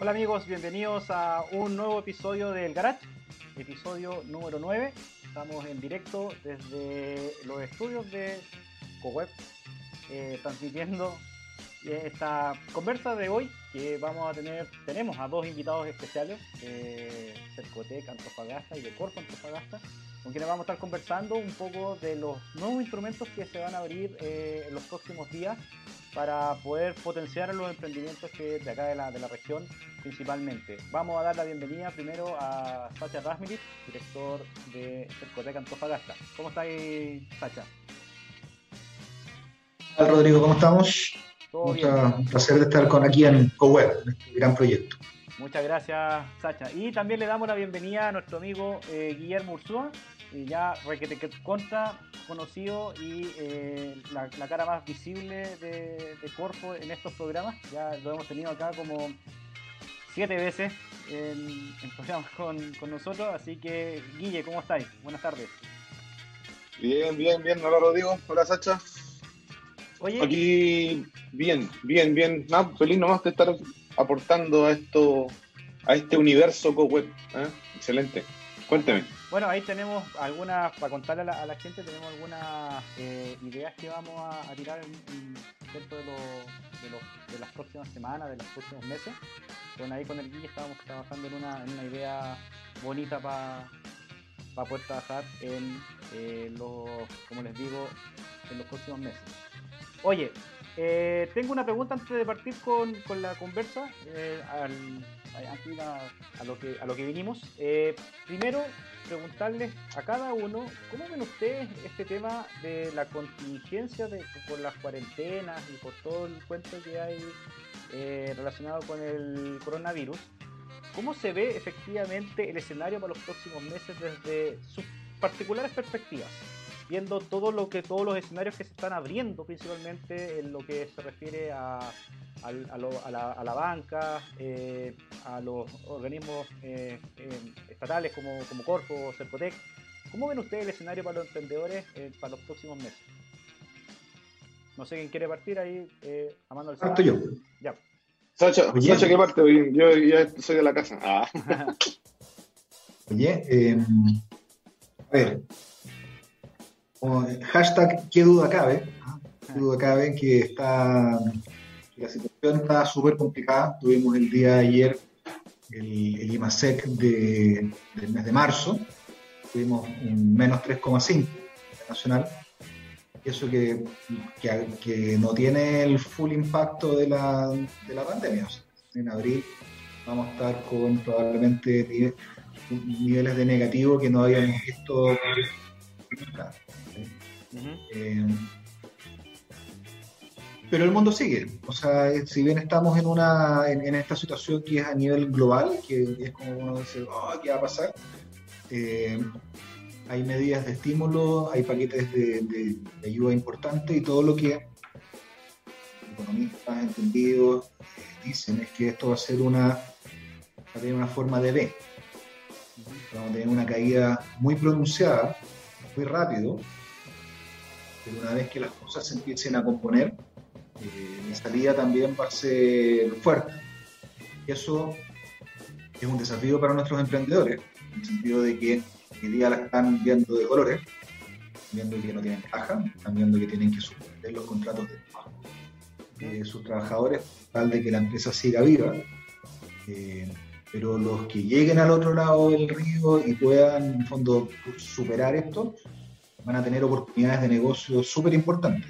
Hola amigos, bienvenidos a un nuevo episodio del Garage, episodio número 9. Estamos en directo desde los estudios de CoWeb, transmitiendo esta conversa de hoy que tenemos a dos invitados especiales, Cercotec Antofagasta y de Corfo Antofagasta, con quienes vamos a estar conversando un poco de los nuevos instrumentos que se van a abrir en los próximos días para poder potenciar los emprendimientos que de acá de la región principalmente. Vamos a dar la bienvenida primero a Sacha Razmilic, director de Cercotec Antofagasta. ¿Cómo estáis, Sacha? Hola Rodrigo, ¿cómo estamos? Todo bien. Un placer de estar aquí en CoWeb, en este gran proyecto. Muchas gracias, Sacha. Y también le damos la bienvenida a nuestro amigo Guillermo Ursúa, ya requete contra conocido y la cara más visible de Corfo en estos programas. Ya lo hemos tenido acá como 7 veces en programas con nosotros. Así que, Guille, ¿cómo estáis? Buenas tardes. Bien, bien, bien. Hola Rodrigo, hola Sacha. Oye, Aquí bien. No, feliz nomás de estar aportando a este universo CoWeb. Excelente. Cuénteme. bueno, ahí tenemos algunas, para contarle a la gente, tenemos algunas ideas que vamos a tirar dentro de las próximas semanas, de los próximos meses. Ahí con el Guille estábamos trabajando en una idea bonita para poder trabajar como les digo, en los próximos meses. Oye, tengo una pregunta antes de partir con la conversa, aquí a lo que vinimos. Primero, preguntarles a cada uno, ¿cómo ven ustedes este tema de la contingencia por las cuarentenas y por todo el cuento que hay relacionado con el coronavirus? ¿Cómo se ve efectivamente el escenario para los próximos meses desde sus particulares perspectivas? Viendo todos los escenarios que se están abriendo, principalmente en lo que se refiere a la banca, a los organismos estatales como Corfo o Cercotec. ¿Cómo ven ustedes el escenario para los emprendedores para los próximos meses? No sé quién quiere partir ahí, Amando el Parto yo. Ya. Sacha, ¿qué parte? Yo ya soy de la casa. Oye, a ver, hashtag qué duda cabe. Qué duda cabe que la situación está súper complicada. Tuvimos el día de ayer el IMASEC del mes de marzo. Tuvimos un menos 3,5 nacional. Eso que no tiene el full impacto de la pandemia. O sea, en abril vamos a estar con probablemente niveles de negativo que no habíamos visto nunca. Pero el mundo sigue. O sea, si bien estamos en esta situación que es a nivel global, que es como uno dice, ¿qué va a pasar? Hay medidas de estímulo, hay paquetes de ayuda importantes y todo lo que economistas entendidos dicen es que esto va a tener una forma de V. Vamos a tener una caída muy pronunciada, muy rápido, pero una vez que las cosas se empiecen a componer, la salida también va a ser fuerte. Y eso es un desafío para nuestros emprendedores, en el sentido de que hoy día la están viendo de colores, viendo que no tienen caja, están viendo que tienen que suspender los contratos de trabajo de sus trabajadores, tal de que la empresa siga viva. Pero los que lleguen al otro lado del río y puedan, en el fondo, superar esto, van a tener oportunidades de negocio súper importantes.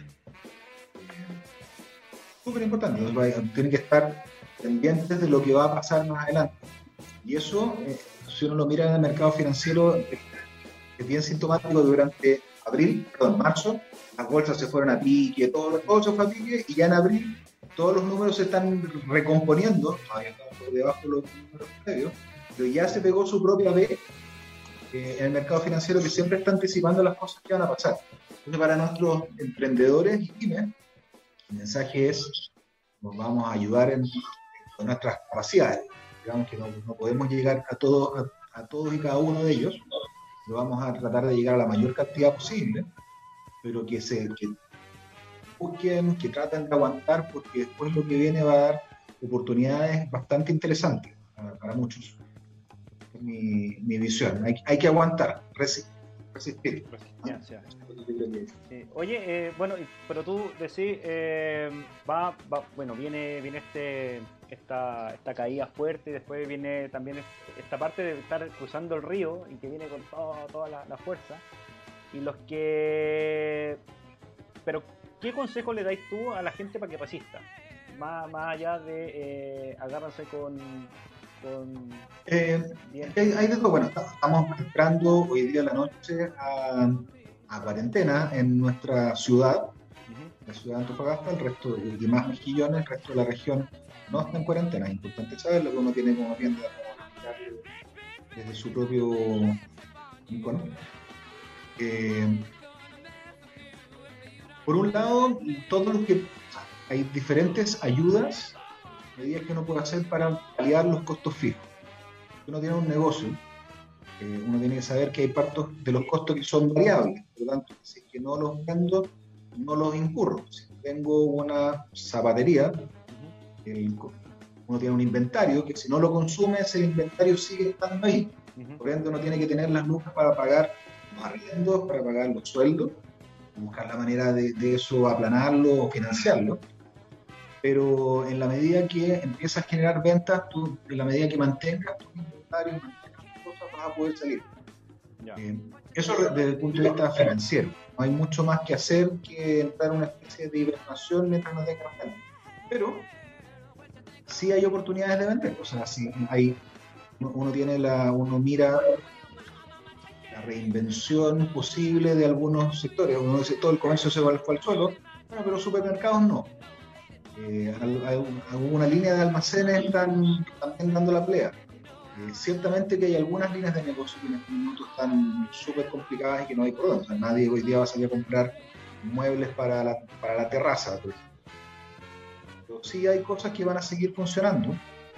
Tienen que estar pendientes de lo que va a pasar más adelante. Y eso, si uno lo mira en el mercado financiero, es bien sintomático. Durante marzo, las bolsas se fueron a pique, todo se fue a pique, y ya en abril todos los números se están recomponiendo, todavía estamos por debajo de los números previos, pero ya se pegó su propia B en el mercado financiero, que siempre está anticipando las cosas que van a pasar. Entonces, para nuestros emprendedores y pymes, el mensaje es: nos vamos a ayudar con nuestras capacidades. Digamos que no podemos llegar a todos y cada uno de ellos, pero vamos a tratar de llegar a la mayor cantidad posible, pero que busquen, que traten de aguantar, porque después lo que viene va a dar oportunidades bastante interesantes para muchos. Es mi visión. Hay que aguantar, resistir. Resistencia. Sí. Oye, bueno, pero tú decís, bueno, viene esta caída fuerte, y después viene también esta parte de estar cruzando el río y que viene con toda la fuerza. Y pero, ¿qué consejo le dais tú a la gente para que resista? Más allá de agárrense con bien. Hay de todo. Bueno, estamos entrando hoy día en la noche a cuarentena en nuestra ciudad, la ciudad de Antofagasta. El resto, y más Mejillones, el resto de la región no está en cuarentena. Es importante saber lo que uno tiene como tienda desde su propio rincón. Por un lado, hay diferentes ayudas, medidas que uno puede hacer para paliar los costos fijos. Si uno tiene un negocio, uno tiene que saber que hay partes de los costos que son variables. Por lo tanto, si es que no los vendo, no los incurro. Si tengo una zapatería, uno tiene un inventario que si no lo consume, ese inventario sigue estando ahí. Por ende, uno tiene que tener las lucas para pagar los arriendos, para pagar los sueldos, buscar la manera de eso, aplanarlo o financiarlo. Pero en la medida que empiezas a generar ventas, en la medida que mantengas tus inventarios, mantengas tus cosas, vas a poder salir. Eso desde el punto de vista financiero. No hay mucho más que hacer que entrar en una especie de hibernación mientras no tengas ventas. Pero sí hay oportunidades de vender. O sea, sí uno mira la reinvención posible de algunos sectores. Uno dice, todo el comercio se fue al suelo, bueno, pero supermercados no. Alguna línea de almacenes están también dando la pelea. Ciertamente que hay algunas líneas de negocio que en este momento están súper complicadas y que no hay por dónde. O sea, nadie hoy día va a salir a comprar muebles para la terraza, por ejemplo. Pero sí hay cosas que van a seguir funcionando.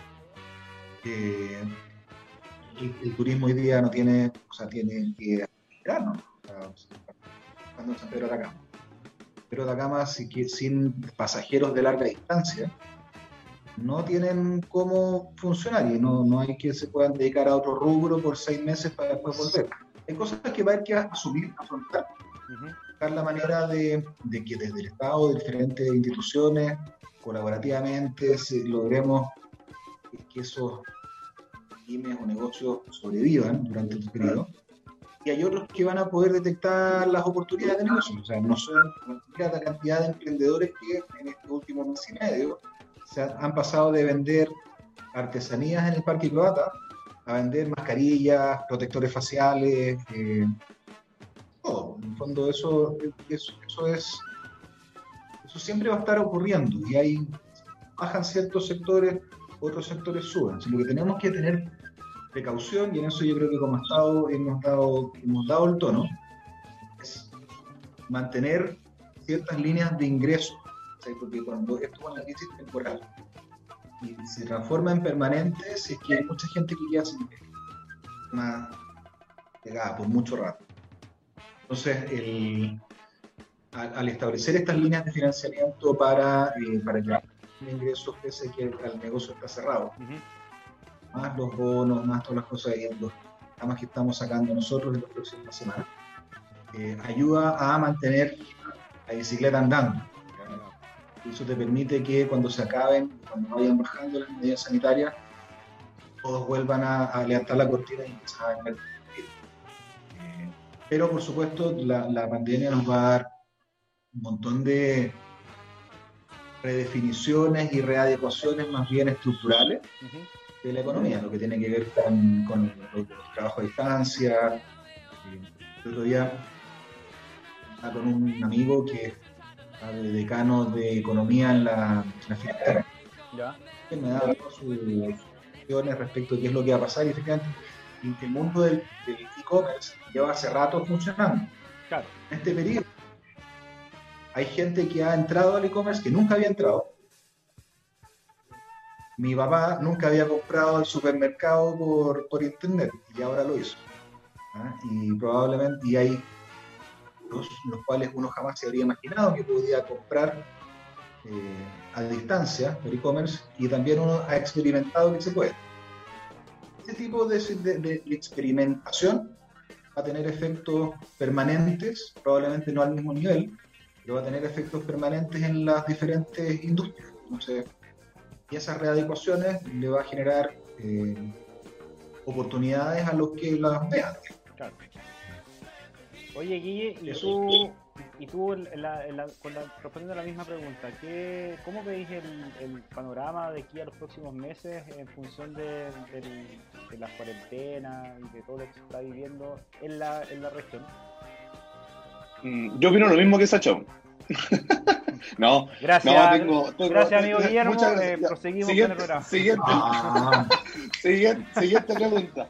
El turismo hoy día no tiene, o sea, tiene que esperar, ¿no? Cuando San Pedro de Atacama. Pero de Atacama, sin pasajeros de larga distancia, no tienen cómo funcionar y no hay que se puedan dedicar a otro rubro por 6 meses para después volver. Hay cosas que va a haber que asumir, afrontar, buscar la manera de que desde el Estado, de diferentes instituciones, colaborativamente, logremos que esos pymes o negocios sobrevivan durante este periodo. Y hay otros que van a poder detectar las oportunidades de negocio. O sea, no son la cantidad de emprendedores que en este último mes y medio han pasado de vender artesanías en el Parque Croata a vender mascarillas, protectores faciales, todo. En el fondo eso siempre va a estar ocurriendo y bajan ciertos sectores, otros sectores suben. Así, lo que tenemos que tener precaución, y en eso yo creo que como Estado hemos dado el tono, es mantener ciertas líneas de ingresos, ¿sí? Porque cuando esto es una crisis temporal y se transforma en permanente, es que hay mucha gente que queda sin más pegada por mucho rato. Entonces, al establecer estas líneas de financiamiento para que ingresos pese que el negocio está cerrado, más los bonos, más todas las cosas los programas que estamos sacando nosotros en las próximas semanas, ayuda a mantener la bicicleta andando. Eso te permite que cuando se acaben, cuando vayan bajando las medidas sanitarias, todos vuelvan a levantar la cortina y empezar a invertir. Pero por supuesto la pandemia nos va a dar un montón de redefiniciones y readecuaciones más bien estructurales de la economía, lo que tiene que ver con los trabajos a distancia. El otro día estaba con un amigo que está de decano de economía en la Fintech, que me daba todas sus opiniones respecto a qué es lo que va a pasar, y efectivamente el mundo del e-commerce lleva hace rato funcionando. Claro. En este periodo hay gente que ha entrado al e-commerce que nunca había entrado. Mi papá nunca había comprado al supermercado por internet y ahora lo hizo. Y probablemente hay los cuales uno jamás se habría imaginado que podía comprar a distancia por e-commerce y también uno ha experimentado que se puede. Este tipo de experimentación va a tener efectos permanentes, probablemente no al mismo nivel, pero va a tener efectos permanentes en las diferentes industrias. Entonces, y esas readecuaciones le va a generar oportunidades a los que las vean. Claro. Oye, Guille, respondiendo a la misma pregunta, ¿cómo veis el panorama de aquí a los próximos meses en función de las cuarentenas y de todo lo que se está viviendo en la región? Yo opino lo mismo que Sacha. No, gracias, no, gracias amigo Guillermo. Muchas gracias. Proseguimos con el programa. Siguiente pregunta.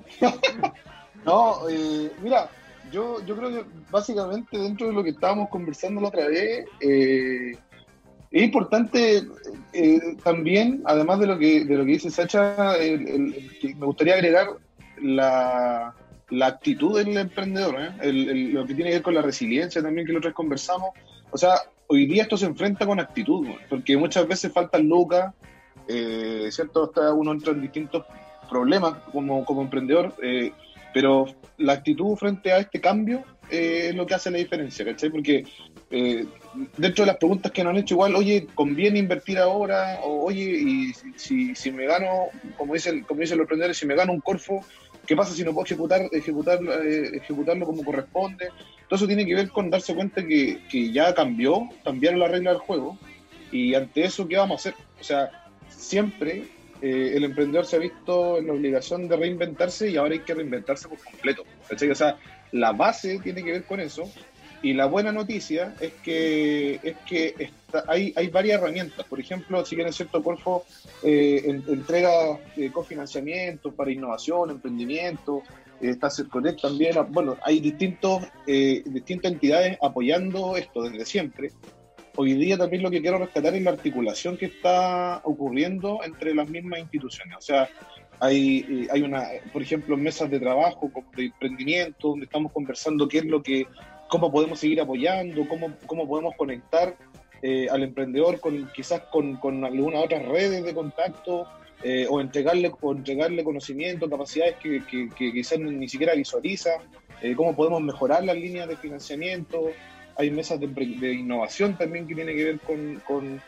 No, mira, yo creo que básicamente dentro de lo que estábamos conversando la otra vez, es importante también, además de lo que dice Sacha, que me gustaría agregar la actitud del emprendedor, lo que tiene que ver con la resiliencia también, que la otra vez conversamos. O sea, hoy día esto se enfrenta con actitud, porque muchas veces faltan lucas, ¿cierto? Uno entra en distintos problemas como emprendedor, pero la actitud frente a este cambio es lo que hace la diferencia, ¿cachai? Porque dentro de las preguntas que nos han hecho, igual, oye, ¿conviene invertir ahora? O oye, y si me gano, como dicen los emprendedores, si me gano un Corfo, ¿qué pasa si no puedo ejecutarlo como corresponde? Todo eso tiene que ver con darse cuenta que ya cambiaron las reglas del juego, y ante eso, ¿qué vamos a hacer? O sea, siempre el emprendedor se ha visto en la obligación de reinventarse, y ahora hay que reinventarse por completo, ¿cachai? O sea, la base tiene que ver con eso, y la buena noticia es que hay varias herramientas. Por ejemplo, si bien es cierto, Corfo entrega cofinanciamiento para innovación, emprendimiento, está Cercotec también. Bueno, hay distintas entidades apoyando esto desde siempre. Hoy día también lo que quiero rescatar es la articulación que está ocurriendo entre las mismas instituciones. O sea, hay por ejemplo, mesas de trabajo de emprendimiento donde estamos conversando cómo podemos seguir apoyando, cómo podemos conectar al emprendedor quizás con algunas otras redes de contacto, o entregarle conocimiento, capacidades que quizás ni siquiera visualiza, cómo podemos mejorar las líneas de financiamiento. Hay mesas de innovación también que tiene que ver con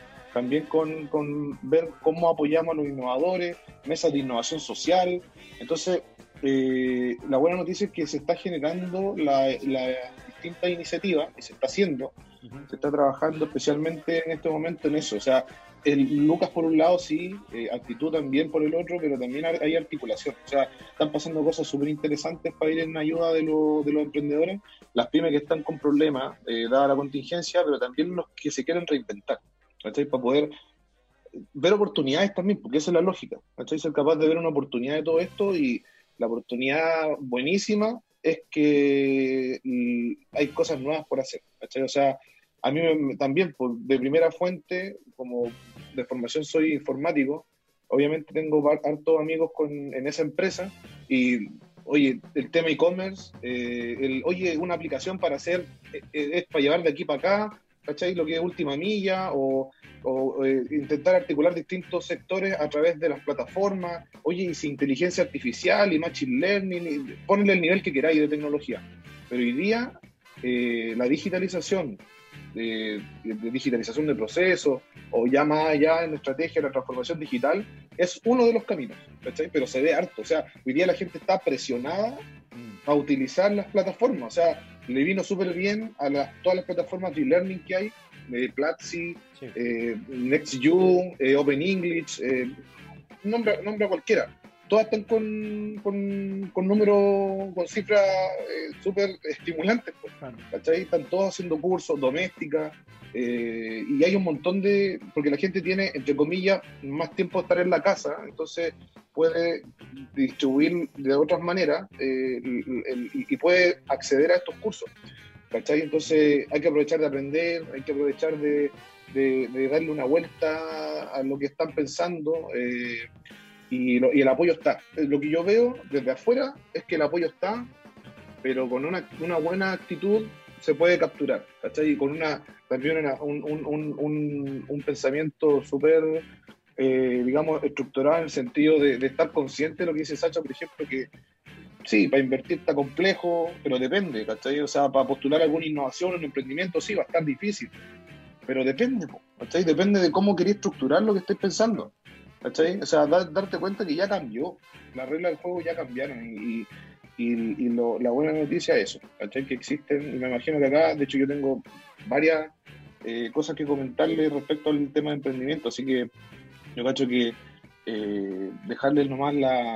ver cómo apoyamos a los innovadores, mesas de innovación social. Entonces, la buena noticia es que se está generando la distintas iniciativas, y se está haciendo, se está trabajando especialmente en este momento en eso. O sea, el Lucas por un lado sí, actitud también por el otro, pero también hay articulación. O sea, están pasando cosas súper interesantes para ir en ayuda de los emprendedores, las pymes que están con problemas, dada la contingencia, pero también los que se quieren reinventar, ¿cachai? Para poder ver oportunidades también, porque esa es la lógica, ¿cachai? Ser capaz de ver una oportunidad de todo esto, y la oportunidad buenísima es que hay cosas nuevas por hacer, ¿cachai? O sea, a mí también, de primera fuente, como de formación soy informático, obviamente tengo hartos amigos en esa empresa, y oye, el tema e-commerce, oye, una aplicación para hacer, es para llevar de aquí para acá, ¿cachai? Lo que es última milla, o intentar articular distintos sectores a través de las plataformas. Oye, y si inteligencia artificial y machine learning, ponle el nivel que queráis de tecnología. Pero hoy día, la digitalización, de digitalización de procesos, o ya más allá en la estrategia de la transformación digital, es uno de los caminos, ¿cachai? Pero se ve harto. O sea, hoy día la gente está presionada a utilizar las plataformas. O sea, le vino súper bien a todas las plataformas de e-learning que hay, Platzi, sí. NextU, Open English, nombra cualquiera. Todas están con números, con cifras súper estimulantes, pues, ¿cachai? Están todos haciendo cursos, doméstica, y hay un montón porque la gente tiene, entre comillas, más tiempo de estar en la casa, entonces puede distribuir de otras maneras, y puede acceder a estos cursos, ¿cachai? Entonces hay que aprovechar de aprender, hay que aprovechar de darle una vuelta a lo que están pensando, y el apoyo está. Lo que yo veo desde afuera es que el apoyo está, pero con una buena actitud se puede capturar, ¿cachai? Y con también un pensamiento súper, digamos, estructurado en el sentido de estar consciente de lo que dice Sacha, por ejemplo, que sí, para invertir está complejo, pero depende, ¿cachai? O sea, para postular alguna innovación, un emprendimiento, sí, va a estar difícil, pero depende, ¿cachai? Depende de cómo queréis estructurar lo que estés pensando, ¿cachai? O sea, darte cuenta que ya cambió, las reglas del juego ya cambiaron la buena noticia es eso, ¿cachai? Que existen, y me imagino que acá, de hecho yo tengo varias cosas que comentarle respecto al tema de emprendimiento, así que yo cacho que dejarles nomás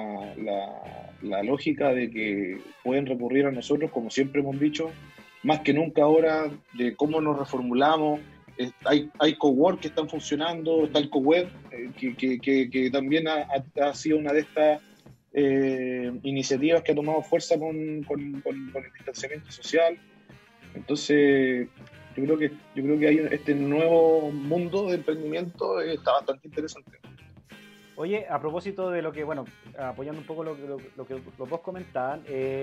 la lógica de que pueden recurrir a nosotros, como siempre hemos dicho, más que nunca ahora, de cómo nos reformulamos. Hay cowork que están funcionando, está el coweb, que también ha sido una de estas iniciativas que ha tomado fuerza con el distanciamiento social. Entonces, yo creo que hay este nuevo mundo de emprendimiento, está bastante interesante. Oye, a propósito de lo que, bueno, apoyando un poco lo que los dos comentaban,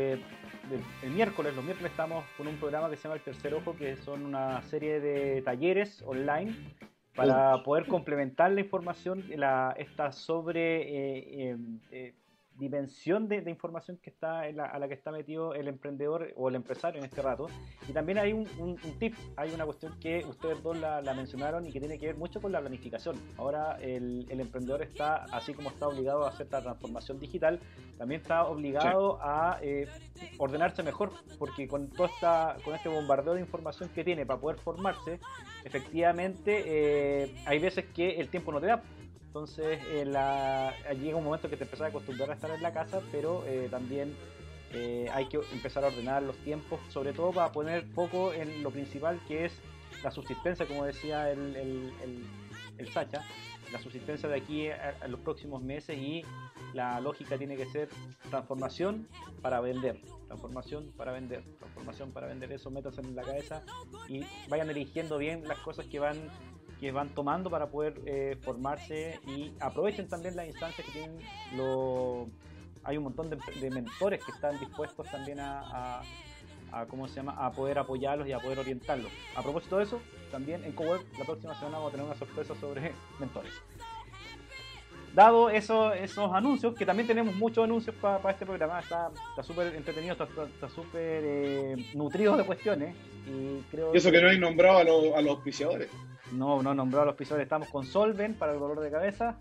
los miércoles estamos con un programa que se llama El Tercer Ojo, que son una serie de talleres online para poder complementar la información, esta sobre dimensión de información que está a la que está metido el emprendedor o el empresario en este rato. Y también hay un tip, hay una cuestión que ustedes dos la mencionaron y que tiene que ver mucho con la planificación. Ahora el emprendedor está, así como está obligado a hacer la transformación digital, también está obligado a ordenarse mejor, porque con este bombardeo de información que tiene para poder formarse, efectivamente hay veces que el tiempo no te da. Entonces llega un momento que te empezás a acostumbrar a estar en la casa, pero también hay que empezar a ordenar los tiempos, sobre todo para poner foco en lo principal, que es la subsistencia, como decía el Sacha, la subsistencia de aquí a los próximos meses, y la lógica tiene que ser transformación para vender, transformación para vender, transformación para vender. Eso métanse en la cabeza y vayan eligiendo bien las cosas que van tomando para poder formarse, y aprovechen también las instancias que tienen. Hay un montón de mentores que están dispuestos también a poder apoyarlos y a poder orientarlos. A propósito de eso, también en Cowork la próxima semana vamos a tener una sorpresa sobre mentores. Dado esos anuncios, que también tenemos muchos anuncios para este programa, está súper entretenido, está súper nutrido de cuestiones, y creo eso que no he nombrado a los auspiciadores. No nombrado a los auspiciadores. Estamos con Solven para el dolor de cabeza.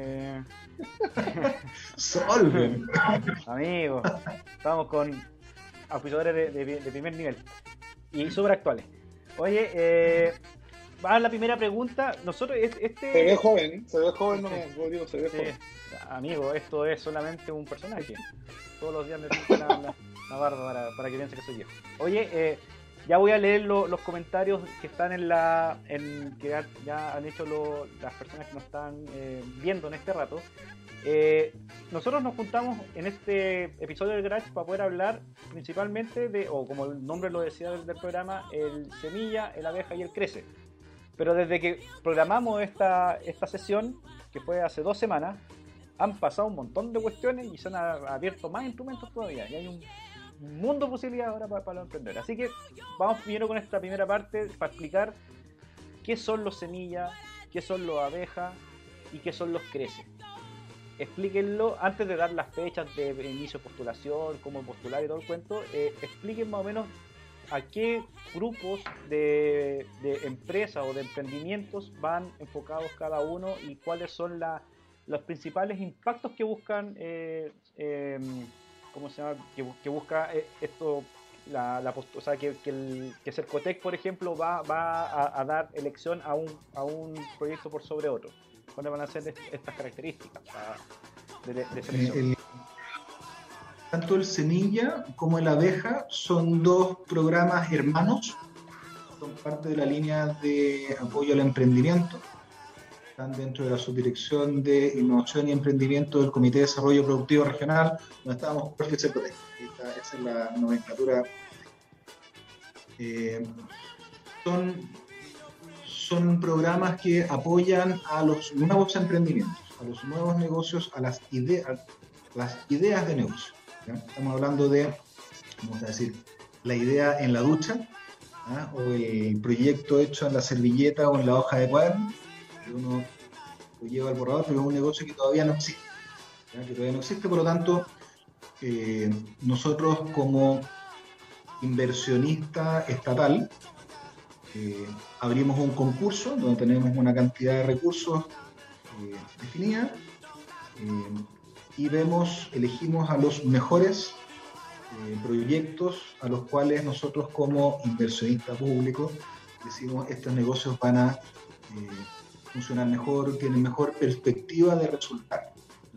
Solven. Amigos, estamos con auspiciadores de primer nivel y súper actuales. Oye, va la primera pregunta. Nosotros se ve joven, no me digo, se ve joven. Amigo, esto es solamente un personaje. Todos los días me pinto la barba para que piense que soy yo. Oye, ya voy a leer los comentarios que están que ya han hecho las personas que nos están viendo en este rato. Nosotros nos juntamos en este episodio del Garage para poder hablar principalmente o como el nombre lo decía del programa, el semilla, el abeja y el crece. Pero desde que programamos esta sesión, que fue hace 2 semanas, han pasado un montón de cuestiones y se han abierto más instrumentos todavía. Y hay un mundo de posibilidades ahora para los emprendedores. Así que vamos primero con esta primera parte para explicar qué son los semillas, qué son los abejas y qué son los crece. Explíquenlo antes de dar las fechas de inicio de postulación, cómo postular y todo el cuento. Expliquen más o menos a qué grupos de empresas o de emprendimientos van enfocados cada uno y cuáles son los principales impactos que buscan, ¿cómo se llama? Que busca esto, o sea, que Cercotec, por ejemplo, va a dar elección a un proyecto por sobre otro. ¿Cuáles van a ser estas características de selección? Tanto el semilla como el abeja son 2 programas hermanos, son parte de la línea de apoyo al emprendimiento, están dentro de la subdirección de innovación y emprendimiento del Comité de Desarrollo Productivo Regional, donde estábamos por Cercotec. Esa es la nomenclatura. Son programas que apoyan a los nuevos emprendimientos, a los nuevos negocios, a las ideas de negocio. ¿Ya? Estamos hablando de, vamos a decir, la idea en la ducha, o el proyecto hecho en la servilleta o en la hoja de cuaderno, que uno lo lleva al borrador, pero es un negocio que todavía no existe, ¿ya? Que todavía no existe, por lo tanto, nosotros como inversionista estatal abrimos un concurso donde tenemos una cantidad de recursos definida y elegimos a los mejores proyectos a los cuales nosotros como inversionista público decimos estos negocios van a funcionar mejor, tienen mejor perspectiva de resultar.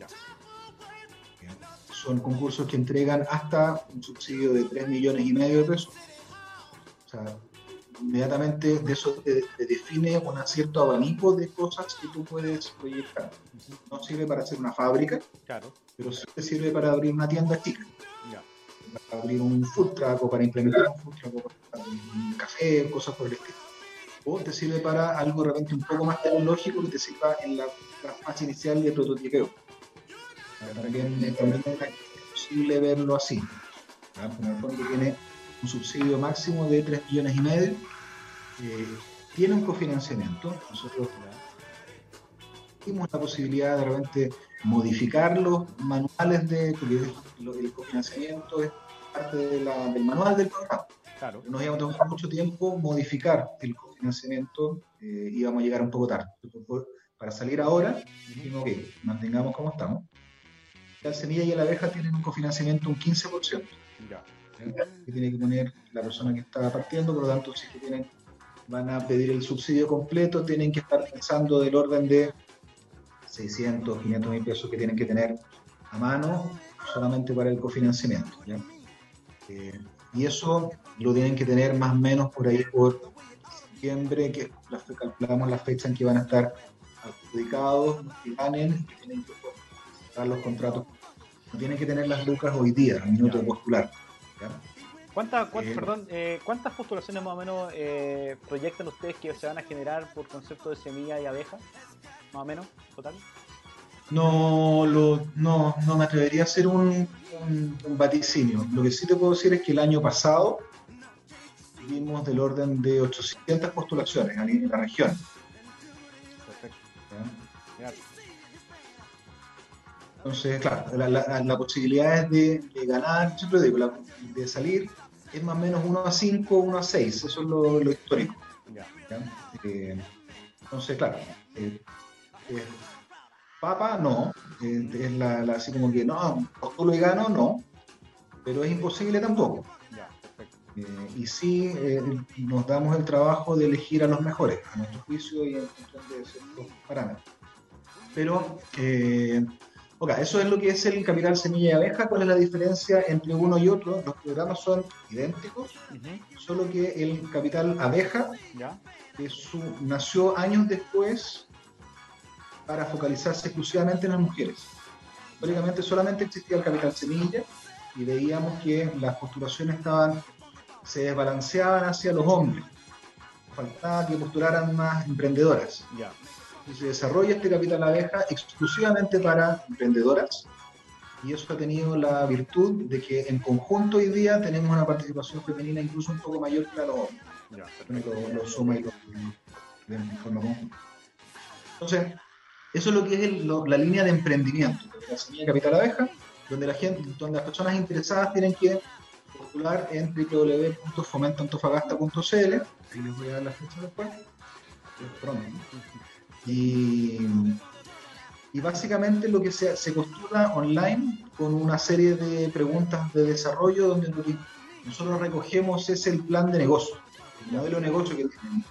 Son concursos que entregan hasta un subsidio de 3,5 millones de pesos. O sea, inmediatamente de eso te define un cierto abanico de cosas que tú puedes proyectar. No sirve para hacer una fábrica, claro, pero sí te sirve para abrir una tienda chica. ya, Para abrir un food truck o para implementar un food truck o para un café, cosas por el estilo. O te sirve para algo de repente un poco más tecnológico que te sirva en la fase inicial de prototipeo. También es posible verlo así. En el fondo tiene un subsidio máximo de 3,5 millones. Tiene un cofinanciamiento. Nosotros tuvimos la posibilidad de repente modificar los manuales porque el cofinanciamiento es parte del manual del programa. claro. Nos íbamos a tomar mucho tiempo modificar el cofinanciamiento, íbamos a llegar un poco tarde. Para salir ahora, dijimos, ok, mantengamos como estamos. La semilla y la abeja tienen un cofinanciamiento un 15%. Ya. Que tiene que poner la persona que está partiendo, por lo tanto, si van a pedir el subsidio completo, tienen que estar pensando del orden de 600, 500 mil pesos que tienen que tener a mano solamente para el cofinanciamiento, ¿ya? Y eso lo tienen que tener más o menos por ahí por septiembre, que calculamos la fecha en que van a estar adjudicados, que ganen, que tienen que dar los contratos. No tienen que tener las lucas hoy día, al minuto de postular, ¿ya? ¿Cuántas postulaciones más o menos proyectan ustedes que se van a generar por concepto de semilla y abeja? Más o menos, total. No me atrevería a hacer un vaticinio. Lo que sí te puedo decir es que el año pasado tuvimos del orden de 800 postulaciones en la región. Perfecto. ¿Ya? Entonces, claro, la posibilidad es de ganar, siempre digo, de salir es más o menos 1-5, 1-6, eso es lo histórico. Ya. Entonces, claro, papa no, es así como que no, postulo y gano, no, pero es imposible tampoco. Ya, perfecto. Y sí nos damos el trabajo de elegir a los mejores, a nuestro juicio y en función de ciertos parámetros. Pero, eso es lo que es el capital semilla y abeja. ¿Cuál es la diferencia entre uno y otro? Los programas son idénticos, solo que el capital abeja ¿ya? Nació años después para focalizarse exclusivamente en las mujeres. Históricamente solamente existía el capital semilla y veíamos que las postulaciones se desbalanceaban hacia los hombres. Faltaba que postularan más emprendedoras. Ya. Y se desarrolla este capital abeja exclusivamente para emprendedoras, y eso ha tenido la virtud de que en conjunto hoy día tenemos una participación femenina incluso un poco mayor que la de los hombres. Ya, lo suma y lo de forma conjunta. Entonces, eso es lo que es la línea de emprendimiento, la semilla capital abeja, donde las personas interesadas tienen que postular en www.fomentantofagasta.cl, ahí les voy a dar la fecha después, pronto, ¿no? Y básicamente lo que se postula online con una serie de preguntas de desarrollo donde lo que nosotros recogemos es el plan de negocio, el modelo de negocio que tienen.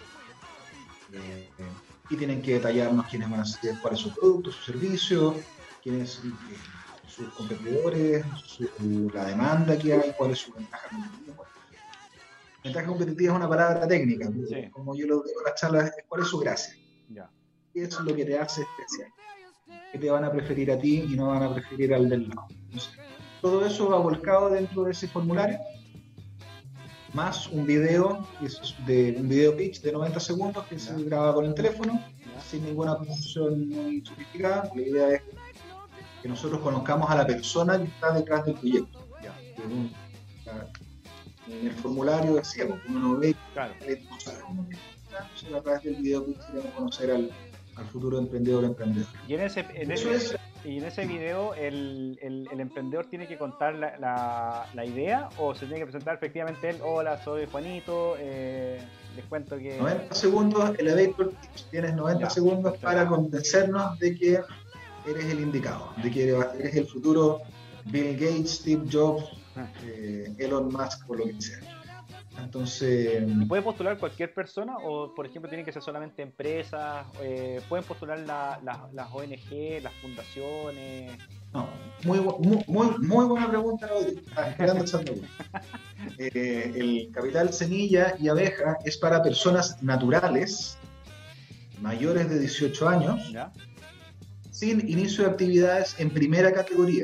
Y tienen que detallarnos quiénes van a ser, cuál es su producto, su servicio, quiénes sus competidores, la demanda que hay, cuál es su ventaja competitiva. Ventaja competitiva es una palabra técnica, sí. Como yo lo digo en las charlas, ¿cuál es su gracia? Ya. ¿Qué es lo que te hace especial? ¿Qué te van a preferir a ti y no van a preferir al del lado? Entonces, todo eso va volcado dentro de ese formulario, más un video pitch de 90 segundos que se graba con el teléfono, sin ninguna promoción muy sofisticada. La idea es que nosotros conozcamos a la persona que está detrás del proyecto. En el formulario decíamos, uno no ve, Claro. no sabe cómo es, a través del video que queremos conocer al futuro emprendedor o emprendedor. Y en ese video el emprendedor tiene que contar la idea, o se tiene que presentar efectivamente él: hola, soy Juanito, les cuento que... 90 segundos, elevator pitch. Tienes 90 segundos para convencernos de que eres el indicado, de que eres el futuro Bill Gates, Steve Jobs, Elon Musk o lo que sea. Entonces, ¿Y puede postular cualquier persona, o por ejemplo tienen que ser solamente empresas? ¿Pueden postular las ONG, las fundaciones? no, muy buena pregunta, Rodrigo. Estaba esperando esa pregunta. El capital semilla y abeja es para personas naturales mayores de 18 años, ¿Ya? sin inicio de actividades en primera categoría.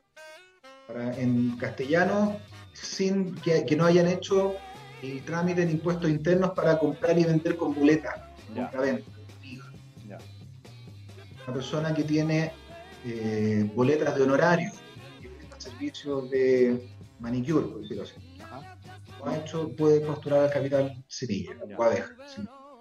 En castellano, sin que no hayan hecho el trámite en impuestos internos para comprar y vender con boleta. Ya. Compra-venta. Ya. Una persona que tiene boletas de honorario, que presta servicios de manicure, por decirlo así. Ajá. Lo ha hecho, puede postular al capital semilla Ya. o abeja. ¿Sí?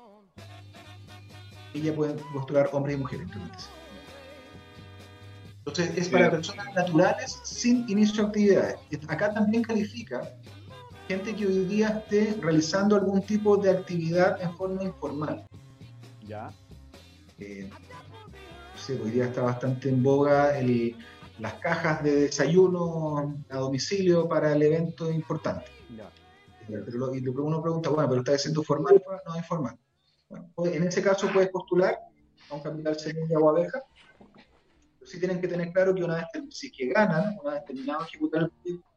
Ella puede postular hombres y mujeres, entonces. Entonces, es para personas naturales sin inicio de actividades. Acá también califica gente que hoy día esté realizando algún tipo de actividad en forma informal. Ya. No sé, hoy día está bastante en boga las cajas de desayuno a domicilio para el evento importante. Ya. Pero uno pregunta, bueno, ¿pero está haciendo formal? No es informal. Bueno, en ese caso puedes postular a un capital semilla o abeja. Pero sí tienen que tener claro que una vez que ganan, una vez terminado de ejecutar el proyecto,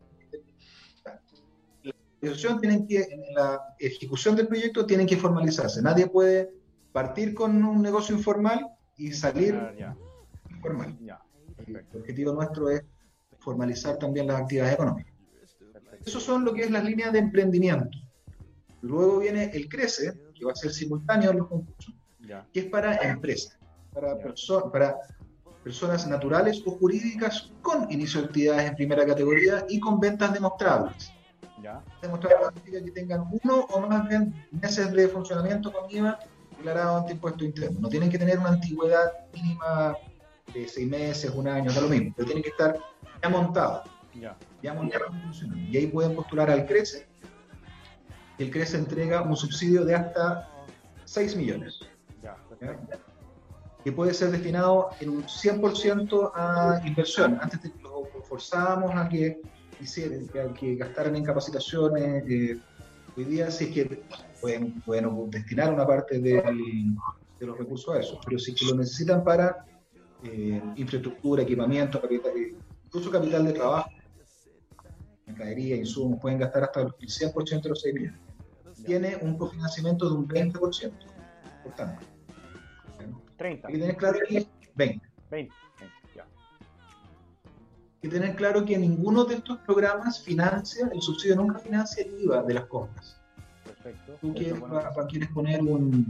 en la ejecución del proyecto tienen que formalizarse. Nadie puede partir con un negocio informal y salir informal. Ya. El objetivo nuestro es formalizar también las actividades económicas. Perfecto. Eso son lo que es las líneas de emprendimiento. Luego viene el CRECE, que va a ser simultáneo en los concursos, Ya. que es para empresas, para personas naturales o jurídicas con inicio de actividades en primera categoría y con ventas demostrables. Ya. Demostrables significa que tengan 1 o más meses de funcionamiento con IVA declarado ante impuesto interno. No tienen que tener una antigüedad mínima de 6 meses, 1 año, da lo mismo, pero tienen que estar ya montados. Ya montados funcionando. Y ahí pueden postular al CRECE. El CRECE entrega un subsidio de hasta 6 millones. Ya. ¿Ya? Que puede ser destinado en un 100% a inversión. Antes lo forzábamos a que gastaran en capacitaciones. Hoy día sí es que pueden destinar una parte de los recursos a eso, pero si es que lo necesitan para infraestructura, equipamiento, incluso capital de trabajo, mercadería, insumos, pueden gastar hasta el 100% de los 6 millones. Tiene un cofinanciamiento de un 20%, por tanto. 30. Hay que tener claro que 20. Ya. Hay que tener claro que ninguno de estos programas financia, el subsidio nunca financia el IVA de las compras. Perfecto. Tú quieres poner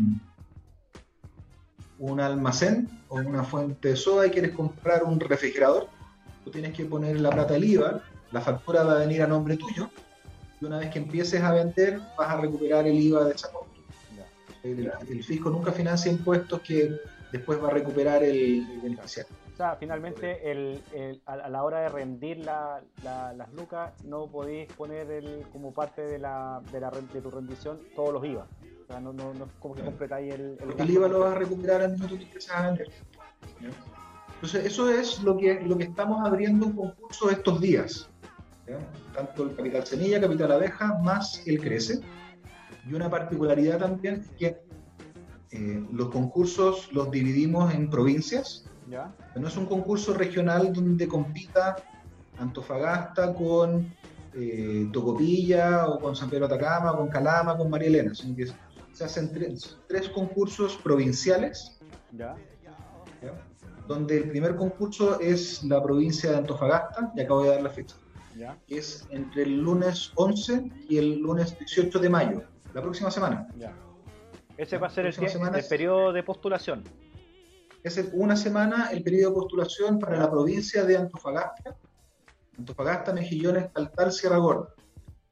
un almacén o una fuente de soda y quieres comprar un refrigerador, tú tienes que poner la plata del IVA, la factura va a venir a nombre tuyo, y una vez que empieces a vender vas a recuperar el IVA de esa compra. El fisco nunca financia impuestos que después va a recuperar el beneficiario. O sea, finalmente a la hora de rendir las lucas no podéis poner como parte de tu rendición todos los IVA. O sea, no es como que completáis el IVA lo vas a recuperar al minuto que empieces a vender. Entonces, eso es lo que estamos abriendo un concurso estos días. ¿Ya? Tanto el capital semilla, capital abeja, más el CRECE. Y una particularidad también es que los concursos los dividimos en provincias. ¿Ya? No es un concurso regional donde compita Antofagasta con Tocopilla o con San Pedro de Atacama, con Calama, con María Elena, sino que se hacen tres concursos provinciales. ¿Ya? Donde el primer concurso es la provincia de Antofagasta, y acabo de dar la fecha. ¿Ya? Es entre el lunes 11 y el lunes 18 de mayo, la próxima semana. Ya. Ese va a ser el semanas, periodo de postulación. Es una semana el periodo de postulación para la provincia de Antofagasta, Mejillones, Taltal, Sierra Gorda.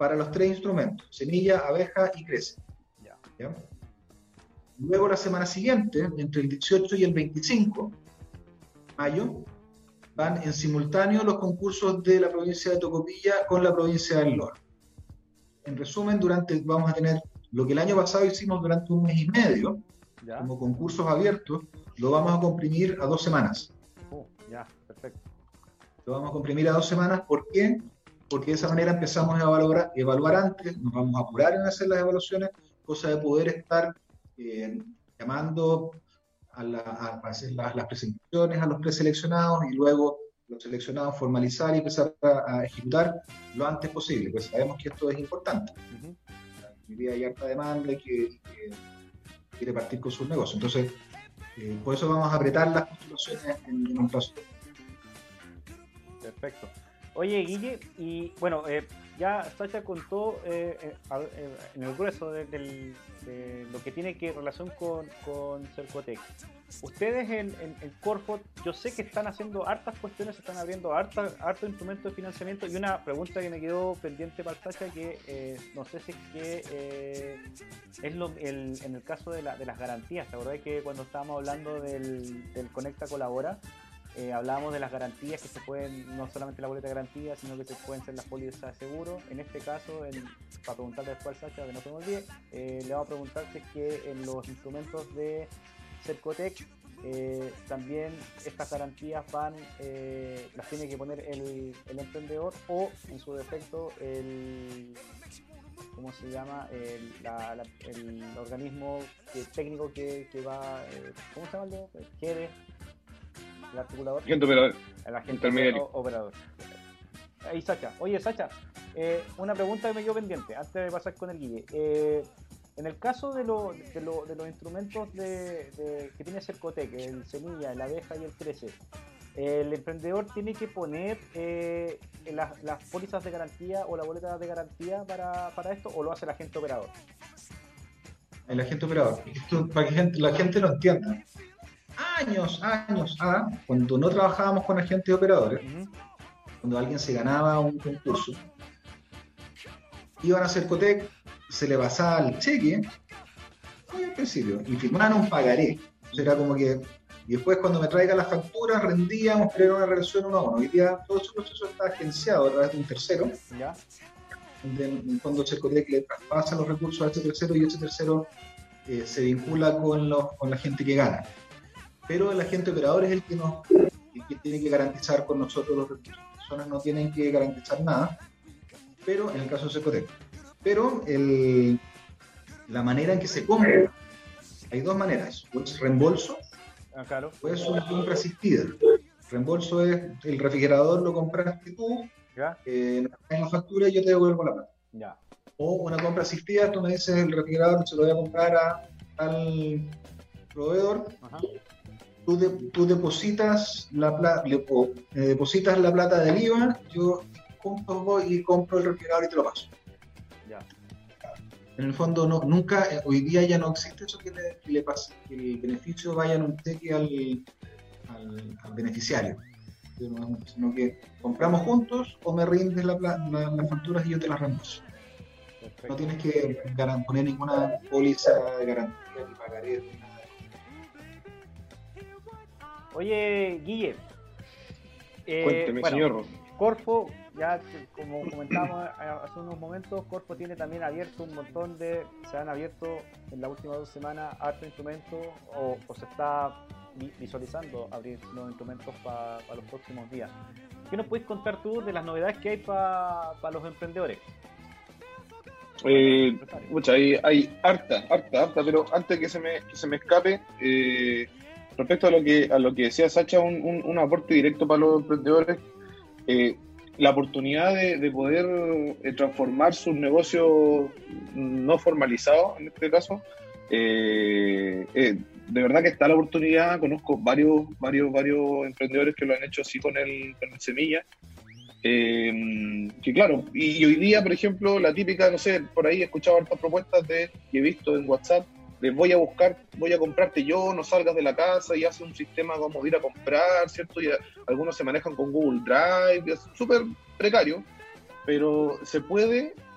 para los tres instrumentos, semilla, abeja y crece. ¿Ya? Luego la semana siguiente, entre el 18 y el 25 de mayo, van en simultáneo los concursos de la provincia de Tocopilla con la provincia del Loro. En resumen, vamos a tener lo que el año pasado hicimos durante un mes y medio, ¿ya?, como concursos abiertos, lo vamos a comprimir a 2 semanas. Ya, perfecto. Lo vamos a comprimir a 2 semanas, ¿por qué? Porque de esa manera empezamos a evaluar antes, nos vamos a apurar en hacer las evaluaciones, cosa de poder estar llamando a hacer las presentaciones a los preseleccionados y luego los seleccionados formalizar y empezar a ejecutar lo antes posible, pues sabemos que esto es importante. Hoy día hay harta demanda y que quiere partir con sus negocios. Entonces, por eso vamos a apretar las postulaciones en un plazo. Perfecto. Oye, Guille, y bueno, ya Sacha contó en el grueso de lo que tiene que relación con Cercotec. Ustedes en Corfo, yo sé que están haciendo hartas cuestiones, están abriendo harto instrumento de financiamiento, y una pregunta que me quedó pendiente para Sacha, que no sé si es que es en el caso de las garantías. ¿Te acordás que cuando estábamos hablando del Conecta Colabora, hablábamos de las garantías que se pueden, no solamente la boleta de garantía, sino que se pueden ser las pólizas de seguro? En este caso, para preguntarle después al Sacha, que no se me olvide, le vamos a preguntar si es que en los instrumentos de Cercotec también estas garantías las tiene que poner el emprendedor, o en su defecto ¿cómo se llama? El organismo técnico que va, ¿cómo se llama? El GEDE, el articulador. El agente operador. Ahí, Sacha. Oye, Sacha, una pregunta que me quedó pendiente antes de pasar con el Guille. En el caso de los instrumentos que tiene Cercotec, el semilla, la abeja y el crece, ¿el emprendedor tiene que poner las pólizas de garantía o la boleta de garantía para esto, o lo hace el agente operador? El agente operador. Esto, para que la gente lo entienda. Años, cuando no trabajábamos con agentes operadores, cuando alguien se ganaba un concurso, iban a Cercotec, se le pasaba el cheque, muy al principio, y firmaban un pagaré. Era como que, y después cuando me traigan las facturas, rendíamos, pero era una relación 1 a 1. Hoy día todo ese proceso está agenciado a través de un tercero, ¿ya?, donde en fondo Cercotec le traspasa los recursos a ese tercero, y ese tercero se vincula con la gente que gana. Pero el agente operador es el que tiene que garantizar con nosotros los recursos. Las personas no tienen que garantizar nada, pero en el caso de Cercotec. Pero la manera en que se compra, hay 2 maneras: o es reembolso, claro, o es una compra asistida. Reembolso es el refrigerador lo compraste tú, en la factura y yo te devuelvo la plata. Ya. O una compra asistida, tú me dices el refrigerador se lo voy a comprar al proveedor. Ajá. Tú depositas la plata del IVA, yo voy y compro el refrigerador y te lo paso. Ya. En el fondo nunca, hoy día ya no existe eso que le pase, que el beneficio vaya en un cheque al beneficiario, sino que compramos juntos, o me rindes las facturas y yo te las reembolso. Perfecto. No tienes que poner ninguna póliza de garantía ni pagaré ni nada. Oye, Guille, cuénteme, señor. Corfo, ya como comentábamos hace unos momentos, Corfo tiene también abierto se han abierto en las últimas 2 semanas hartos instrumentos, o se está visualizando abrir nuevos instrumentos para los próximos días. ¿Qué nos puedes contar tú de las novedades que hay para los emprendedores? Hay harta, pero antes que se me escape, respecto a lo que decía Sacha, un aporte directo para los emprendedores, la oportunidad de poder transformar sus negocios no formalizados, en este caso, de verdad que está la oportunidad. Conozco varios emprendedores que lo han hecho así con el semilla, que claro, y hoy día, por ejemplo, la típica, no sé, por ahí he escuchado hartas propuestas que he visto en WhatsApp: les voy a comprarte yo, no salgas de la casa, y hace un sistema como de ir a comprar, ¿cierto? Y algunos se manejan con Google Drive, es súper precario, pero se puede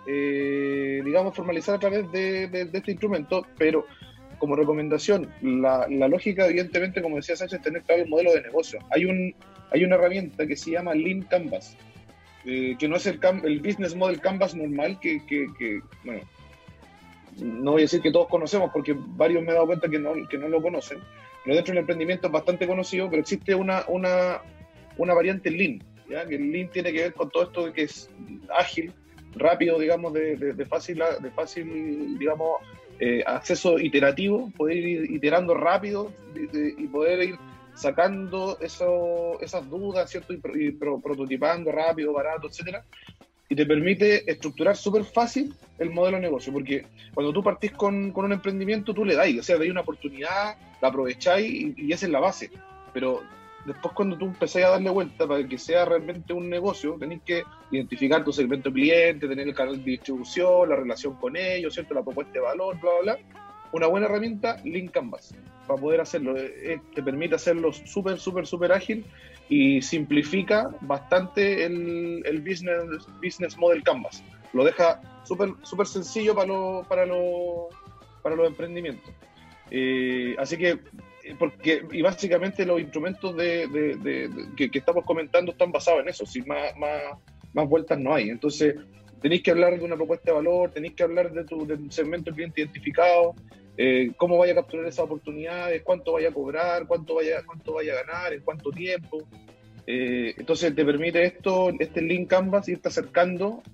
digamos, formalizar a través de este instrumento, pero como recomendación, la lógica, evidentemente, como decía Sánchez, es tener claro el modelo de negocio. Hay una herramienta que se llama Lean Canvas, que no es el Business Model Canvas normal, bueno, no voy a decir que todos conocemos, porque varios me he dado cuenta que no lo conocen, pero dentro del emprendimiento es bastante conocido, pero existe una variante Lean, ¿ya? Que el Lean tiene que ver con todo esto de que es ágil, rápido, digamos, de fácil, digamos, acceso iterativo, poder ir iterando rápido y poder ir sacando esas dudas, ¿cierto? Y prototipando rápido, barato, etcétera. Y te permite estructurar súper fácil el modelo de negocio, porque cuando tú partís con un emprendimiento, tú le dais, o sea, dais una oportunidad, la aprovecháis y esa es la base. Pero después cuando tú empezás a darle vuelta para que sea realmente un negocio, tenés que identificar tu segmento de cliente, tener el canal de distribución, la relación con ellos, ¿cierto? La propuesta de valor, bla, bla, bla. Una buena herramienta, Lean Canvas, para poder hacerlo. Te permite hacerlo súper ágil y simplifica bastante el business model Canvas. Lo deja súper sencillo para los emprendimientos. Así que, y básicamente los instrumentos que estamos comentando están basados en eso, sin más vueltas no hay. Entonces, tenéis que hablar de una propuesta de valor, tenéis que hablar del segmento de cliente identificado, cómo vaya a capturar esas oportunidades, cuánto vaya a cobrar, cuánto vaya a ganar, en cuánto tiempo. Entonces te permite este Lean Canvas, irte acercando,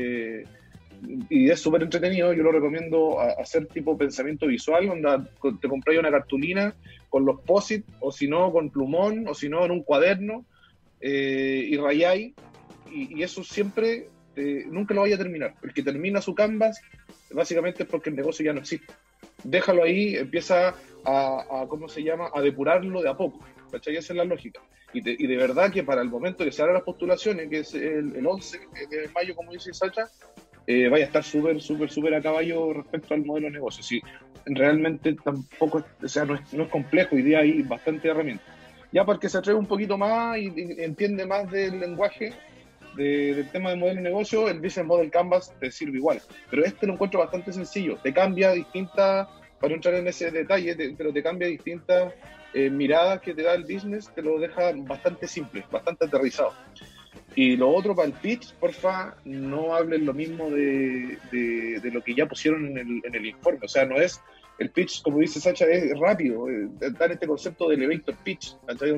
y es súper entretenido. Yo lo recomiendo hacer tipo pensamiento visual, donde te compráis una cartulina con los POSIT, o si no con plumón, o si no en un cuaderno, y rayáis, y eso siempre, nunca lo vaya a terminar. El que termina su Canvas básicamente es porque el negocio ya no existe. Déjalo ahí, empieza ¿cómo se llama?, a depurarlo de a poco, ¿cachai? Esa es la lógica. Y de verdad que para el momento que se abran las postulaciones, que es el 11 de mayo, como dice Sacha, vaya a estar súper a caballo respecto al modelo de negocio. Si realmente tampoco, o sea, no es complejo, hoy día hay bastante herramientas. Ya para que se atreve un poquito más y entiende más del lenguaje, del tema del modelo de negocio, el Business Model Canvas te sirve igual. Pero lo encuentro bastante sencillo. Te cambia distintas, para no entrar en ese detalle, pero te cambia distintas miradas que te da el business, te lo deja bastante simple, bastante aterrizado. Y lo otro, para el pitch, porfa, no hablen lo mismo de lo que ya pusieron en el informe. O sea, no es el pitch, como dice Sacha, es rápido. Dar este concepto de elevator pitch.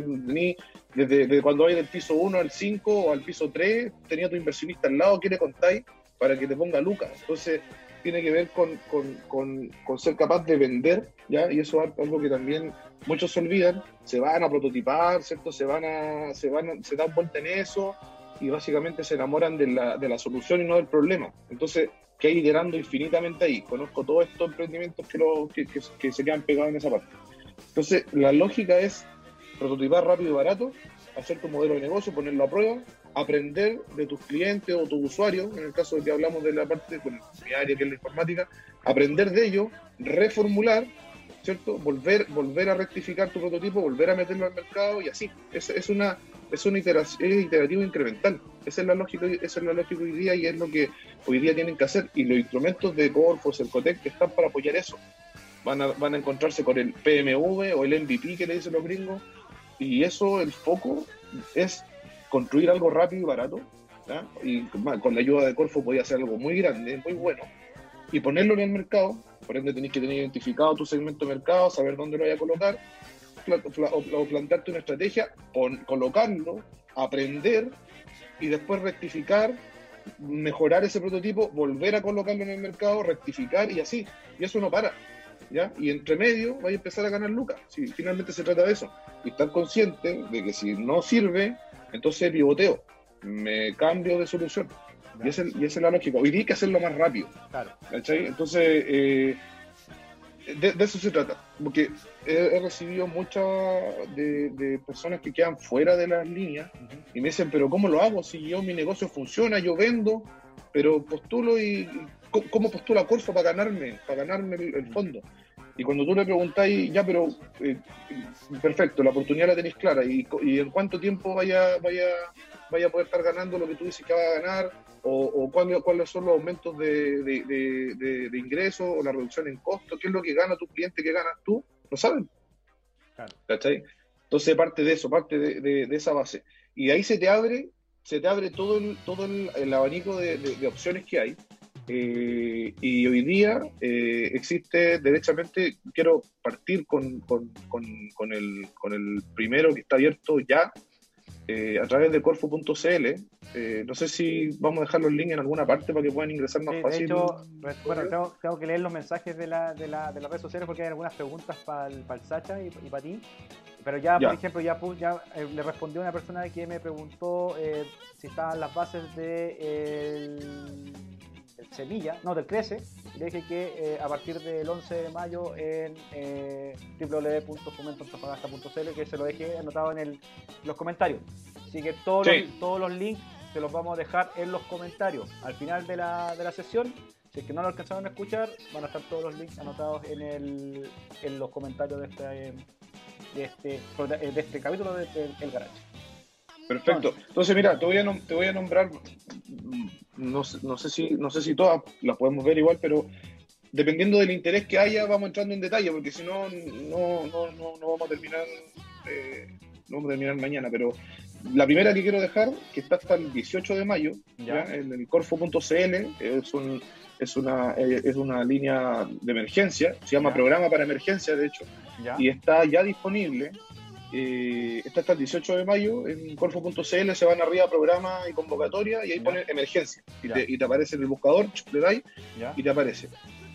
Desde cuando hay del piso 1 al 5 o al piso 3, tenía tu inversionista al lado, ¿qué le contáis? Para que te ponga lucas. Entonces, tiene que ver con ser capaz de vender, ¿ya? Y eso es algo que también muchos se olvidan. Se van a prototipar, ¿cierto? Se dan vuelta en eso y básicamente se enamoran de la solución y no del problema. Entonces, que hay iterando infinitamente ahí. Conozco todos estos emprendimientos que se quedan pegados en esa parte. Entonces, la lógica es prototipar rápido y barato, hacer tu modelo de negocio, ponerlo a prueba, aprender de tus clientes o tus usuarios, en el caso de que hablamos de la parte, bueno, mi área que es la informática, aprender de ello, reformular, ¿cierto? Volver a rectificar tu prototipo, volver a meterlo al mercado y así. Es una iteración, es iterativo incremental. Esa es la lógica hoy día y es lo que hoy día tienen que hacer. Y los instrumentos de Corfo, Cercotec, están para apoyar eso. Van a encontrarse con el PMV o el MVP que le dicen los gringos. Y eso, el foco es construir algo rápido y barato, ¿ya? Y con la ayuda de Corfo podía hacer algo muy grande, muy bueno, y ponerlo en el mercado. Por ende tenés que tener identificado tu segmento de mercado, saber dónde lo vaya a colocar, o plantearte una estrategia, colocarlo, aprender y después rectificar, mejorar ese prototipo, volver a colocarlo en el mercado, rectificar y así. Y eso no para, ¿ya? Y entre medio vais a empezar a ganar lucas. Si finalmente se trata de eso. Y estar consciente de que si no sirve, entonces pivoteo, me cambio de solución. Y esa es la lógica. Hoy día hay que hacerlo más rápido. Claro. ¿Cachai? Entonces, de eso se trata. Porque he recibido muchas de personas que quedan fuera de las líneas y me dicen, pero ¿cómo lo hago? Si mi negocio funciona, yo vendo, pero postulo y ¿cómo postula Corfo para ganarme el fondo? Y cuando tú le preguntáis, ya, pero perfecto, la oportunidad la tenéis clara, y en cuánto tiempo vaya vaya a poder estar ganando lo que tú dices que va a ganar, o cuáles son los aumentos de ingresos, o la reducción en costos, qué es lo que gana tu cliente, qué ganas tú, no saben. Claro. ¿Cachai? Entonces parte de eso, parte de esa base. Y ahí se te abre todo el abanico de opciones que hay. Y hoy día existe, derechamente, quiero partir con el primero que está abierto ya a través de corfo.cl. No sé si vamos a dejar los links en alguna parte para que puedan ingresar más fácil. De hecho, bueno, tengo que leer los mensajes de las redes sociales porque hay algunas preguntas para el Sacha y para ti. Pero ya, por ejemplo, le respondió una persona que me preguntó si estaban las bases del Semilla, no, del Crece, y le dije que a partir del 11 de mayo en www.fomentoantofagasta.cl, que se lo dejé anotado en los comentarios. Así que todos los links se los vamos a dejar en los comentarios. Al final de la sesión, si es que no lo alcanzaron a escuchar, van a estar todos los links anotados en los comentarios de este capítulo de El Garage. Perfecto. Entonces, mira, te voy a nombrar, no sé si todas las podemos ver igual, pero dependiendo del interés que haya, vamos entrando en detalle, porque si no vamos a terminar, mañana. Pero la primera que quiero dejar, que está hasta el 18 de mayo, ¿ya? En el corfo.cl, es una línea de emergencia, se llama Programa para Emergencia, de hecho, y está ya disponible. Está hasta el 18 de mayo en corfo.cl, se van arriba a programa y convocatoria y ahí ponen emergencia y te aparece en el buscador, le dais y te aparece.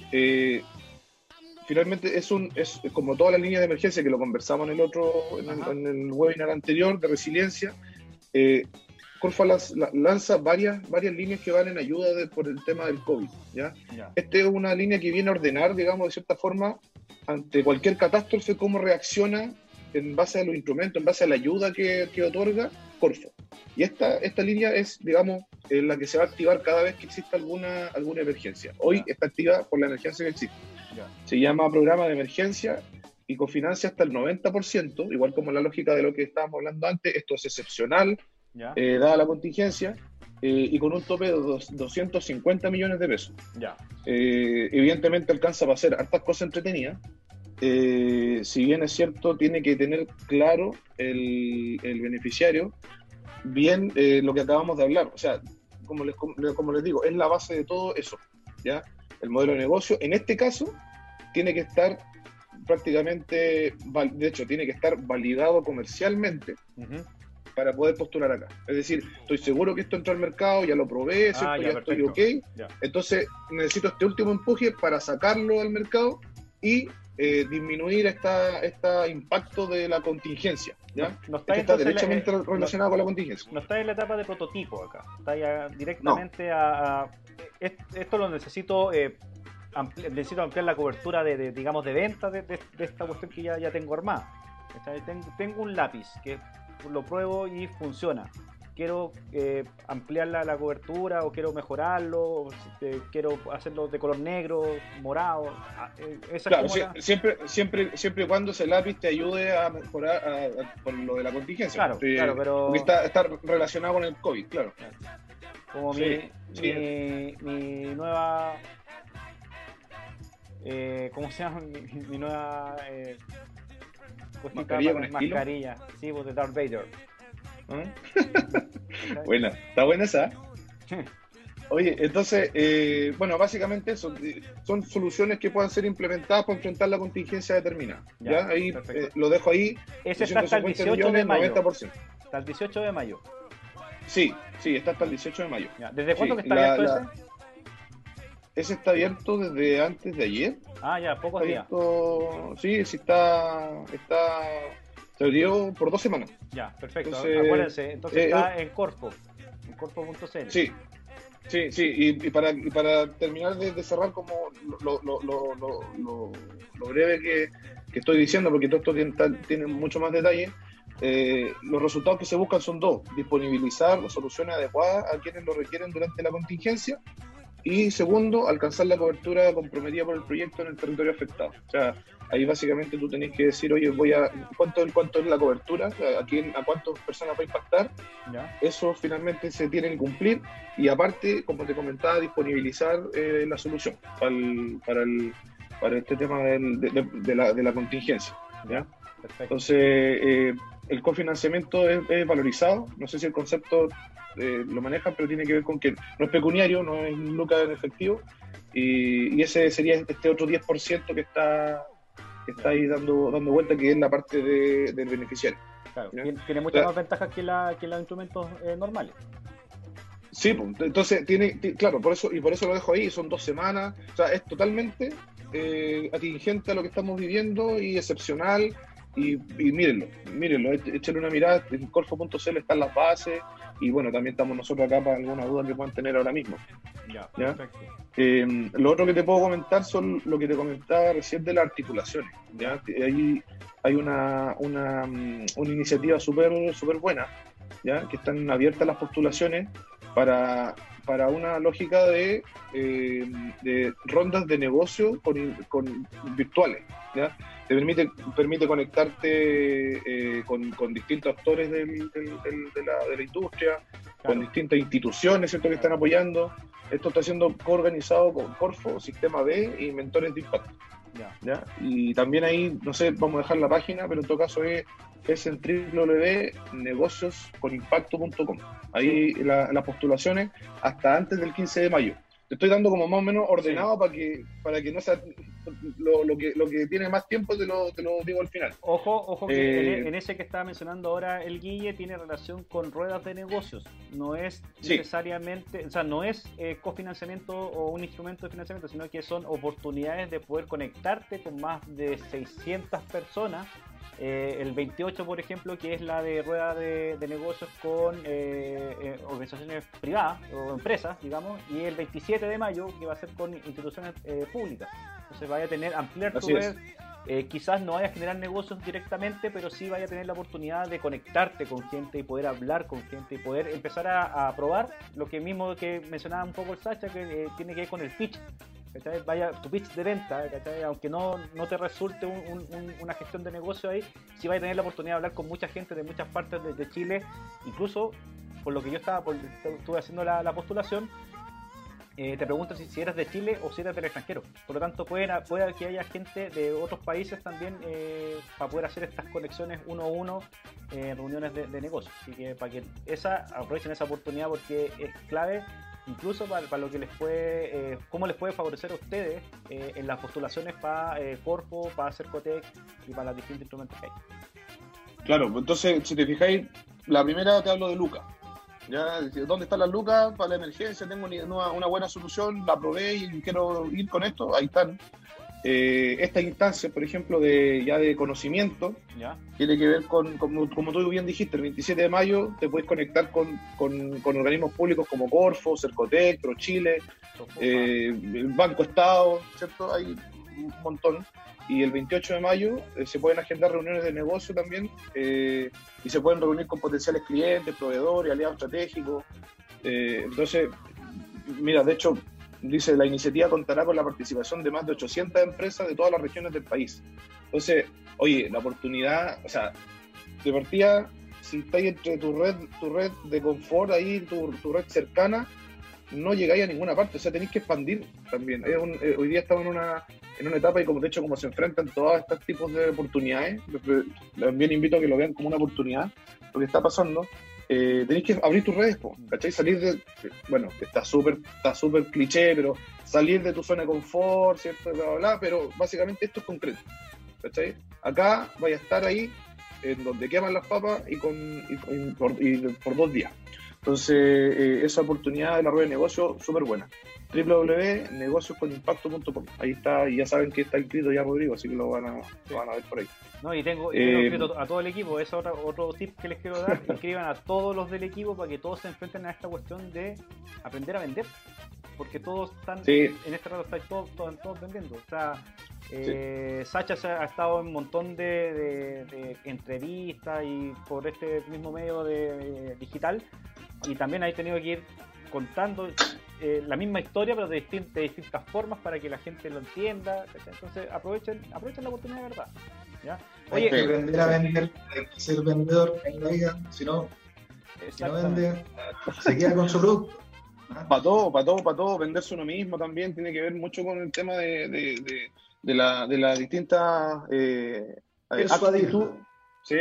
Finalmente es como todas las líneas de emergencia que lo conversamos en el webinar anterior de resiliencia. Corfo lanza varias líneas que van en ayuda por el tema del COVID. Esta es una línea que viene a ordenar, digamos, de cierta forma, ante cualquier catástrofe, cómo reacciona en base a los instrumentos, en base a la ayuda que otorga Corfo. Y esta línea es, digamos, la que se va a activar cada vez que exista alguna emergencia. Hoy está activa por la emergencia que existe. Se llama Programa de Emergencia y cofinancia hasta el 90%, igual como la lógica de lo que estábamos hablando antes. Esto es excepcional, dada la contingencia, y con un tope de 250 millones de pesos. Evidentemente alcanza para hacer hartas cosas entretenidas. Si bien es cierto, tiene que tener claro el beneficiario bien lo que acabamos de hablar. O sea, como les digo, es la base de todo eso, ¿ya? El modelo de negocio, en este caso, tiene que estar prácticamente, de hecho, tiene que estar validado comercialmente para poder postular acá. Es decir, estoy seguro que esto entró al mercado, ya lo probé, ¿cierto? Ya estoy ok. Entonces, necesito este último empuje para sacarlo al mercado y disminuir este impacto de la contingencia, ¿ya? Está derechamente relacionado con la contingencia. No está en la etapa de prototipo acá, está ya directamente esto lo necesito necesito ampliar la cobertura digamos de venta de esta cuestión que ya tengo armada. Tengo un lápiz que lo pruebo y funciona. Quiero ampliar la cobertura o quiero mejorarlo, quiero hacerlo de color negro, morado. Claro, siempre y cuando ese lápiz te ayude a mejorar por lo de la contingencia. Claro, pero porque está relacionado con el COVID, claro. Como mi nueva... ¿cómo se llama? Mi nueva... mascarilla. Sí, pues de Darth Vader. Buena, está buena esa. Oye, entonces, bueno, básicamente son soluciones que puedan ser implementadas para enfrentar la contingencia determinada. ¿Ya? Ahí lo dejo ahí. Ese está hasta el 18 de mayo. 90%. Hasta el 18 de mayo. Sí, está hasta el 18 de mayo. ¿Desde cuándo que está abierto ese? Ese está abierto desde antes de ayer. Ya, pocos días. Sí, está... Se lo dio por 2 semanas. Ya, perfecto. Acuérdense, entonces está en Corfo, en corfo.cl. Sí. Y para terminar de cerrar como lo breve que estoy diciendo, porque todo esto tiene mucho más detalle, los resultados que se buscan son 2: disponibilizar las soluciones adecuadas a quienes lo requieren durante la contingencia y segundo, alcanzar la cobertura comprometida por el proyecto en el territorio afectado. O sea, ahí básicamente tú tenés que decir, oye, ¿cuánto es la cobertura? ¿A cuántas personas va a impactar? ¿Ya? Eso finalmente se tiene que cumplir y aparte, como te comentaba, disponibilizar la solución para este tema de la contingencia. ¿Ya? Perfecto. Entonces, el cofinanciamiento es valorizado. No sé si el concepto lo manejan, pero tiene que ver con que no es pecuniario, no es lucas en efectivo, y ese sería este otro 10% que está ahí dando vuelta, que es la parte del beneficiario. Claro, ¿Ya? tiene muchas más ventajas que los instrumentos normales. Sí, pues, entonces claro, por eso lo dejo ahí, son 2 semanas, o sea, es totalmente atingente a lo que estamos viviendo y excepcional, y mírenlo, échenle una mirada, en corfo.cl están las bases, y bueno, también estamos nosotros acá para alguna duda que puedan tener ahora mismo. Ya, ¿Ya? perfecto. Lo otro que te puedo comentar son lo que te comentaba recién de las articulaciones. ¿Ya? Ahí hay una iniciativa súper buena, ¿ya? Que están abiertas las postulaciones para una lógica de rondas de negocio con virtuales. ¿Ya? Te permite conectarte con distintos actores de la industria, con distintas instituciones, ¿cierto?, que están apoyando. Esto está siendo coorganizado con Corfo, Sistema B y Mentores de Impacto. ¿Ya? Y también ahí, no sé, vamos a dejar la página, pero en todo caso es en www.negociosconimpacto.com. Ahí las postulaciones hasta antes del 15 de mayo. Te estoy dando como más o menos ordenado para que no sea lo que tiene más tiempo, te lo digo al final. Ojo que en ese que estaba mencionando ahora el Guille tiene relación con ruedas de negocios. No es necesariamente, o sea, no es cofinanciamiento o un instrumento de financiamiento, sino que son oportunidades de poder conectarte con más de 600 personas. El 28, por ejemplo, que es la de rueda de negocios con organizaciones privadas o empresas, digamos, y el 27 de mayo, que va a ser con instituciones públicas. Entonces vaya a ampliar tu red. Quizás no vaya a generar negocios directamente, pero sí vaya a tener la oportunidad de conectarte con gente y poder hablar con gente y poder empezar a probar lo que mismo que mencionaba un poco el Sacha, que tiene que ver con el pitch. ¿Cachai? Vaya tu pitch de venta, ¿cachai? Aunque no te resulte una gestión de negocio ahí, sí vaya a tener la oportunidad de hablar con mucha gente de muchas partes de Chile, incluso por lo que yo estuve haciendo la postulación. Te pregunto si eres de Chile o si eres del extranjero. Por lo tanto, puede que haya gente de otros países también para poder hacer estas conexiones uno a uno en reuniones de negocios. Así que para que aprovechen esa oportunidad, porque es clave incluso para lo que cómo les puede favorecer a ustedes en las postulaciones para Corfo, para Cercotec y para los distintos instrumentos que hay. Claro, entonces si te fijáis, la primera te hablo de Luca. ¿Ya? ¿Dónde están las lucas para la emergencia? Tengo una buena solución, la probé y quiero ir con esto, ahí están. Esta instancia, por ejemplo, de conocimiento, ¿Ya? tiene que ver como tú bien dijiste, el 27 de mayo te puedes conectar con organismos públicos como Corfo, Cercotec, ProChile, el Banco Estado, ¿cierto? Hay un montón. Y el 28 de mayo se pueden agendar reuniones de negocio también y se pueden reunir con potenciales clientes, proveedores, aliados estratégicos. Entonces, mira, de hecho, dice, la iniciativa contará con la participación de más de 800 empresas de todas las regiones del país. Entonces, oye, la oportunidad, o sea, de partida, si estáis entre tu red de confort ahí, tu red cercana, no llegáis a ninguna parte, o sea, tenéis que expandir también. Hoy día estamos en una etapa y como de hecho como se enfrentan todos estos tipos de oportunidades, también invito a que lo vean como una oportunidad, lo que está pasando. Tenéis que abrir tus redes, ¿cachai? Salir bueno, está súper cliché, pero salir de tu zona de confort, ¿cierto? Bla, bla, bla, pero básicamente esto es concreto, ¿cachai? Acá vaya a estar ahí, en donde queman las papas y por 2 días. Entonces, esa oportunidad de la rueda de negocio, súper buena. www.negociosconimpacto.com. Ahí está, y ya saben que está inscrito ya Rodrigo, así que lo van a ver por ahí. No, y tengo inscrito a todo el equipo. Es otro tip que les quiero dar. Inscriban a todos los del equipo para que todos se enfrenten a esta cuestión de aprender a vender. Porque todos están, en este rato están todos vendiendo. O sea, Sacha ha estado en un montón de entrevistas y por este mismo medio digital, y también ha tenido que ir contando la misma historia, pero de distintas formas para que la gente lo entienda, ¿cachai? Entonces aprovechen la oportunidad de verdad, ¿ya? Hay que aprender a vender, hay que ser vendedor en la vida, si no vende, se queda con su producto. Para todo, venderse uno mismo también tiene que ver mucho con el tema de la distintas actitud. Sí,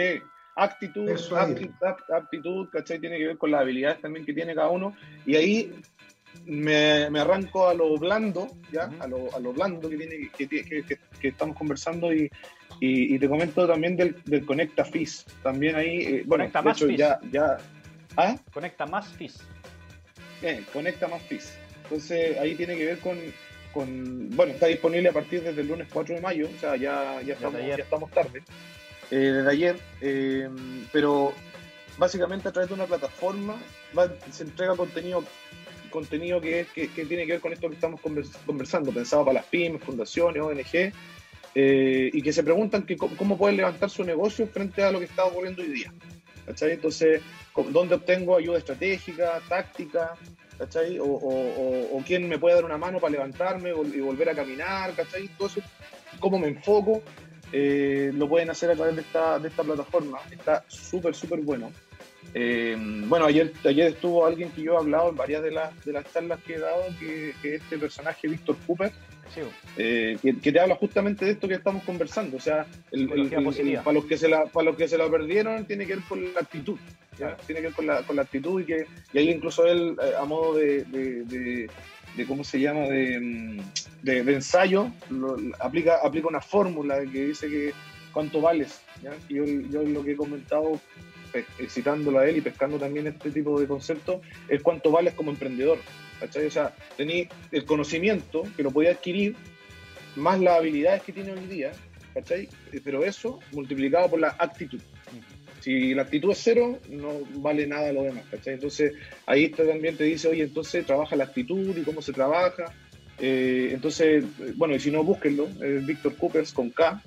actitud, ¿cachai? Tiene que ver con las habilidades también que tiene cada uno. Y ahí me arranco a lo blando, ¿ya? A lo blando que estamos conversando y te comento también del Conecta FIS. También ahí, Conecta de hecho FIS. ya. ¿Ah? Conecta más FIS. Conecta más FIS. Entonces ahí tiene que ver con bueno, está disponible a partir desde el lunes 4 de mayo, o sea, ya estamos tarde, desde ayer, pero básicamente a través de una plataforma se entrega contenido que tiene que ver con esto que estamos conversando, pensado para las pymes, fundaciones, ONG, y que se preguntan cómo pueden levantar su negocio frente a lo que está ocurriendo hoy día, ¿cachai? Entonces, ¿dónde obtengo ayuda estratégica, táctica? ¿Cachai? O quién me puede dar una mano para levantarme y volver a caminar, ¿cachai? Todo eso, cómo me enfoco, lo pueden hacer a través de esta plataforma. Está súper bueno. Bueno, ayer estuvo alguien que yo he hablado en varias de las charlas que he dado, que este personaje, Víctor Cooper, sí. Que te habla justamente de esto que estamos conversando. O sea, para los que se la perdieron, tiene que ver con la actitud. ¿Ya? Tiene que ver con la actitud y ahí incluso él, a modo de ¿cómo se llama? De ensayo, aplica una fórmula que dice que cuánto vales, ¿ya? Y yo lo que he comentado, citándolo a él y pescando también este tipo de conceptos, es cuánto vales como emprendedor, ¿cachai? O sea, tenés el conocimiento que lo podía adquirir, más las habilidades que tiene hoy día, ¿cachai? Pero eso multiplicado por la actitud. Si la actitud es cero, no vale nada lo demás, ¿cachai? Entonces, ahí también te dice, oye, entonces trabaja la actitud y cómo se trabaja. Entonces, bueno, y si no, búsquenlo, Víctor Coopers con K,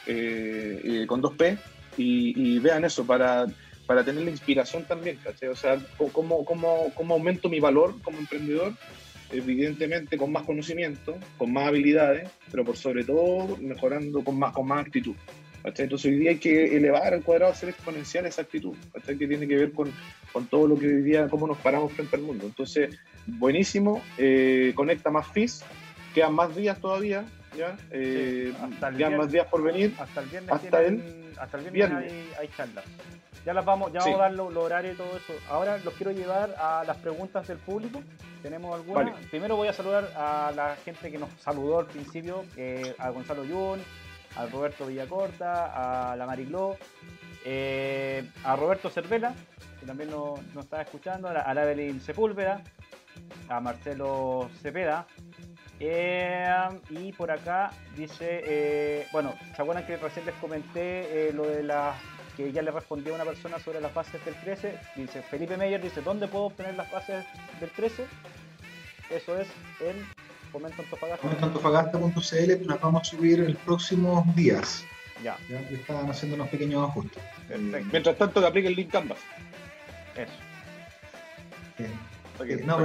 con 2P, y vean eso para tener la inspiración también, ¿cachai? O sea, cómo aumento mi valor como emprendedor, evidentemente con más conocimiento, con más habilidades, pero por sobre todo mejorando con más actitud. ¿Cachai? Entonces hoy día hay que elevar al cuadrado, hacer exponencial esa actitud, ¿cachai? Que tiene que ver con todo lo que hoy día, cómo nos paramos frente al mundo. Entonces, buenísimo, Conecta más FIS, quedan más días todavía, ¿ya? Quedan más días por venir. Hasta el viernes hay charlas. Ya vamos a dar los horarios y todo eso. Ahora los quiero llevar a las preguntas del público. ¿Tenemos alguna? Vale. Primero voy a saludar a la gente que nos saludó al principio, a Gonzalo Yun, a Roberto Villacorta, a la Maricló, a Roberto Cervela, que también nos está escuchando, a la Evelyn Sepúlveda, a Marcelo Cepeda, y por acá dice, bueno, ¿se acuerdan que recién les comenté lo de que ya le respondió a una persona sobre las bases del 13? Dice Felipe Meyer, dice, ¿dónde puedo obtener las bases del 13? Eso es en Fomento Antofagasta. Antofagasta.cl, las vamos a subir en los próximos días. Ya que estaban haciendo unos pequeños ajustes. Mientras tanto, que aplique el link Canvas. Eso. No,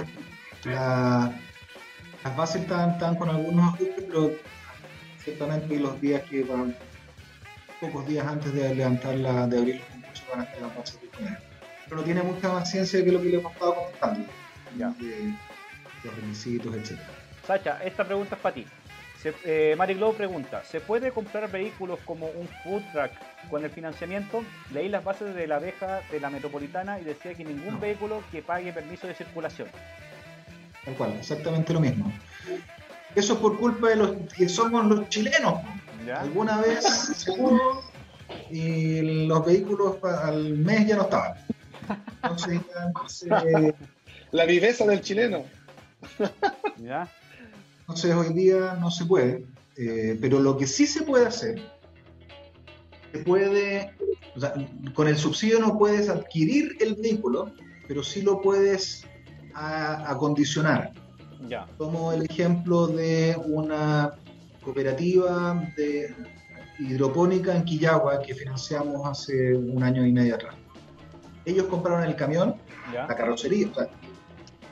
las bases están con algunos ajustes, pero ciertamente los días que van, pocos días antes de levantarla, de abrir los concursos, van a estar las bases disponibles. Pero no tiene mucha más ciencia que lo que le hemos estado contando. Ya. Los requisitos, etc. Sacha, esta pregunta es para ti. Mari Glow pregunta, ¿se puede comprar vehículos como un food truck con el financiamiento? Leí las bases de la abeja de la Metropolitana y decía que ningún vehículo que pague permiso de circulación. Tal cual, exactamente lo mismo. Eso es por culpa de los que somos los chilenos. ¿Ya? Alguna vez se pudo y los vehículos al mes ya no estaban. Entonces, la viveza del chileno. ¿Ya? Entonces hoy día no se puede, pero lo que sí se puede hacer, o sea, con el subsidio no puedes adquirir el vehículo, pero sí lo puedes acondicionar. Ya. Tomo el ejemplo de una cooperativa de hidropónica en Quillagua que financiamos hace un año y medio atrás. Ellos compraron el camión, ya, la carrocería, o sea,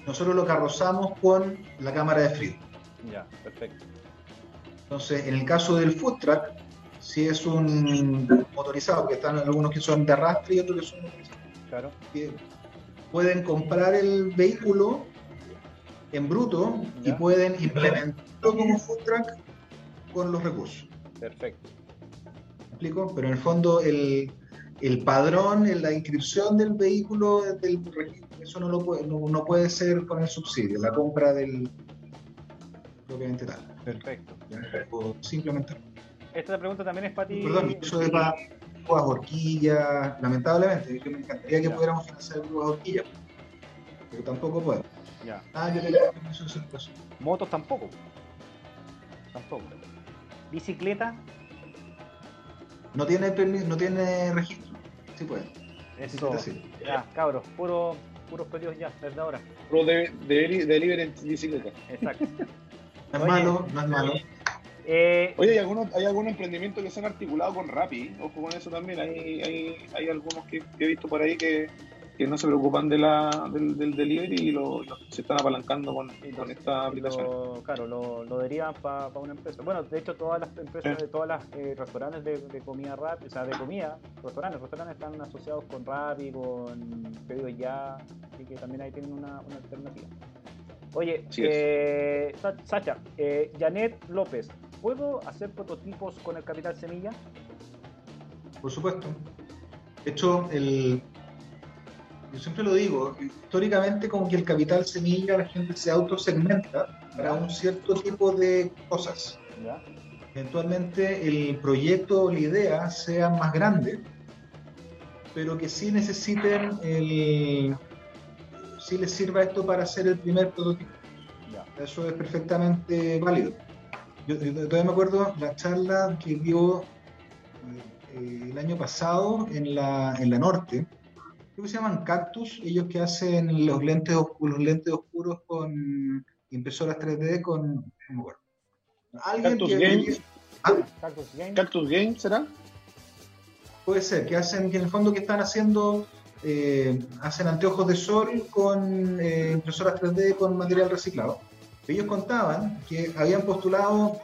nosotros lo carrozamos con la cámara de frío. Ya, perfecto. Entonces, en el caso del food truck, si es un motorizado, porque están algunos que son de arrastre y otros que son motorizados, Claro. que pueden comprar el vehículo en bruto y Ya. pueden implementarlo como food truck con los recursos. Perfecto. ¿Me explico? Pero en el fondo el padrón, la inscripción del vehículo del registro, eso no puede ser con el subsidio, la compra del propiamente tal. Perfecto. O simplemente. Esta pregunta también es para ti. Perdón, eso de para grúas horquillas, lamentablemente, yo me encantaría que Ya. pudiéramos financiar grúas horquillas, pero tampoco puedo. Ya. Que tenga permiso de circulación. Motos tampoco. Tampoco. Bicicleta, No tiene permiso, no tiene registro. Sí puede. eso. Bicicleta sí. Ya, cabros, puros pedidos ya, desde ahora. Pro de delivery en bicicleta. Exacto. No es Oye. malo, no es malo. Oye, hay algunos emprendimientos que se han articulado con Rappi, ojo con eso también. Hay algunos que he visto por ahí que no se preocupan del delivery y se están apalancando con esta aplicación. Claro, lo derivan para una empresa. Bueno, de hecho, todas las empresas, de todas las restaurantes de comida rápida, o sea, de comida, restaurantes están asociados con Rappi, con Pedidos Ya, así que también ahí tienen una alternativa. Oye, Sí Sacha, Janet López, ¿puedo hacer prototipos con el capital semilla? Por supuesto. De hecho, yo siempre lo digo, históricamente como que el capital semilla la gente se autosegmenta para un cierto tipo de cosas. ¿Ya? Eventualmente el proyecto o la idea sea más grande, pero que sí necesiten sí les sirva esto para hacer el primer prototipo. Ya. Eso es perfectamente válido. Yo todavía me acuerdo la charla que dio el año pasado en la Norte, creo que se llaman Cactus, ellos que hacen los lentes oscuros con impresoras 3D con, no me acuerdo. Alguien Cactus que Game. Cactus Game. Cactus Game, ¿será? puede ser, que en el fondo que están haciendo, hacen anteojos de sol con impresoras 3D con material reciclado. Ellos contaban que habían postulado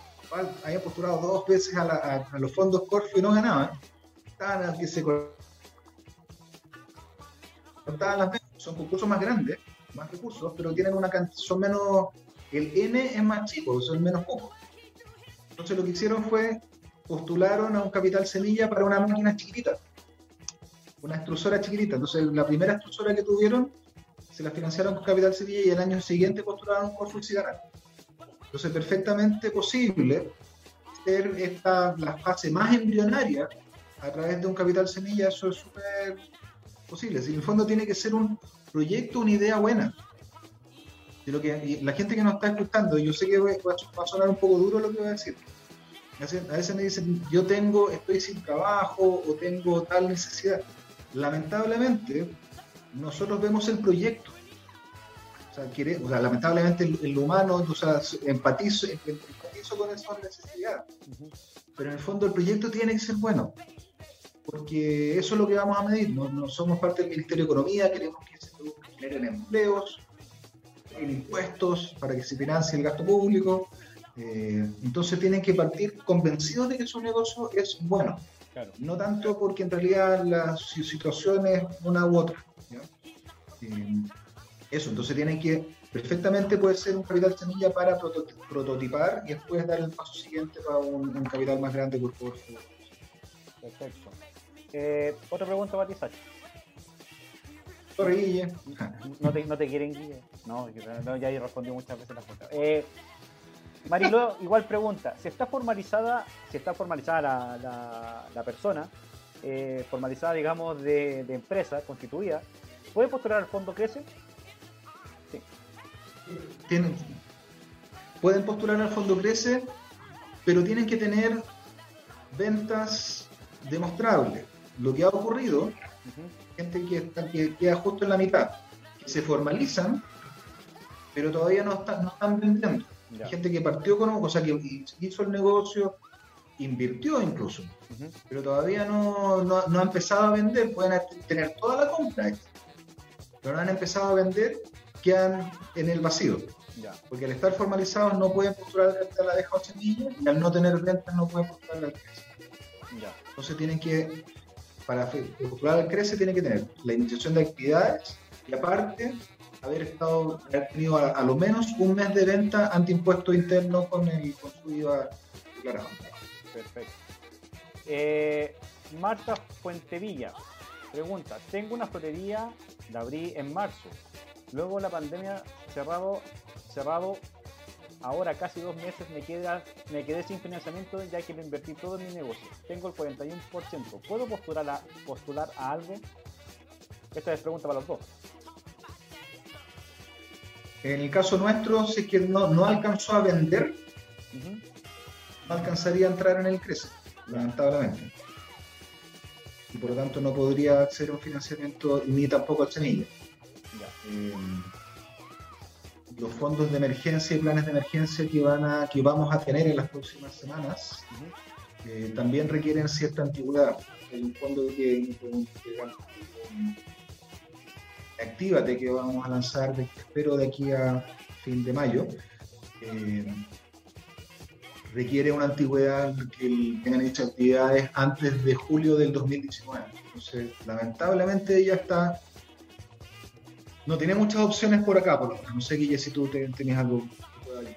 2 veces a los fondos Corfo y no ganaban. Estaban al que se cortaban las ventas. Son concursos más grandes, más recursos, pero tienen son menos, el N es más chico, son menos pocos. Entonces lo que hicieron fue, postularon a un capital semilla para una máquina chiquitita, una extrusora chiquitita. Entonces la primera extrusora que tuvieron se la financiaron con capital semilla y el año siguiente postularon un Corfo y se ganaron. Entonces perfectamente posible hacer la fase más embrionaria a través de un capital semilla. Eso es súper posible. Si en el fondo tiene que ser un proyecto, una idea buena. Y la gente que nos está escuchando, yo sé que va a sonar un poco duro lo que voy a decir. A veces me dicen, estoy sin trabajo o tengo tal necesidad. Lamentablemente, nosotros vemos el proyecto. O sea, lamentablemente el humano, empatizo con esas necesidades. Pero en el fondo el proyecto tiene que ser bueno. Porque eso es lo que vamos a medir. No somos parte del Ministerio de Economía, queremos que se generen empleos, en impuestos para que se financie el gasto público. Entonces tienen que partir convencidos de que su negocio es bueno. Claro. No tanto porque en realidad la situación es una u otra. ¿Ya? Eso, entonces tienen que perfectamente puede ser un capital semilla para prototipar y después dar el paso siguiente para un capital más grande por favor. Perfecto. Otra pregunta para ti, Sacha. Sorry, Guille. No te quieren, Guille. No, ya he respondido muchas veces las cosas. Mariló igual pregunta, si está formalizada la persona, formalizada digamos de empresa, constituida, ¿puede postular al fondo Crece? Sí. Pueden postular al fondo Crece, pero tienen que tener ventas demostrables. Lo que ha ocurrido, gente que queda justo en la mitad, que se formalizan, pero todavía no están vendiendo. Hay gente que partió con o sea, que hizo el negocio, invirtió incluso, pero todavía no ha empezado a vender. Pueden tener toda la compra, pero no han empezado a vender. quedan en el vacío. Ya. Porque al estar formalizados no pueden postular a la deja o semilla, y al no tener ventas no pueden postular al CRECE. Ya. Entonces tienen que, para postular al CRECE, tienen que tener la iniciación de actividades y aparte haber tenido a lo menos un mes de venta ante impuesto interno con su IVA declarado. Perfecto. Marta Fuentevilla pregunta: tengo una florería, la abrí en marzo, luego la pandemia cerrado, ahora casi 2 meses me quedé sin financiamiento ya que lo invertí todo en mi negocio, tengo el 41%, ¿puedo postular a algo? Esta es pregunta para los dos. En el caso nuestro, si es que no alcanzó a vender, no alcanzaría a entrar en el CRECE, lamentablemente. Y por lo tanto no podría acceder a un financiamiento ni tampoco al semilla. Los fondos de emergencia y planes de emergencia que vamos a tener en las próximas semanas también requieren cierta antigüedad. Hay un fondo Actívate que vamos a lanzar, espero de aquí a fin de mayo, requiere una antigüedad que tengan hechas actividades antes de julio del 2019. Entonces, lamentablemente ya está. No tiene muchas opciones por acá, por lo menos. No sé, Guille, si tú tenías algo que pueda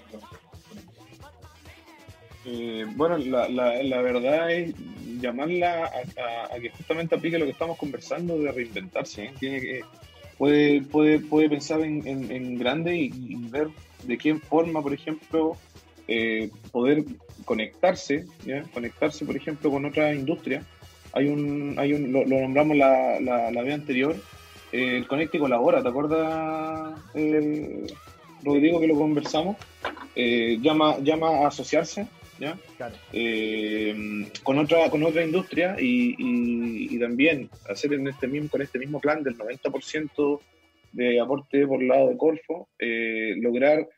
ayudar. Bueno, la verdad es llamarla a que justamente aplique lo que estamos conversando de reinventarse. Puede pensar en grande y ver de qué forma, por ejemplo, poder conectarse, por ejemplo, con otra industria. Lo nombramos la vez anterior, el Conecta y Colabora, ¿te acuerdas, Rodrigo, que lo conversamos? Llama a asociarse, ¿ya? Claro. Con otra industria y también hacer con este mismo plan del 90% de aporte por el lado de Corfo, lograr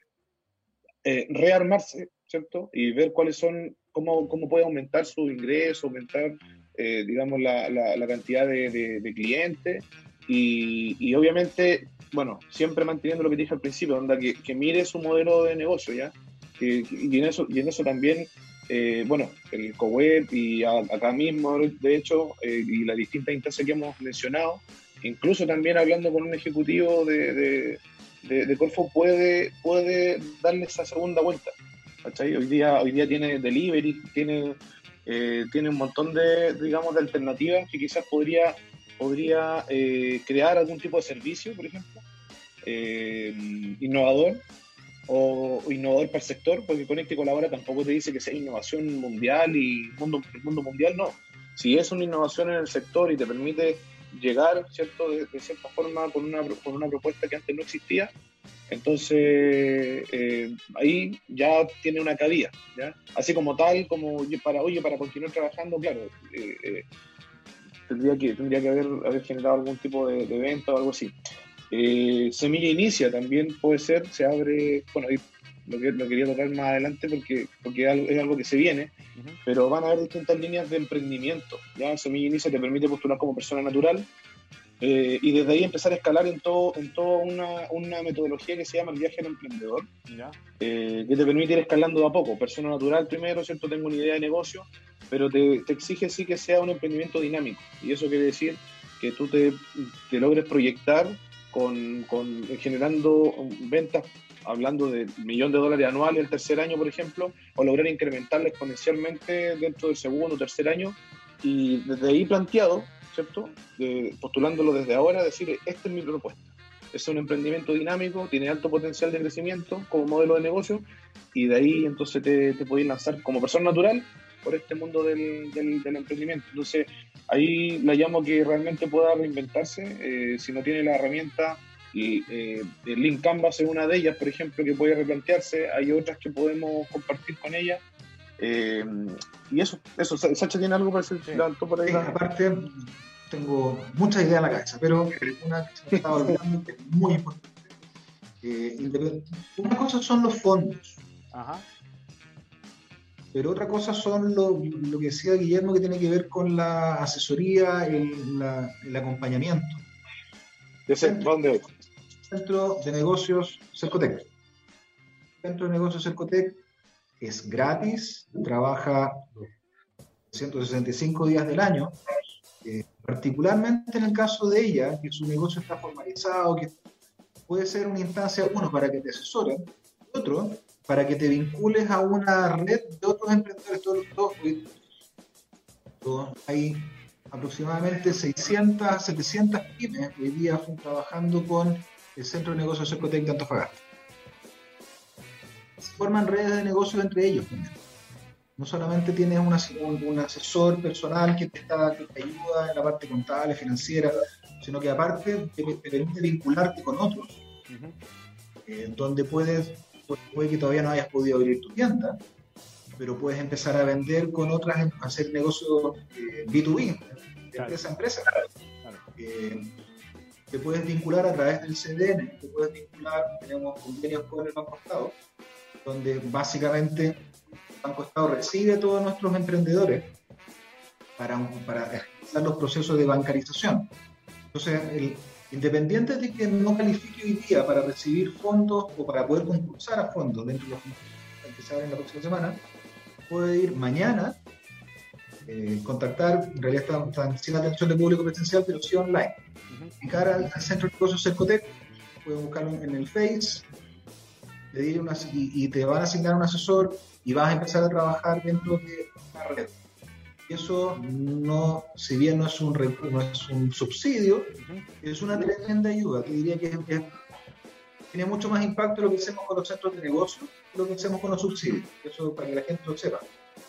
rearmarse, ¿cierto? Y ver cuáles son, cómo puede aumentar su ingreso, aumentar, digamos, la cantidad de clientes y obviamente, bueno, siempre manteniendo lo que dije al principio, onda que mire su modelo de negocio, ¿ya? Y en eso también, bueno, el COWEB y acá mismo, de hecho, y las distintas instancias que hemos mencionado, incluso también hablando con un ejecutivo de Corfo puede darle esa segunda vuelta, ¿cachai? Hoy día tiene delivery, tiene un montón digamos, de alternativas que quizás podría crear algún tipo de servicio, por ejemplo, innovador o innovador para el sector, porque Conecta y Colabora tampoco te dice que sea innovación mundial y el mundo mundial, no. Si es una innovación en el sector y te permite llegar, ¿cierto?, de cierta forma con una propuesta que antes no existía, entonces ahí ya tiene una cabida, ¿ya? Así como para continuar trabajando, claro, tendría que haber generado algún tipo de venta o algo así. Semilla Inicia también puede ser, se abre, bueno, ahí lo quería tocar más adelante porque es algo que se viene, pero van a haber distintas líneas de emprendimiento, ¿ya? Semilla Inicia te permite postular como persona natural y desde ahí empezar a escalar en toda una metodología que se llama el viaje del emprendedor, ¿ya? Que te permite ir escalando de a poco, persona natural primero, ¿cierto? Tengo una idea de negocio, pero te exige sí que sea un emprendimiento dinámico, y eso quiere decir que tú te logres proyectar generando ventas, hablando de $1 millón anuales el tercer año, por ejemplo, o lograr incrementarla exponencialmente dentro del segundo o tercer año, y desde ahí planteado, ¿cierto? Postulándolo desde ahora, decir, esta es mi propuesta. Es un emprendimiento dinámico, tiene alto potencial de crecimiento como modelo de negocio, y de ahí entonces te puedes lanzar como persona natural por este mundo del emprendimiento. Entonces, ahí la llamo que realmente pueda reinventarse, si no tiene la herramienta, y el Link Canvas es una de ellas, por ejemplo, que puede replantearse. Hay otras que podemos compartir con ella. Y eso, Sacha, ¿tiene algo para decir? Sí. Por ahí. Sí, aparte, tengo muchas ideas en la cabeza, pero una que se me estaba olvidando, que es muy importante. Una cosa son los fondos. Ajá. Pero otra cosa son lo que decía Guillermo, que tiene que ver con la asesoría, el acompañamiento. ¿Dónde? Centro de Negocios Cercotec. Centro de Negocios Cercotec es gratis, trabaja 165 días del año, particularmente en el caso de ella, que su negocio está formalizado, que puede ser una instancia, uno, para que te asesoren, otro, para que te vincules a una red de otros emprendedores. Hay aproximadamente 600 a 700 pymes hoy día trabajando con el Centro de Negocios Cercotec de Antofagasta. Se forman redes de negocios entre ellos también. No solamente tienes un asesor personal que te ayuda en la parte contable, financiera, sino que aparte te permite vincularte con otros, donde puede que todavía no hayas podido abrir tu tienda, pero puedes empezar a vender con otras, hacer negocios B2B, de empresa a empresa. Claro. Te puedes vincular a través del CDN, te puedes vincular, tenemos convenios con el Banco Estado, donde básicamente el Banco Estado recibe a todos nuestros emprendedores para realizar los procesos de bancarización. Entonces, independiente de que no califique hoy día para recibir fondos o para poder concursar a fondos dentro de los fondos que se abren la próxima semana, puede ir mañana, contactar, en realidad están sin atención de público presencial, pero sí online. Picar al Centro de Negocios Cercotec, pueden buscarlo en el Face, pedir y te van a asignar un asesor y vas a empezar a trabajar dentro de una red. Eso no, si bien no es un subsidio, es una tremenda ayuda. Te diría que tiene mucho más impacto lo que hacemos con los centros de negocio que lo que hacemos con los subsidios. Eso para que la gente lo sepa.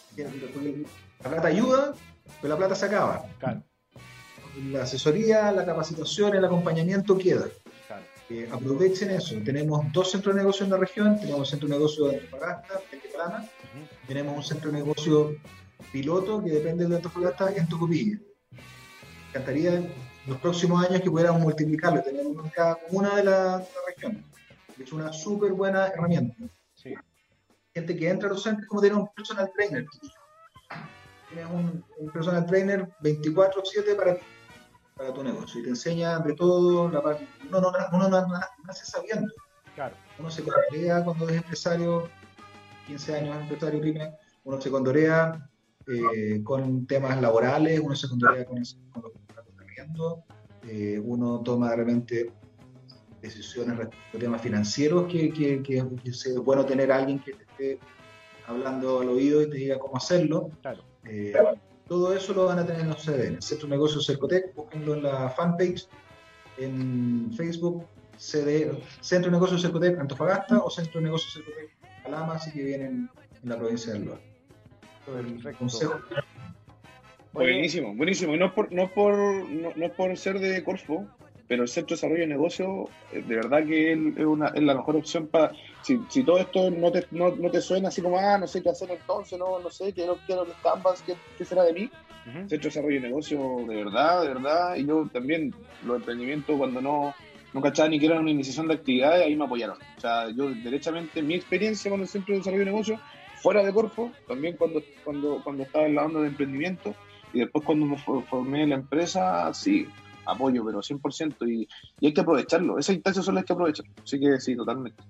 La plata ayuda, pero la plata se acaba. Claro. La asesoría, la capacitación, el acompañamiento queda. Claro. Aprovechen eso. Tenemos 2 centros de negocio en la región. Tenemos un centro de negocio de Antofagasta, en Teplana. Tenemos un centro de negocio piloto que depende de Antofagasta en Tocopilla. Me encantaría en los próximos años que pudiéramos multiplicarlo, tener uno en cada comuna de la región. Es una súper buena herramienta. Sí. Gente que entra a los centros como tener un personal trainer. Tienes un personal trainer 24/7 para tu negocio y te enseña de todo. Uno no nace sabiendo. Claro. Uno se condorea cuando es empresario, 15 años empresario pyme, uno se condorea con temas laborales, uno se condorea con los contratos de arriendo, uno toma realmente decisiones respecto a temas financieros que es bueno tener a alguien que te esté hablando al oído y te diga cómo hacerlo. Claro. Todo eso lo van a tener en los CDN. Centro de Negocios Cercotec, búsquenlo en la fanpage, en Facebook, Centro de Negocios Cercotec Antofagasta o Centro de Negocios Cercotec Calama, así que vienen en la provincia del Loa. El consejo. Buenísimo. Y no es por ser de Corfo, pero el Centro de Desarrollo de Negocio, de verdad que es la mejor opción para. Si todo esto no te suena así como, no sé qué hacer entonces, no sé, quiero que Canvas, ¿qué será de mí? Centro de Desarrollo de Negocio, de verdad. Y yo también, los emprendimientos, cuando no cachaba ni que era una iniciación de actividades, ahí me apoyaron. O sea, yo derechamente, mi experiencia con el Centro de Desarrollo de Negocio, fuera de Corfo, también cuando estaba en la onda de emprendimiento, y después cuando me formé en la empresa, sí, apoyo, pero 100%, y hay que aprovecharlo. Esas instancias son las que aprovechan. Así que sí, totalmente.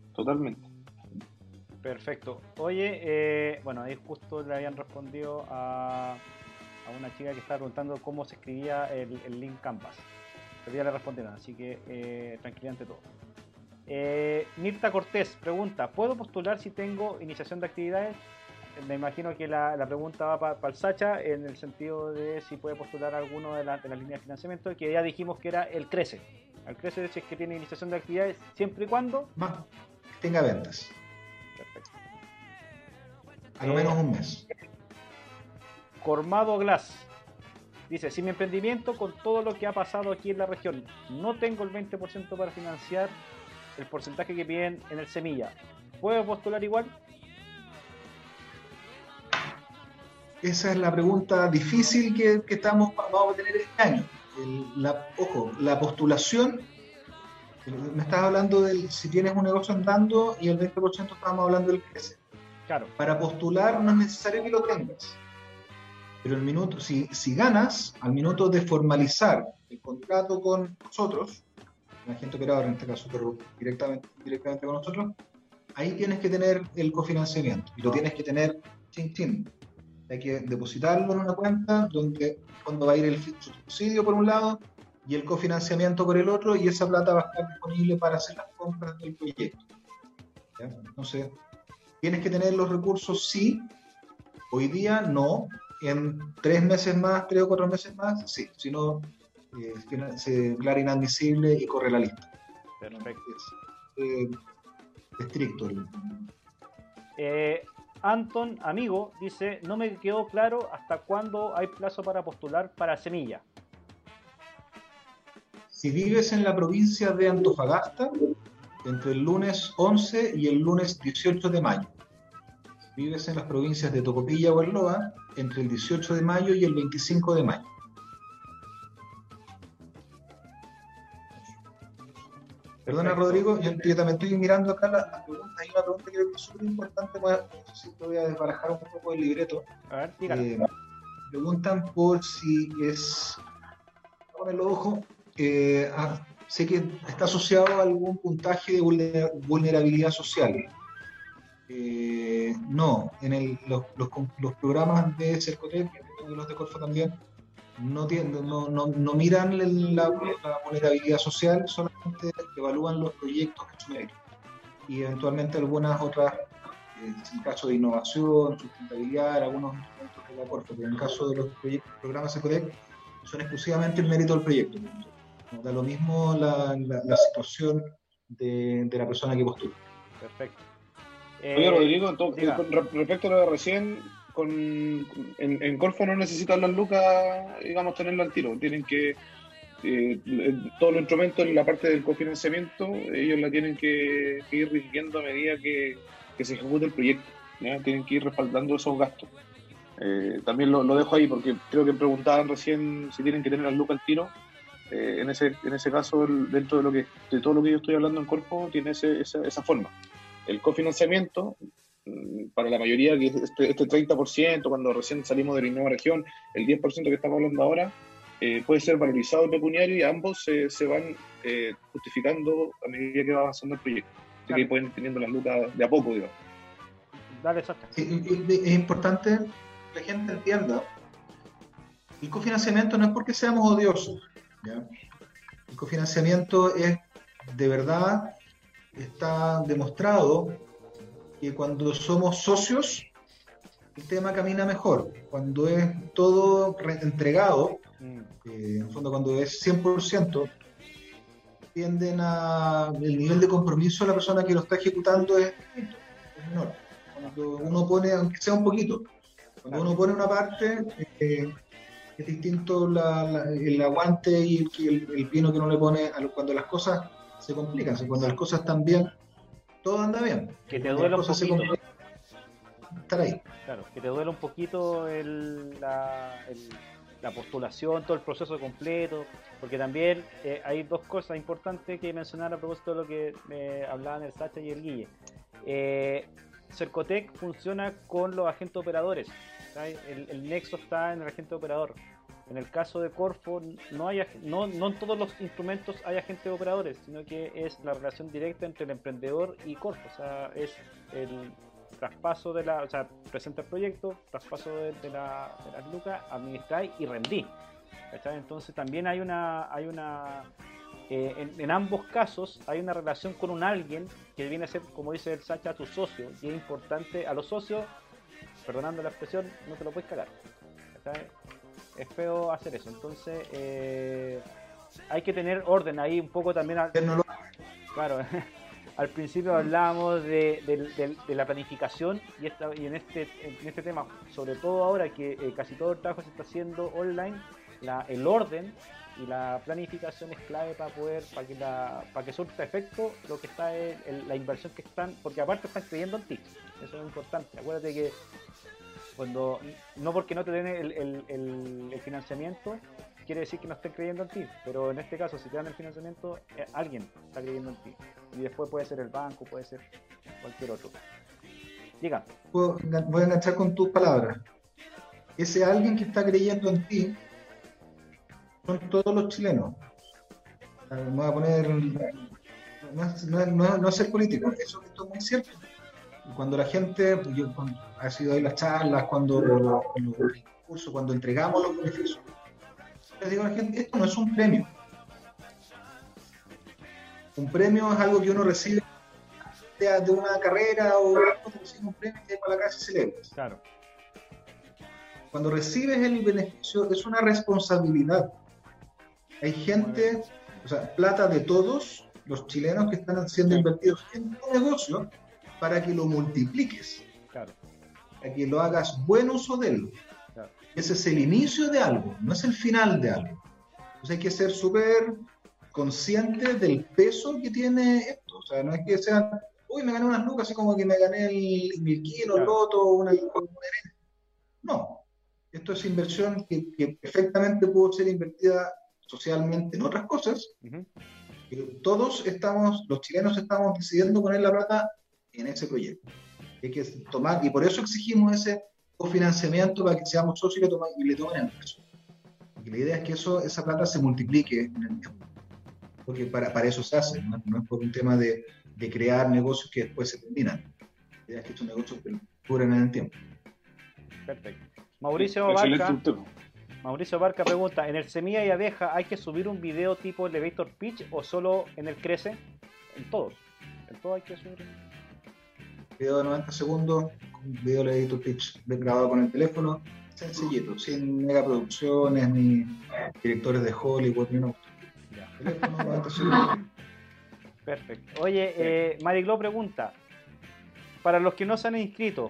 Perfecto. Oye, bueno, ahí justo le habían respondido a una chica que estaba preguntando cómo se escribía el link Canvas. Pero ya le respondieron, así que tranquilidad ante todo. Mirta Cortés pregunta, ¿puedo postular si tengo iniciación de actividades? Me imagino que la pregunta va para el Sacha en el sentido de si puede postular alguno de las líneas de financiamiento, que ya dijimos que era el CRECE. El CRECE si es que tiene iniciación de actividades siempre y cuando tenga ventas. Perfecto. A lo menos un mes. Cormado Glass dice, si mi emprendimiento con todo lo que ha pasado aquí en la región no tengo el 20% para financiar el porcentaje que piden en el Semilla, ¿puedo postular igual? Esa es la pregunta difícil que vamos a tener este año. La postulación, me estás hablando de si tienes un negocio andando y el 20% estábamos hablando del CRECE. Claro. Para postular no es necesario que lo tengas. Pero si ganas, al minuto de formalizar el contrato con nosotros, un agente operador, en este caso, pero directamente con nosotros, ahí tienes que tener el cofinanciamiento y lo tienes que tener chin chin. Hay que depositarlo en una cuenta donde cuando va a ir el subsidio por un lado y el cofinanciamiento por el otro, y esa plata va a estar disponible para hacer las compras del proyecto. ¿Ya? Entonces, tienes que tener los recursos, sí. Hoy día no. En 3 meses más, 3 o 4 meses más, sí. Si no, se declara inadmisible y corre la lista. Perfecto. Es estricto. Anton, amigo, dice, no me quedó claro hasta cuándo hay plazo para postular para semilla. Si vives en la provincia de Antofagasta, entre el lunes 11 y el lunes 18 de mayo. Si vives en las provincias de Tocopilla o Huelloa, entre el 18 de mayo y el 25 de mayo. Perdona, Rodrigo, yo también estoy mirando acá las preguntas. Hay una pregunta que creo que es súper importante, no sé si te voy a desbarajar un poco el libreto. A ver, dígalo. Preguntan por si es, con el ojo, sé que está asociado a algún puntaje de vulnerabilidad social. No, en los programas de Cercotec, y los de Corfo también, no miran la vulnerabilidad social, solamente evalúan los proyectos que son ellos. Y eventualmente algunas otras, en el caso de innovación, sustentabilidad, algunos instrumentos de la Corfo, pero en el caso de los programas Cercotec, son exclusivamente el mérito del proyecto. No da lo mismo la situación de la persona que postula. Perfecto. Oye, Rodrigo, con respecto a lo de recién, en Corfo no necesitan las lucas, digamos, tenerlo al tiro. Tienen que, todos los instrumentos en la parte del cofinanciamiento, ellos la tienen que ir rigiendo a medida que se ejecute el proyecto, ¿ya? Tienen que ir respaldando esos gastos. También lo dejo ahí porque creo que preguntaban recién si tienen que tener las lucas al tiro. En ese caso, dentro de todo lo que yo estoy hablando en Corfo, tiene esa forma. El cofinanciamiento, para la mayoría, que este 30%, cuando recién salimos de la Innova Región, el 10% que estamos hablando ahora, puede ser valorizado en pecuniario y ambos se van justificando a medida que va avanzando el proyecto. Así que pueden ir teniendo las lucas de a poco, digamos. Dale, Sacha. Es importante que la gente entienda. El cofinanciamiento no es porque seamos odiosos, ¿ya? El cofinanciamiento es, de verdad, está demostrado que cuando somos socios, el tema camina mejor. Cuando es todo entregado, en el fondo cuando es 100%, tienden el nivel de compromiso de la persona que lo está ejecutando es menor. Cuando uno pone, aunque sea un poquito, cuando uno pone una parte, es distinto el aguante y el pino que uno le pone cuando las cosas se complican. Cuando las cosas están bien, todo anda bien. Que te duele un poquito. Estar ahí. Claro, que te duele un poquito la postulación, todo el proceso completo, porque también hay dos cosas importantes que mencionar a propósito de lo que me hablaban el Sacha y el Guille. Cercotec funciona con los agentes operadores. El nexo está en el agente operador. En el caso de Corfo, no en todos los instrumentos hay agentes operadores, sino que es la relación directa entre el emprendedor y Corfo. O sea, es el traspaso o sea, presenta el proyecto, traspaso de las lucas, administráis y rendí. ¿Cachai? Entonces también hay en ambos casos hay una relación con un alguien que viene a ser, como dice el Sacha, tu socio, y es importante a los socios, perdonando la expresión, no te lo puedes cagar. ¿Cachai? Es feo hacer eso, entonces hay que tener orden ahí un poco también. Claro, al principio hablábamos de la planificación y en este tema, sobre todo ahora que casi todo el trabajo se está haciendo online, el orden y la planificación es clave para que surta efecto lo que está la inversión que están, porque aparte están creyendo en ti, eso es importante. Acuérdate que no porque no te den el financiamiento quiere decir que no estén creyendo en ti, pero en este caso si te dan el financiamiento alguien está creyendo en ti y después puede ser el banco, puede ser cualquier otro. Diga. Voy a enganchar con tus palabras. Ese alguien que está creyendo en ti son todos los chilenos. Me voy a poner, no es ser político, esto es muy cierto. Cuando la gente, cuando ha sido ahí las charlas, cuando los cursos, cuando entregamos los beneficios, les digo a la gente, esto no es un premio. Un premio es algo que uno recibe de una carrera o un premio que para la casa y celebras. Claro. Cuando recibes el beneficio es una responsabilidad. Hay gente, o sea, plata de todos los chilenos que están siendo invertidos en tu negocio para que lo multipliques. Claro. Para que lo hagas buen uso de él. Claro. Ese es el inicio de algo, no es el final de algo. Entonces hay que ser súper consciente del peso que tiene esto. O sea, no es que sean, uy, me gané unas lucas, así como que me gané el kilo, el loto, una herencia. No. Esto es inversión que perfectamente pudo ser invertida socialmente en otras cosas. Pero todos los chilenos estamos decidiendo poner la plata en ese proyecto. Hay que tomar, y por eso exigimos ese cofinanciamiento para que seamos socios y le tomen el peso. Porque la idea es que esa plata se multiplique en el tiempo. Porque para eso se hace, no es por un tema de crear negocios que después se terminan. La idea es que estos negocios duren en el tiempo. Perfecto. Mauricio Barca pregunta, ¿en el Semilla y Abeja hay que subir un video tipo Elevator Pitch o solo en el Crece? En todos. En todo hay que subir. Video de 90 segundos, un video Elevator Pitch grabado con el teléfono, sencillito, sin megaproducciones ni directores de Hollywood ni nada. Teléfono 90 segundos. Perfecto. Oye, Mariglo pregunta, para los que no se han inscrito,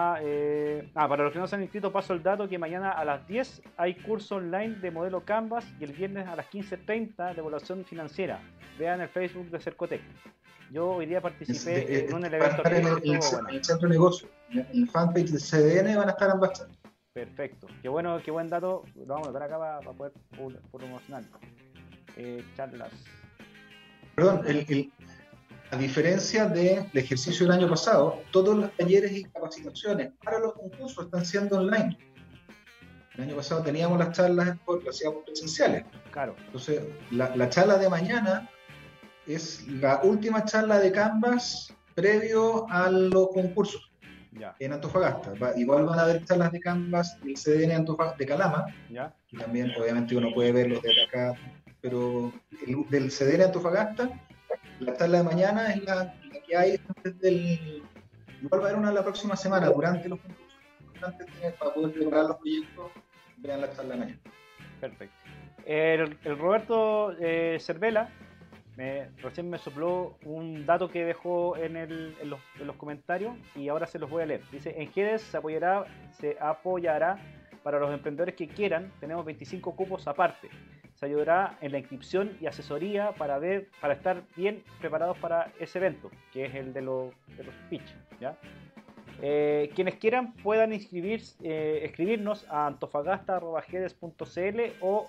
paso el dato que mañana a las 10 hay curso online de modelo Canvas y el viernes a las 15:30 de evaluación financiera. Vean el Facebook de Cercotec. Yo hoy día participé en un evento en el centro de negocio, en el fanpage de CDN van a estar ambas charlas. Perfecto. Qué buen dato. Lo vamos a anotar acá para poder promocionarlo. Charlas. Perdón, a diferencia del ejercicio del año pasado, todos los talleres y capacitaciones para los concursos están siendo online. El año pasado teníamos las charlas lo hacíamos presenciales. Claro. Entonces, la charla de mañana es la última charla de Canvas previo a los concursos en Antofagasta. Igual van a haber charlas de Canvas del CDN de Calama, y también obviamente uno puede verlos desde acá, pero del CDN Antofagasta, la charla de mañana es la que hay antes del... Igual va a haber una la próxima semana, durante los concursos. Antes para poder preparar los proyectos, vean la charla de mañana. Perfecto. El Roberto Cervela recién me sopló un dato que dejó en los comentarios y ahora se los voy a leer. Dice, en GEDES se apoyará para los emprendedores que quieran. Tenemos 25 cupos aparte. Se ayudará en la inscripción y asesoría para estar bien preparados para ese evento, que es el de los pitch, ¿ya? Quienes quieran puedan escribirnos a antofagasta@gedes.cl o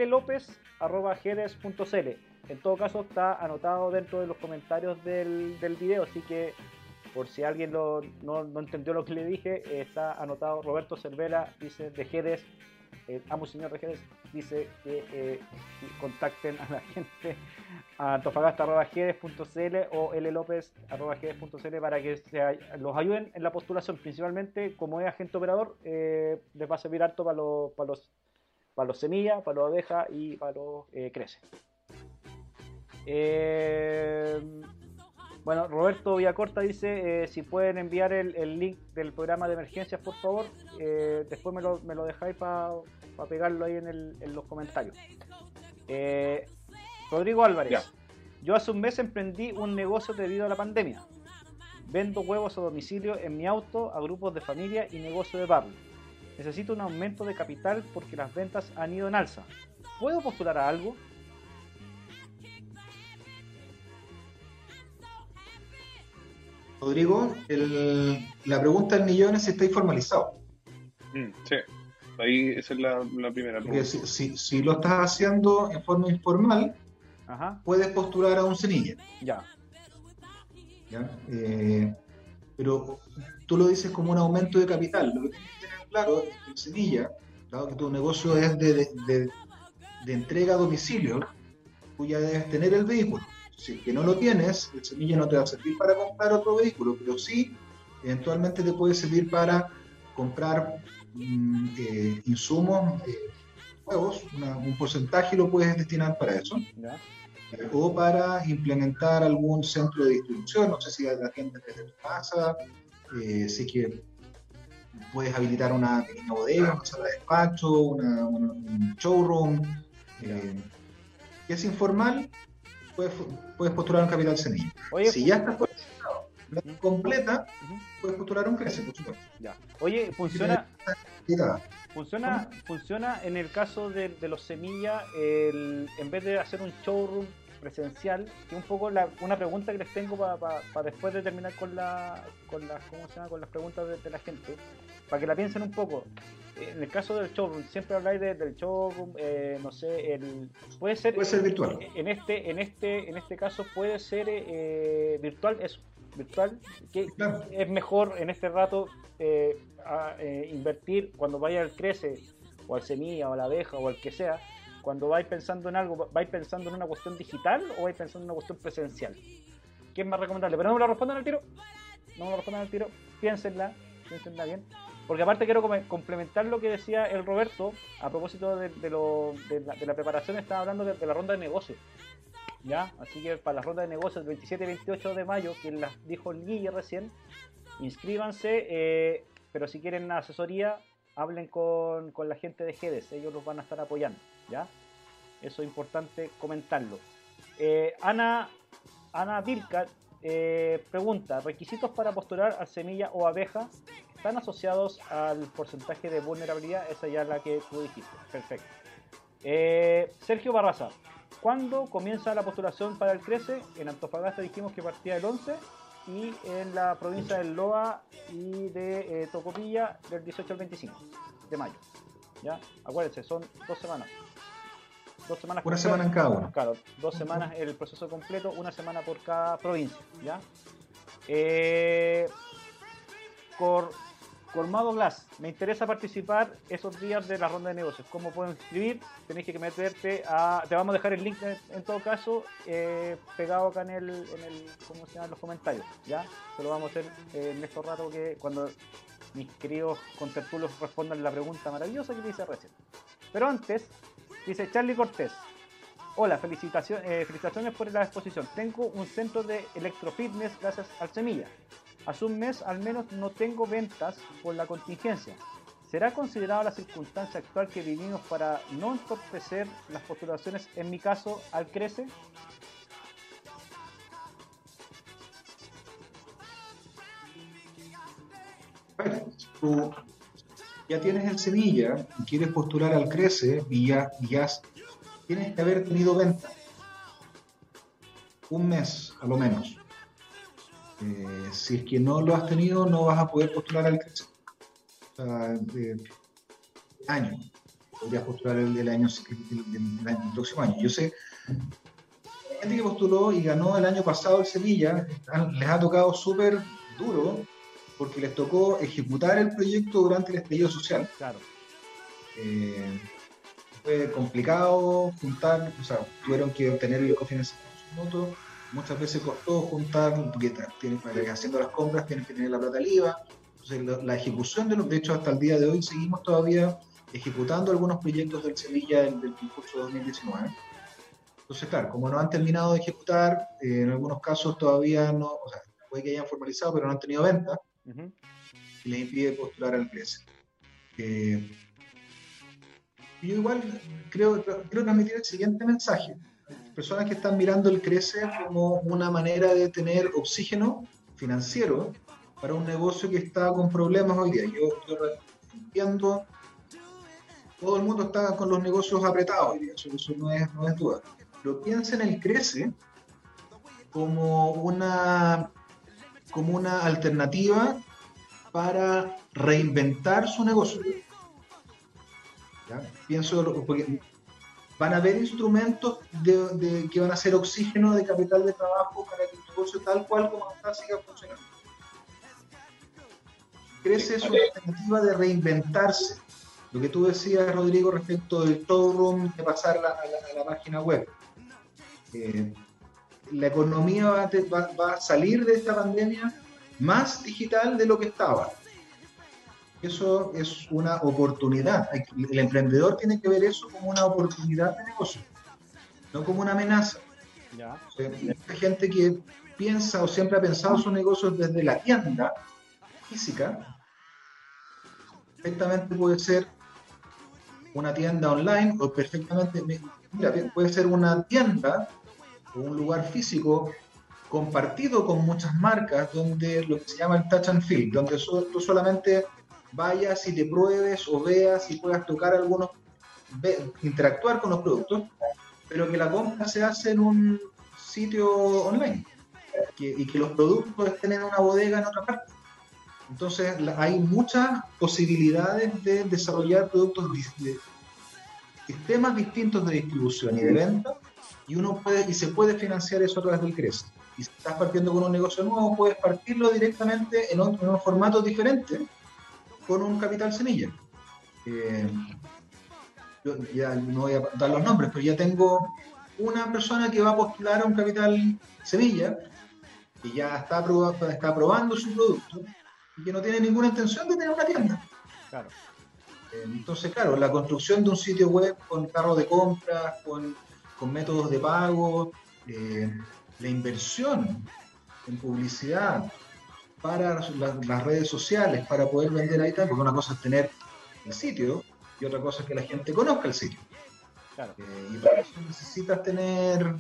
llopez@gedes.cl. En todo caso está anotado dentro de los comentarios del video, así que por si alguien no entendió lo que le dije, está anotado. Roberto Cervela dice de Gedes, amo señor de Gedes, dice que contacten a la gente a antofagasta@gedes.cl o llopez@gedes.cl para que los ayuden en la postulación. Principalmente, como es agente operador, les va a servir harto para los semillas, para los abejas y para los crece. Bueno, Roberto Villacorta dice si pueden enviar el link del programa de emergencias, por favor. Después me lo dejáis para pegarlo ahí en los comentarios. Rodrigo Álvarez, yo hace un mes emprendí un negocio debido a la pandemia. Vendo huevos a domicilio en mi auto a grupos de familia y negocio de barrio. Necesito un aumento de capital porque las ventas han ido en alza. ¿Puedo postular a algo? Rodrigo, la pregunta del millón es si estáis formalizado. Sí, ahí esa es la primera pregunta. Porque si lo estás haciendo en forma informal, puedes postular a un semilla. ¿Ya? Pero tú lo dices como un aumento de capital. Lo que tienes que tener claro es que el semilla, dado que tu negocio es de entrega a domicilio, tú ya debes tener el vehículo. Si es que no lo tienes, el semilla no te va a servir para comprar otro vehículo, pero sí, eventualmente te puede servir para comprar insumos, nuevos, un porcentaje lo puedes destinar para eso. ¿Ya? O para implementar algún centro de distribución, no sé si la tienda desde tu casa, si es que puedes habilitar una pequeña bodega, una sala de despacho, un showroom, que es informal, puedes postular un capital semilla. Oye, Si ya estás completa, puedes postular un CRECE, por supuesto. Ya. Oye, funciona en el caso de los semillas, en vez de hacer un showroom presencial, que un poco una pregunta que les tengo para después de terminar con las preguntas de la gente, para que la piensen un poco. En el caso del showroom, siempre habláis del showroom, no sé, puede ser virtual. En este caso puede ser virtual, que claro. Es mejor en este rato invertir cuando vaya al Crece o al Semilla o a la Abeja o al que sea. Cuando vais pensando en algo, ¿vais pensando en una cuestión digital o vais pensando en una cuestión presencial? ¿Qué es más recomendable? Pero no me lo respondan al tiro. Piénsenla bien. Porque aparte quiero complementar lo que decía el Roberto a propósito de la preparación. Estaba hablando de la ronda de negocios. ¿Ya? Así que para la ronda de negocios el 27 y 28 de mayo, que las dijo el Guille recién, inscríbanse, pero si quieren asesoría, hablen con la gente de GEDES, ellos los van a estar apoyando, ¿ya? Eso es importante comentarlo. Ana Vilca pregunta, ¿requisitos para postular a semilla o abeja están asociados al porcentaje de vulnerabilidad? Esa ya es la que tú dijiste, perfecto. Sergio Barraza, ¿cuándo comienza la postulación para el CRECE? En Antofagasta dijimos que partía el 11 y en la provincia del Loa y de Tocopilla del 18 al 25 de mayo. ¿Ya? Acuérdense, son 2 semanas. 2 semanas. Una semana en cada uno. Claro, 2 semanas el proceso completo, una semana por cada provincia. ¿Ya? Colmado Glass, me interesa participar esos días de la ronda de negocios. ¿Cómo puedo inscribir? Tenéis que meterte te vamos a dejar el link en todo caso pegado acá en ¿cómo se llama? En los comentarios, ¿ya? Se lo vamos a hacer en estos ratos que cuando mis queridos contertulios respondan la pregunta maravillosa que dice recién. Pero antes, dice Charlie Cortés. Hola, felicitaciones por la exposición. Tengo un centro de electrofitness gracias al Semilla. Hace un mes al menos no tengo ventas por la contingencia. ¿Será considerada la circunstancia actual que vivimos para no entorpecer las postulaciones, en mi caso, al CRECE? Tú ya tienes el semilla y quieres postular al CRECE y ya tienes que haber tenido venta. Un mes, a lo menos. Si es que no lo has tenido, no vas a poder postular al CRECE. O sea, año. Podrías postular el año el próximo año. Yo sé, la gente que postuló y ganó el año pasado el Sevilla, les ha tocado súper duro porque les tocó ejecutar el proyecto durante el estallido social. Claro. Fue complicado juntar, o sea, tuvieron que obtener el cofinanciamiento. Muchas veces costó juntar, porque haciendo las compras tienes que tener la plata al IVA. Entonces, la ejecución de hecho, hasta el día de hoy seguimos todavía ejecutando algunos proyectos del Sevilla del concurso 2019. Entonces, claro, como no han terminado de ejecutar, en algunos casos todavía no, o sea, puede que hayan formalizado, pero no han tenido venta, y les impide postular al CRECE. Yo igual quiero transmitir el siguiente mensaje. Personas que están mirando el CRECE como una manera de tener oxígeno financiero para un negocio que está con problemas hoy día. Yo entiendo, todo el mundo está con los negocios apretados hoy día, eso no es duda. Pero piensa en el CRECE como una alternativa para reinventar su negocio. ¿Ya? Pienso, porque van a haber instrumentos que van a ser oxígeno de capital de trabajo para que el negocio tal cual como está siga funcionando. CRECE es una alternativa de reinventarse. Lo que tú decías, Rodrigo, respecto del showroom, de pasar a la página web. eh, la economía va a salir de esta pandemia más digital de lo que estaba. Eso es una oportunidad. El emprendedor tiene que ver eso como una oportunidad de negocio, no como una amenaza. Ya. O sea, hay gente que piensa o siempre ha pensado sus negocios desde la tienda física. Perfectamente puede ser una tienda online o perfectamente, mira, puede ser una tienda o un lugar físico compartido con muchas marcas donde lo que se llama el touch and feel, donde tú solamente vayas y te pruebes o veas y puedas tocar algunos, interactuar con los productos, pero que la compra se hace en un sitio online y que los productos estén en una bodega en otra parte. Entonces hay muchas posibilidades de desarrollar productos, de sistemas distintos de distribución y de venta, y se puede financiar eso a través del CRES. Y si estás partiendo con un negocio nuevo, puedes partirlo directamente en un formato diferente con un capital semilla. Yo ya no voy a dar los nombres, pero ya tengo una persona que va a postular a un capital semilla, que ya está probando su producto y que no tiene ninguna intención de tener una tienda. Claro. Entonces, claro, la construcción de un sitio web con carros de compras, con métodos de pago, la inversión en publicidad para las redes sociales, para poder vender ahí, porque una cosa es tener el sitio y otra cosa es que la gente conozca el sitio. Claro. Y para eso necesitas tener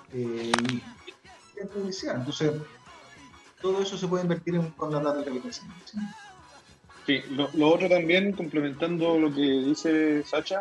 publicidad. Entonces, todo eso se puede invertir con la plata de capitalización. Sí, lo otro también, complementando lo que dice Sacha,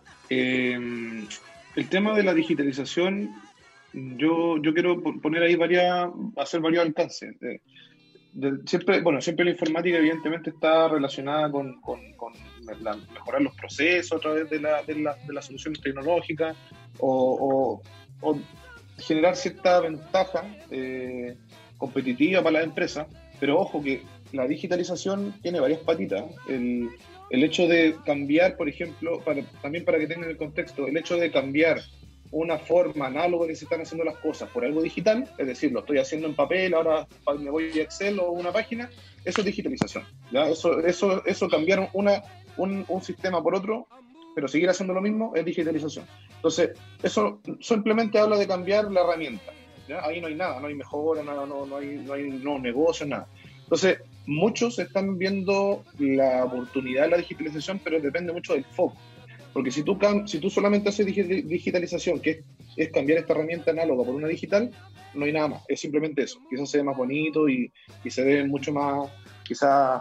el tema de la digitalización, yo quiero poner ahí hacer varios alcances. Siempre la informática evidentemente está relacionada con mejorar los procesos a través de las soluciones tecnológicas o generar cierta ventaja competitiva para las empresas, pero ojo que la digitalización tiene varias patitas. El hecho de cambiar, por ejemplo, también para que tengan el contexto, el hecho de cambiar una forma análoga que se están haciendo las cosas por algo digital, es decir, lo estoy haciendo en papel, ahora me voy a Excel o una página, eso es digitalización. ¿Ya? Eso cambiar un sistema por otro, pero seguir haciendo lo mismo es digitalización. Entonces, eso simplemente habla de cambiar la herramienta. ¿Ya? Ahí no hay nada, no hay mejora, no hay nuevos negocios, nada. Entonces, muchos están viendo la oportunidad de la digitalización, pero depende mucho del foco. Porque si tú solamente haces digitalización, que es cambiar esta herramienta análoga por una digital, no hay nada más. Es simplemente eso. Quizás se ve más bonito y se ve mucho más, quizás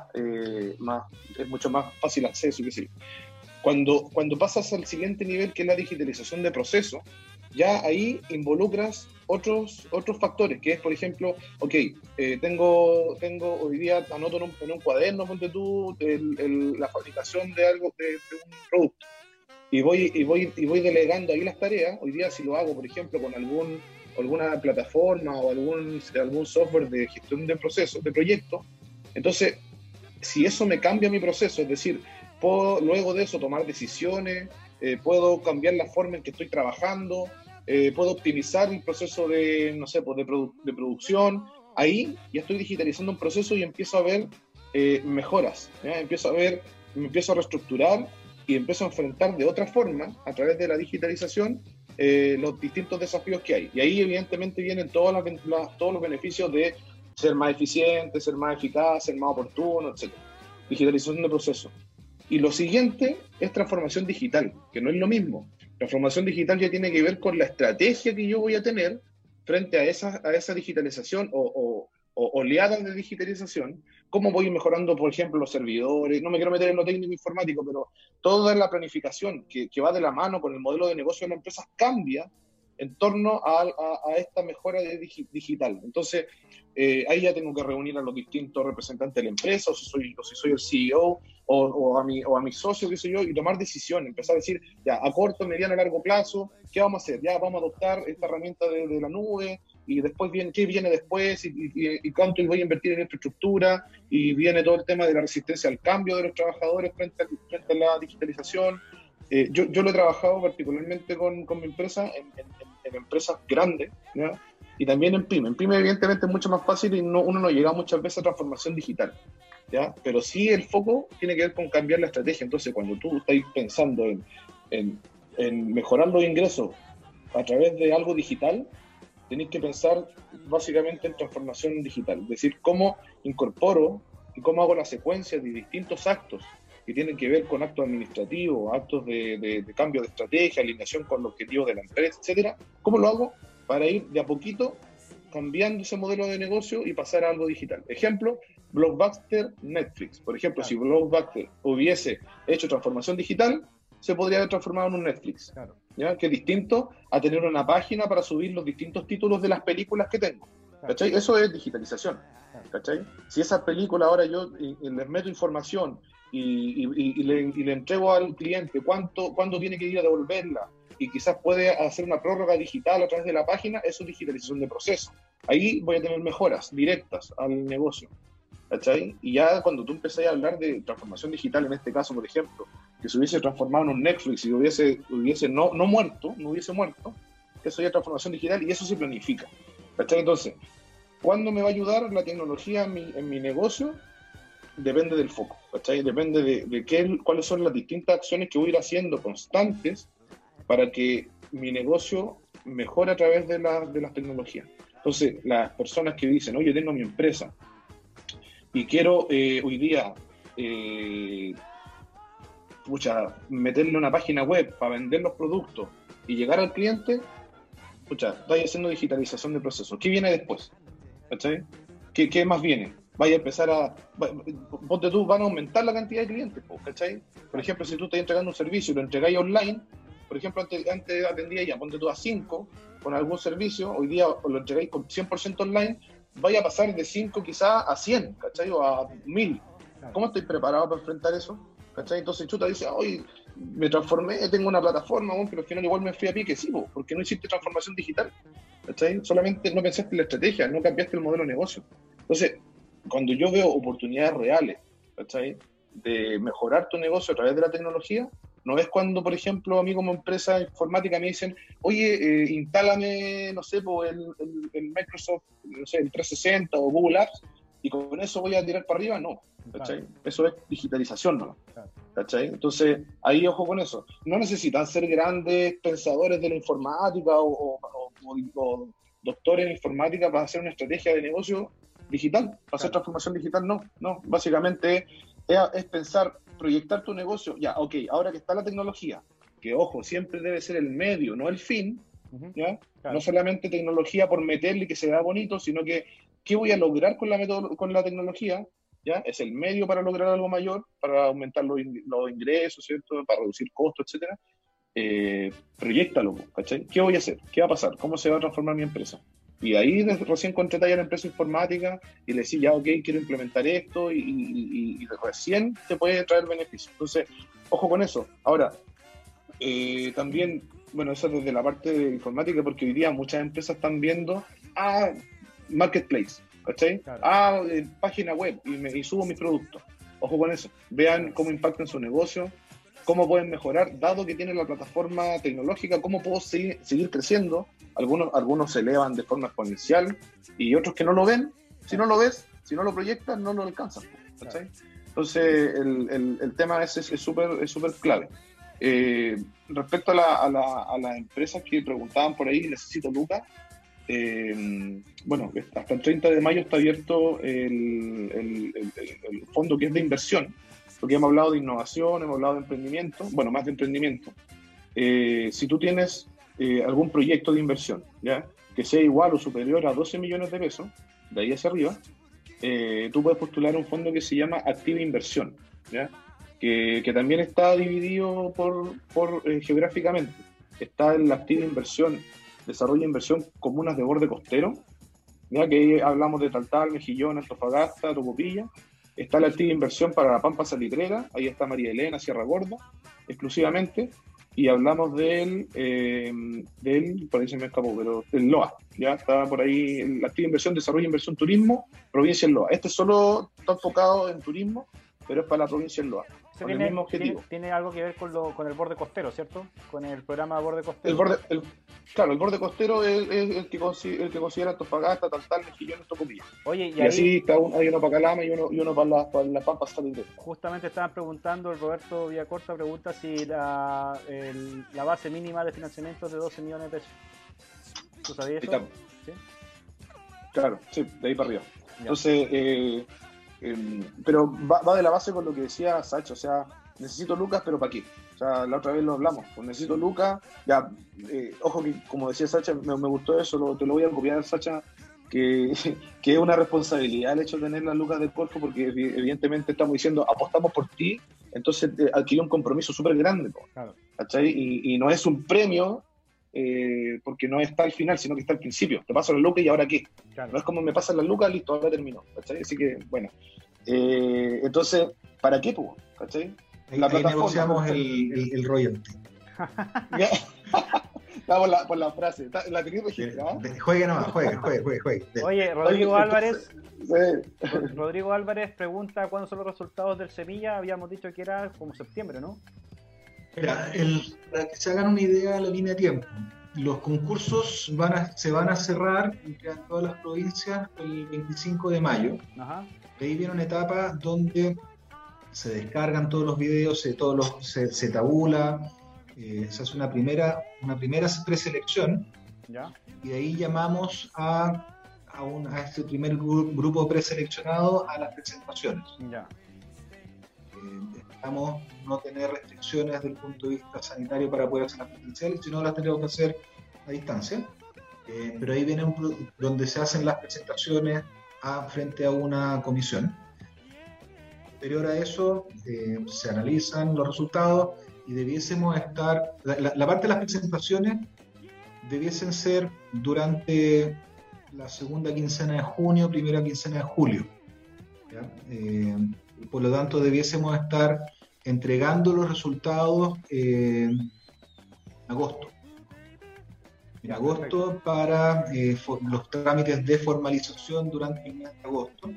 es mucho más fácil acceso, qué sé yo. Cuando pasas al siguiente nivel, que es la digitalización de procesos, ya ahí involucras otros factores, que es, por ejemplo, tengo hoy día, anoto en un cuaderno, ponte tú, la fabricación de algo, de un producto, y voy delegando ahí las tareas. Hoy día, si lo hago, por ejemplo, con alguna plataforma o algún software de gestión de procesos, de proyectos, entonces, si eso me cambia mi proceso, es decir, puedo luego de eso tomar decisiones, puedo cambiar la forma en que estoy trabajando, puedo optimizar el proceso de producción. Ahí ya estoy digitalizando un proceso y empiezo a ver mejoras, ¿ya? Me empiezo a reestructurar y empiezo a enfrentar de otra forma, a través de la digitalización, los distintos desafíos que hay. Y ahí evidentemente vienen todos los beneficios de ser más eficiente, ser más eficaz, ser más oportuno, etc. Digitalización de procesos. Y lo siguiente es transformación digital, que no es lo mismo. Transformación digital ya tiene que ver con la estrategia que yo voy a tener frente a esa digitalización o oleadas de digitalización. Cómo voy mejorando, por ejemplo, los servidores. No me quiero meter en lo técnico informático, pero toda la planificación que va de la mano con el modelo de negocio de la empresa cambia en torno a esta mejora digital. Entonces, ahí ya tengo que reunir a los distintos representantes de la empresa, o si soy el CEO, o a mi socio, qué sé yo, y tomar decisiones, empezar a decir, ya, a corto, mediano, largo plazo, ¿qué vamos a hacer? Ya, vamos a adoptar esta herramienta de la nube, y después qué viene después, y cuánto voy a invertir en infraestructura, y viene todo el tema de la resistencia al cambio de los trabajadores frente a la digitalización. Yo lo he trabajado particularmente con mi empresa en empresas grandes, ¿ya? Y también en pyme. En pyme evidentemente es mucho más fácil y uno no llega muchas veces a transformación digital, ¿ya? Pero sí el foco tiene que ver con cambiar la estrategia. Entonces, cuando tú estás pensando en mejorar los ingresos a través de algo digital, tenéis que pensar básicamente en transformación digital. Es decir, cómo incorporo y cómo hago la secuencia de distintos actos que tienen que ver con actos administrativos, actos de cambio de estrategia, alineación con los objetivos de la empresa, etcétera. ¿Cómo lo hago para ir de a poquito cambiando ese modelo de negocio y pasar a algo digital? Ejemplo, Blockbuster Netflix. Por ejemplo, si Blockbuster hubiese hecho transformación digital, se podría haber transformado en un Netflix. Claro. ¿Ya? Que es distinto a tener una página para subir los distintos títulos de las películas que tengo. ¿Cachai? Eso es digitalización. ¿Cachai? Si esas películas ahora yo les meto información y le entrego al cliente cuándo tiene que ir a devolverla, y quizás puede hacer una prórroga digital a través de la página, eso es digitalización de proceso. Ahí voy a tener mejoras directas al negocio, ¿cachai? Y ya cuando tú empezás a hablar de transformación digital, en este caso, por ejemplo, que se hubiese transformado en un Netflix y hubiese no hubiese muerto, eso ya es transformación digital y eso se planifica, ¿cachai? Entonces, ¿cuándo me va a ayudar la tecnología en mi negocio? Depende del foco, ¿cachai? Depende de cuáles son las distintas acciones que voy a ir haciendo constantes para que mi negocio mejore a través de las tecnologías. Entonces, las personas que dicen, oye, tengo mi empresa y quiero hoy día meterle una página web para vender los productos y llegar al cliente, vaya haciendo digitalización de procesos. ¿Qué viene después? ¿Cachai? ¿Qué más viene? Vaya a empezar ponte tú, van a aumentar la cantidad de clientes, ¿cachai? Por ejemplo, si tú estás entregando un servicio y lo entregáis online, por ejemplo, antes atendía ya, ponte tú a 5 con algún servicio, hoy día lo entregáis con 100% online, vaya a pasar de 5 quizás a 100, ¿cachai? O a 1000. ¿Cómo estoy preparado para enfrentar eso? ¿Cachai? Entonces chuta dice, hoy me transformé, tengo una plataforma, pero al final igual me fui a pique, sí, porque no hiciste transformación digital, ¿cachai? Solamente no pensaste en la estrategia, no cambiaste el modelo de negocio. Entonces, cuando yo veo oportunidades reales, ¿cachai?, de mejorar tu negocio a través de la tecnología, no es cuando, por ejemplo, a mí como empresa informática me dicen, oye, instálame, no sé, el Microsoft, no sé, el 360 o Google Apps, y con eso voy a tirar para arriba. No, ¿cachai? Claro. Eso es digitalización, ¿no? Claro. ¿Cachai? Entonces, ahí ojo con eso. No necesitan ser grandes pensadores de la informática o doctores en informática para hacer una estrategia de negocio digital, para hacer transformación digital. No, básicamente es pensar, proyectar tu negocio, ya, ok, ahora que está la tecnología, que ojo, siempre debe ser el medio, no el fin, ¿ya? Claro. No solamente tecnología por meterle que se vea bonito, sino que ¿qué voy a lograr con la tecnología? ¿Ya? Es el medio para lograr algo mayor, para aumentar los ingresos, ¿cierto? Para reducir costos, etcétera. Proyéctalo, ¿cachai? ¿Qué voy a hacer? ¿Qué va a pasar? ¿Cómo se va a transformar mi empresa? Y ahí recién contraté a la empresa informática y le decía, ya, ok, quiero implementar esto y recién te puede traer beneficios. Entonces, ojo con eso. Ahora, también, bueno, eso desde la parte de informática, porque hoy día muchas empresas están viendo marketplace, ¿cachai? Claro. Página web y subo mis productos. Ojo con eso. Vean cómo impacta en su negocio, cómo pueden mejorar, dado que tienen la plataforma tecnológica, cómo puedo seguir creciendo. Algunos se elevan de forma exponencial y otros que no lo ven. Si no lo ves, si no lo proyectas, no lo alcanzas, ¿cachai? Entonces, el tema ese es súper clave. Respecto a las empresas que preguntaban por ahí, necesito lucas. Bueno, hasta el 30 de mayo está abierto el fondo que es de inversión, porque hemos hablado de innovación, hemos hablado de emprendimiento, bueno, más de emprendimiento. Si tú tienes algún proyecto de inversión, ¿ya?, que sea igual o superior a 12 millones de pesos, de ahí hacia arriba, tú puedes postular un fondo que se llama Activa Inversión, ¿ya?, que también está dividido por geográficamente. Está en la Activa Inversión, Desarrollo de Inversión Comunas de Borde Costero, ya que ahí hablamos de Taltal, Mejillón, Antofagasta, Tocopilla. Está la Activa Inversión para la Pampa Salitrera, ahí está María Elena, Sierra Gorda, exclusivamente, y hablamos del por ahí se me escapó, pero el LOA, ya está por ahí, la Activa Inversión, Desarrollo de Inversión Turismo, provincia del LOA. Este solo está enfocado en turismo, pero es para la provincia del LOA. Ese el mismo objetivo. Tiene algo que ver con el borde costero, ¿cierto? Con el programa borde costero. Claro, el borde costero es el que considera Antofagasta, tal, Mejillones, Tocopilla. Oye, y así hay uno para Calama y uno para la Pampa Salitre. Justamente estaban preguntando, el Roberto Villacorta pregunta si la base mínima de financiamiento es de 12 millones de pesos. ¿Tú sabías eso? ¿Sí? Claro, sí, de ahí para arriba. Ya. Entonces, pero va de la base con lo que decía Sacha, o sea, necesito lucas, pero ¿para qué? O sea, la otra vez lo hablamos, pues necesito lucas, ya, ojo que como decía Sacha, me gustó eso, te lo voy a copiar, Sacha, que es una responsabilidad el hecho de tener las lucas del Corfo, porque evidentemente estamos diciendo, apostamos por ti, entonces adquirió un compromiso súper grande, claro. ¿Cachai? Y no es un premio, porque no está al final, sino que está al principio. Te paso las lucas y ahora qué. Claro. No es como me pasan las lucas, listo, ahora terminó. ¿Cachai? Así que, bueno. Entonces, ¿para qué, pues? ¿Cachai? Ahí negociamos el royalty. Está por la frase. ¿La tenéis registrada? Juegue nomás, juegue. Oye, Rodrigo Álvarez. Sí. Rodrigo Álvarez pregunta cuándo son los resultados del Semilla. Habíamos dicho que era como septiembre, ¿no? Mira, para que se hagan una idea de la línea de tiempo, los concursos se van a cerrar en todas las provincias el 25 de mayo. Ajá. De ahí viene una etapa donde se descargan todos los videos, se tabula, se hace una primera preselección. ¿Ya? Y de ahí llamamos a este primer grupo preseleccionado a las presentaciones. Ya. Esperamos no tener restricciones desde el punto de vista sanitario para poder hacer las presenciales, sino las tenemos que hacer a distancia. Pero ahí viene donde se hacen las presentaciones frente a una comisión. Posterior a eso, se analizan los resultados y debiésemos estar. La parte de las presentaciones debiesen ser durante la segunda quincena de junio, primera quincena de julio. ¿Ya? Por lo tanto, debiésemos estar entregando los resultados en agosto. En agosto para los trámites de formalización durante el mes de agosto.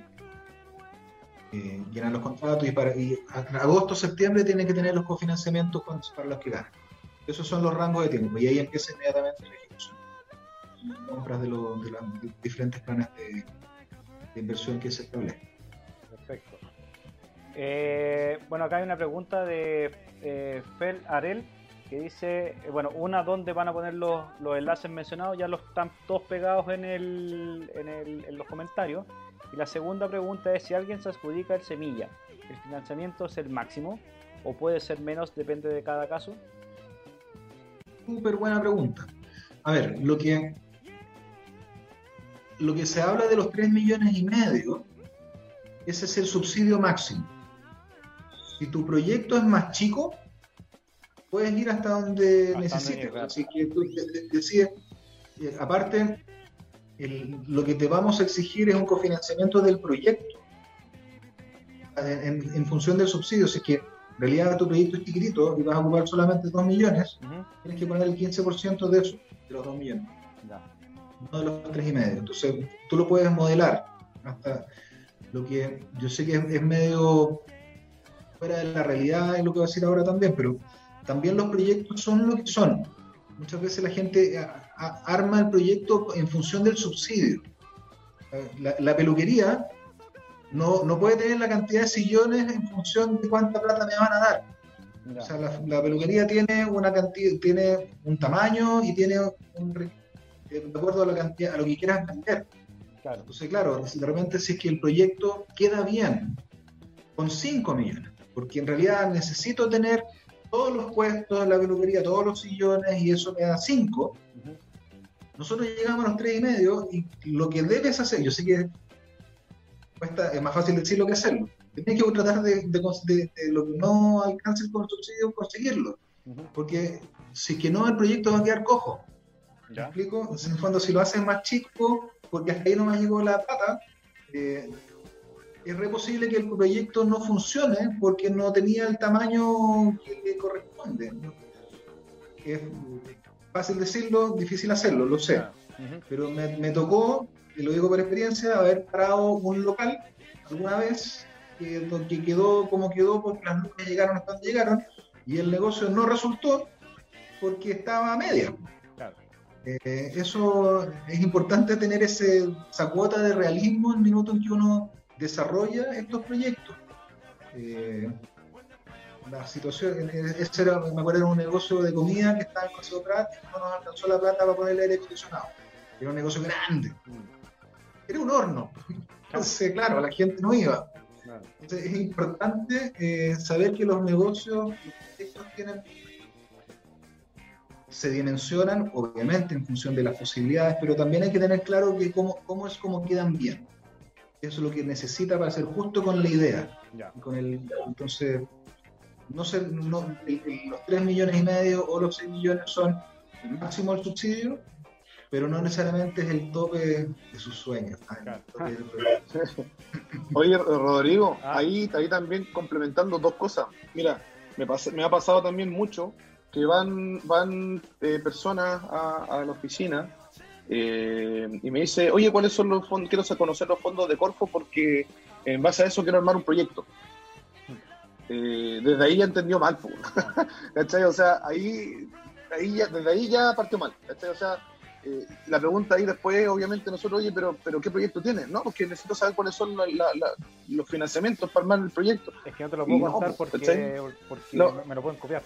Llenar los contratos y agosto, septiembre tienen que tener los cofinanciamientos para los que ganan. Esos son los rangos de tiempo y ahí empieza inmediatamente la ejecución. Compras de los diferentes planes de inversión que se establecen. Perfecto. Bueno, acá hay una pregunta de Fel Arel que dice, ¿dónde van a poner los enlaces mencionados? Ya los están todos pegados en los comentarios. Y la segunda pregunta es si alguien se adjudica el Semilla, ¿el financiamiento es el máximo o puede ser menos, depende de cada caso? Súper buena pregunta. A ver, lo que se habla de los 3,5 millones, ese es el subsidio máximo. Si tu proyecto es más chico, puedes ir hasta donde necesites. Así que tú decides. Aparte, lo que te vamos a exigir es un cofinanciamiento del proyecto en función del subsidio. Si es que en realidad tu proyecto es chiquitito y vas a ocupar solamente 2 millones, tienes que poner el 15% de eso, de los 2 millones, no de los 3,5. Entonces, tú lo puedes modelar hasta lo que yo sé que es medio fuera de la realidad y lo que va a decir ahora también, pero también los proyectos son lo que son. Muchas veces la gente arma el proyecto en función del subsidio. La peluquería no puede tener la cantidad de sillones en función de cuánta plata me van a dar. O sea, la peluquería tiene una cantidad, tiene un tamaño y tiene de acuerdo a la cantidad, a lo que quieras vender. Claro. Entonces, claro, de repente si es que el proyecto queda bien con 5 millones, porque en realidad necesito tener todos los puestos de la peluquería, todos los sillones, y eso me da 5. Nosotros llegamos a los 3,5 y lo que debes hacer, yo sé que es más fácil decirlo que hacerlo, tienes que tratar de lo que no alcances con el subsidio, conseguirlo, porque si es que no, el proyecto va a quedar cojo. ¿Me explico? Entonces, en el fondo, si lo haces más chico, porque hasta ahí no me llegó la plata, es re posible que el proyecto no funcione porque no tenía el tamaño que le corresponde. Es fácil decirlo, difícil hacerlo, lo sé. Pero me tocó, y lo digo por experiencia, haber parado un local alguna vez que quedó como quedó porque las lucas llegaron hasta donde llegaron y el negocio no resultó porque estaba a media. Claro. Eso es importante, tener esa cuota de realismo en el minuto en que uno desarrolla estos proyectos. La situación, ese era, me acuerdo, era un negocio de comida que estaba en Paseo Prat y no nos alcanzó la plata para ponerle aire acondicionado. Era un negocio grande. Era un horno. Entonces, claro, la gente no iba. Entonces, es importante saber que los negocios, los proyectos se dimensionan, obviamente, en función de las posibilidades, pero también hay que tener claro que cómo quedan bien. Eso es lo que necesita para ser justo con la idea. Entonces, los 3,5 millones o los 6 millones son el máximo del subsidio, pero no necesariamente es el tope de sus sueños. Oye, Rodrigo, ahí también complementando dos cosas. Mira, me ha pasado también mucho que van personas a la oficina y me dice, oye, ¿cuáles son los fondos? Quiero conocer los fondos de Corfo porque en base a eso quiero armar un proyecto. Desde ahí ya entendió mal, ¿cachai? O sea, desde ahí ya partió mal, ¿cachai? O sea, la pregunta ahí después, obviamente, nosotros, oye, pero ¿qué proyecto tienes? No, porque necesito saber cuáles son los financiamientos para armar el proyecto. Es que no te lo puedo contar porque no, me lo pueden copiar.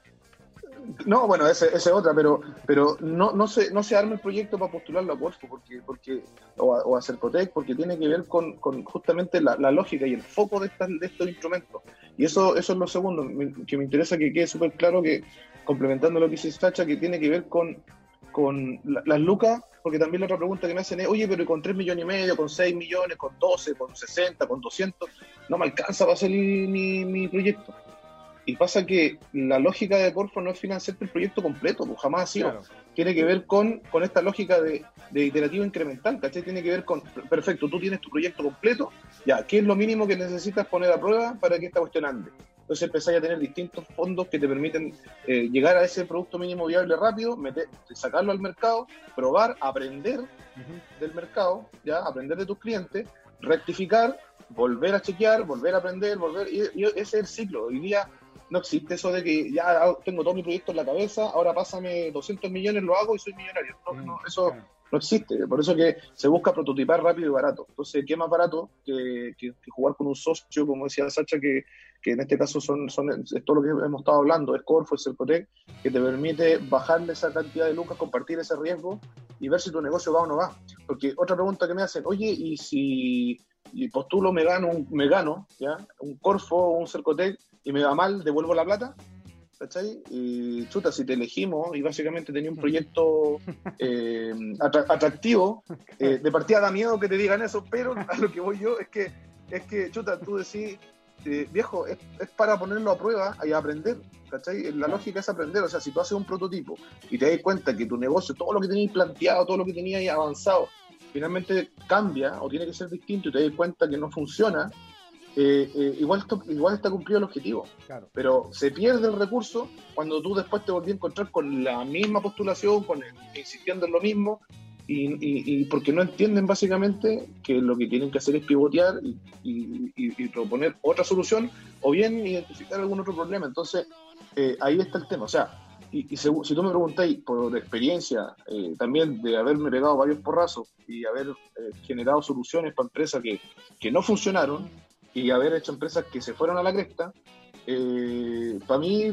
No, bueno, esa es otra, pero no se arma el proyecto para postularlo a Corfo o a Cercotec, porque tiene que ver con justamente la lógica y el foco de estos instrumentos. Y eso es lo segundo, que me interesa que quede súper claro, que complementando lo que dice Sacha, que tiene que ver con las lucas, porque también la otra pregunta que me hacen es, oye, pero con 3,5 millones, con 6 millones, con 12, con 60, con 200, no me alcanza para hacer mi proyecto. Y pasa que la lógica de Corfo no es financiar el proyecto completo, pues jamás ha sido. Claro. Tiene que ver con esta lógica de iterativo incremental, ¿cachai? Tiene que ver con, perfecto, tú tienes tu proyecto completo, ya, ¿qué es lo mínimo que necesitas poner a prueba para que esta cuestión ande? Entonces empezáis a tener distintos fondos que te permiten llegar a ese producto mínimo viable rápido, sacarlo al mercado, probar, aprender del mercado, ya, aprender de tus clientes, rectificar, volver a chequear, volver a aprender, y ese es el ciclo. Hoy día no existe eso de que ya tengo todo mi proyecto en la cabeza, ahora pásame 200 millones, lo hago y soy millonario. Eso no existe. Por eso que se busca prototipar rápido y barato. Entonces, ¿qué más barato que jugar con un socio, como decía Sacha, que en este caso es todo lo que hemos estado hablando, es Corfo, es Cercotec, que te permite bajarle esa cantidad de lucas, compartir ese riesgo y ver si tu negocio va o no va. Porque otra pregunta que me hacen, oye, y si postulo, me gano, ¿ya? Un Corfo o un Cercotec y me va mal, devuelvo la plata, ¿cachai? Y chuta, si te elegimos y básicamente tenía un proyecto atractivo, de partida da miedo que te digan eso, pero a lo que voy yo es que chuta, tú decís, viejo, es para ponerlo a prueba y aprender, ¿cachai? La lógica es aprender. O sea, si tú haces un prototipo y te das cuenta que tu negocio, todo lo que tenías planteado, todo lo que tenías avanzado, finalmente cambia o tiene que ser distinto y te das cuenta que no funciona, igual está cumplido el objetivo. Claro. Pero se pierde el recurso cuando tú después te volví a encontrar con la misma postulación, insistiendo en lo mismo, y porque no entienden básicamente que lo que tienen que hacer es pivotear y proponer otra solución o bien identificar algún otro problema. Entonces, ahí está el tema. O sea, si tú me preguntáis por experiencia también de haberme pegado varios porrazos y haber generado soluciones para empresas que no funcionaron y haber hecho empresas que se fueron a la cresta, para mí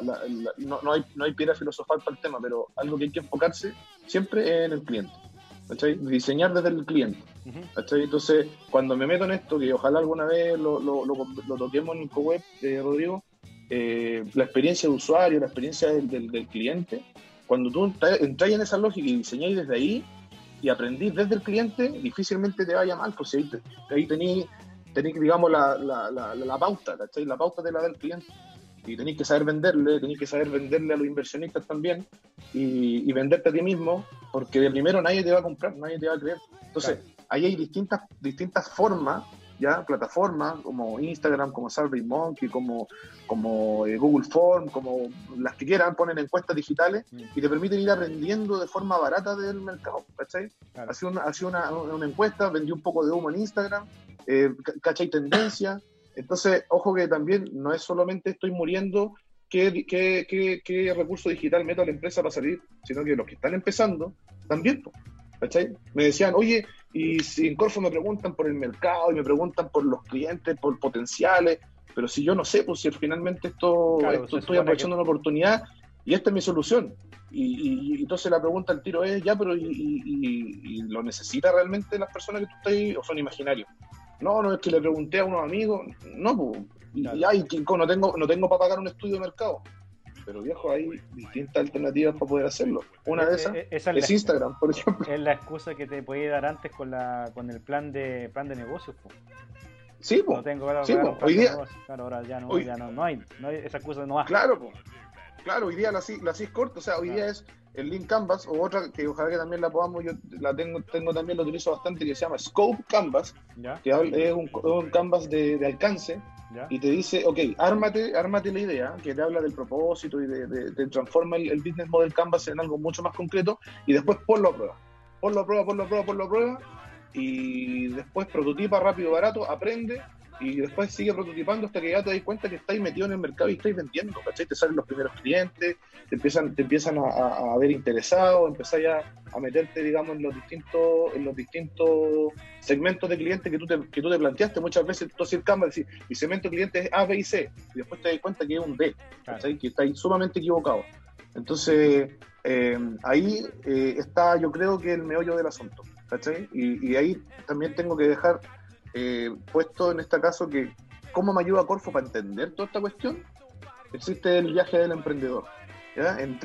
no hay piedra filosofal para el tema, pero algo que hay que enfocarse siempre es en el cliente, ¿cachai? Diseñar desde el cliente, ¿cachai? Entonces, cuando me meto en esto, que ojalá alguna vez lo toquemos en IncoWeb, Rodrigo, la experiencia de usuario, la experiencia del cliente, cuando tú entras en esa lógica y diseñáis desde ahí y aprendís desde el cliente, difícilmente te vaya mal, pues ahí tenéis, digamos, la pauta, ¿cachai? La pauta te la da el cliente. Y tenéis que saber venderle a los inversionistas también y venderte a ti mismo, porque de primero nadie te va a comprar, nadie te va a creer. Entonces, claro, ahí hay distintas formas, ya, plataformas como Instagram, como SurveyMonkey, como Google Form, como las que quieran, ponen encuestas digitales y te permiten ir aprendiendo de forma barata del mercado, ¿cachai? Claro. Hacía una encuesta, vendí un poco de humo en Instagram, ¿cachai? Tendencia, Entonces, ojo que también no es solamente estoy muriendo, qué recurso digital meto a la empresa para salir, sino que los que están empezando también, po, ¿cachai? Me decían, oye, y si en Corfo me preguntan por el mercado y me preguntan por los clientes, por potenciales, pero si yo no sé, pues si finalmente Claro, esto estoy aprovechando una oportunidad y esta es mi solución. Y entonces la pregunta al tiro es, ya, pero ¿y lo necesita realmente las personas que tú estás ahí o son imaginarios? No, no es que le pregunté a unos amigos, no, pues, Claro. no tengo para pagar un estudio de mercado. Pero viejo, hay distintas alternativas para poder hacerlo. Una de esas es Instagram, por ejemplo. Es la excusa que te podía dar antes con el plan de negocios. Po. Sí, pues. No tengo para Sí, pagar un plan hoy de día, negocios. Claro, ahora ya no hay, esa excusa no va. claro, pues. Claro, hoy día la CIS corta, o sea, hoy día es el link Canvas o otra que ojalá que también la podamos, yo la tengo también, lo utilizo bastante, que se llama Scope Canvas, ¿Ya? que es un canvas de alcance, ¿Ya? y te dice, ok, ármate la idea, que te habla del propósito y te transforma el business model Canvas en algo mucho más concreto, y después ponlo a prueba, y después prototipa rápido, barato, aprende, y después sigue prototipando hasta que ya te das cuenta que estáis metido en el mercado y estáis vendiendo, ¿cachai? Te salen los primeros clientes, te empiezan a ver interesado, empezás ya a meterte, digamos, en los distintos segmentos de clientes que tú te planteaste. Muchas veces tú haces el Canvas y decís, mi segmento de clientes es A, B y C, y después te das cuenta que es un D, ¿cachai? Que estáis sumamente equivocado. Entonces, ahí está, yo creo que el meollo del asunto, ¿cachai? Y ahí también tengo que dejar puesto en este caso que cómo me ayuda Corfo para entender toda esta cuestión. Existe el viaje del emprendedor, ¿ya? En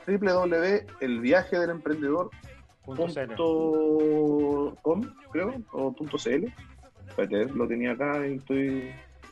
www.elviajedelemprendedor.com, creo, o .cl. Espérate, lo tenía acá y estoy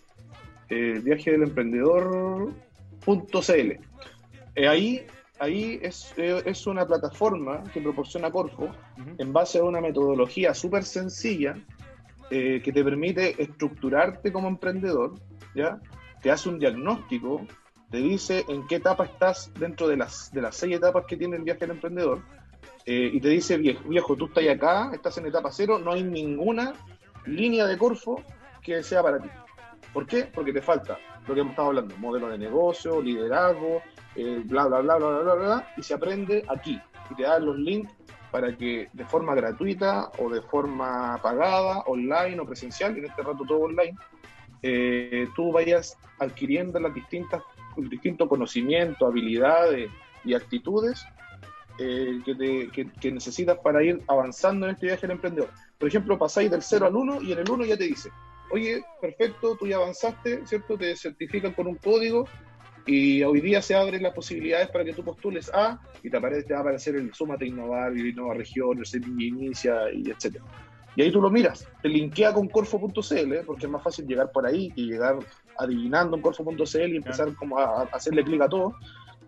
viajedelemprendedor.cl. Ahí es una plataforma que proporciona Corfo en base a una metodología súper sencilla que te permite estructurarte como emprendedor, ¿ya? Te hace un diagnóstico, te dice en qué etapa estás dentro de las 6 etapas que tiene el viaje del emprendedor, y te dice, viejo, tú estás acá, estás en etapa 0, no hay ninguna línea de Corfo que sea para ti. ¿Por qué? Porque te falta lo que hemos estado hablando, modelo de negocio, liderazgo, bla, bla, bla, bla, bla, bla, y se aprende aquí, y te dan los links para que de forma gratuita o de forma pagada, online o presencial, en este rato todo online, tú vayas adquiriendo los distintos conocimientos, habilidades y actitudes que necesitas para ir avanzando en este viaje del emprendedor. Por ejemplo, pasáis del 0 al 1 y en el 1 ya te dice, oye, perfecto, tú ya avanzaste, ¿cierto? Te certifican con un código y hoy día se abren las posibilidades para que tú postules a y te va a aparecer el Súmate a Innovar, Vivir Nueva Región, el Semilla Inicia, y etcétera. Y ahí tú lo miras, te linkea con Corfo.cl, porque es más fácil llegar por ahí que llegar adivinando en Corfo.cl y empezar como a hacerle clic a todo.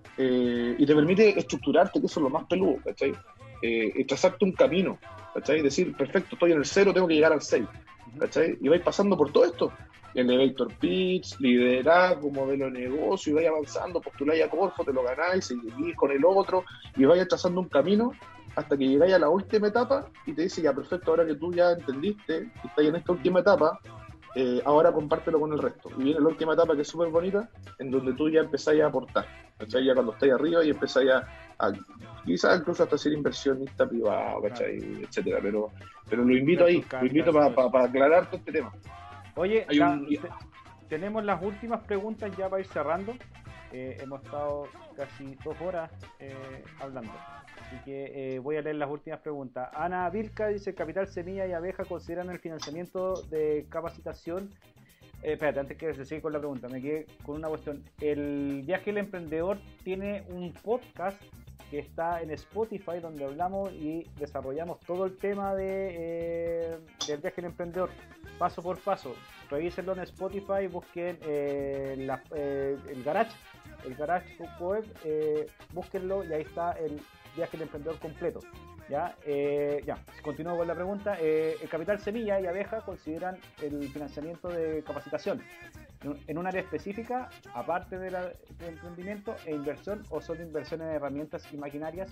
Y te permite estructurarte, que eso es lo más peludo, ¿cachai? Trazarte un camino, ¿cachai? Decir, perfecto, estoy en el 0, tengo que llegar al 6, ¿cachai? Y vais pasando por todo esto, elevator pitch, liderazgo, modelo de negocio, y vais avanzando, postuláis a Corfo, te lo ganáis, seguís con el otro, y vais trazando un camino hasta que llegáis a la última etapa y te dice, ya, perfecto, ahora que tú ya entendiste que estás en esta última etapa, ahora compártelo con el resto. Y viene la última etapa que es súper bonita, en donde tú ya empezáis a aportar, ¿cachai? Ya cuando estáis arriba y empezáis a quizás incluso hasta ser inversionista privado, ¿cachai? Etcétera. Pero lo invito ahí, lo invito para aclarar todo este tema. Oye, tenemos las últimas preguntas ya para ir cerrando. Hemos estado casi 2 horas hablando. Así que voy a leer las últimas preguntas. Ana Vilca dice, Capital Semilla y Abeja consideran el financiamiento de capacitación. Espérate, antes que se siga con la pregunta, me quedé con una cuestión. El Viaje del Emprendedor tiene un podcast que está en Spotify donde hablamos y desarrollamos todo el tema del Viaje del Emprendedor, paso por paso. Revísenlo en Spotify, busquen el Garage web, búsquenlo y ahí está el Viaje del Emprendedor completo. Ya, continúo con la pregunta. El Capital Semilla y Abeja consideran el financiamiento de capacitación en un área específica, aparte del emprendimiento e inversión, o son inversiones en herramientas y maquinarias.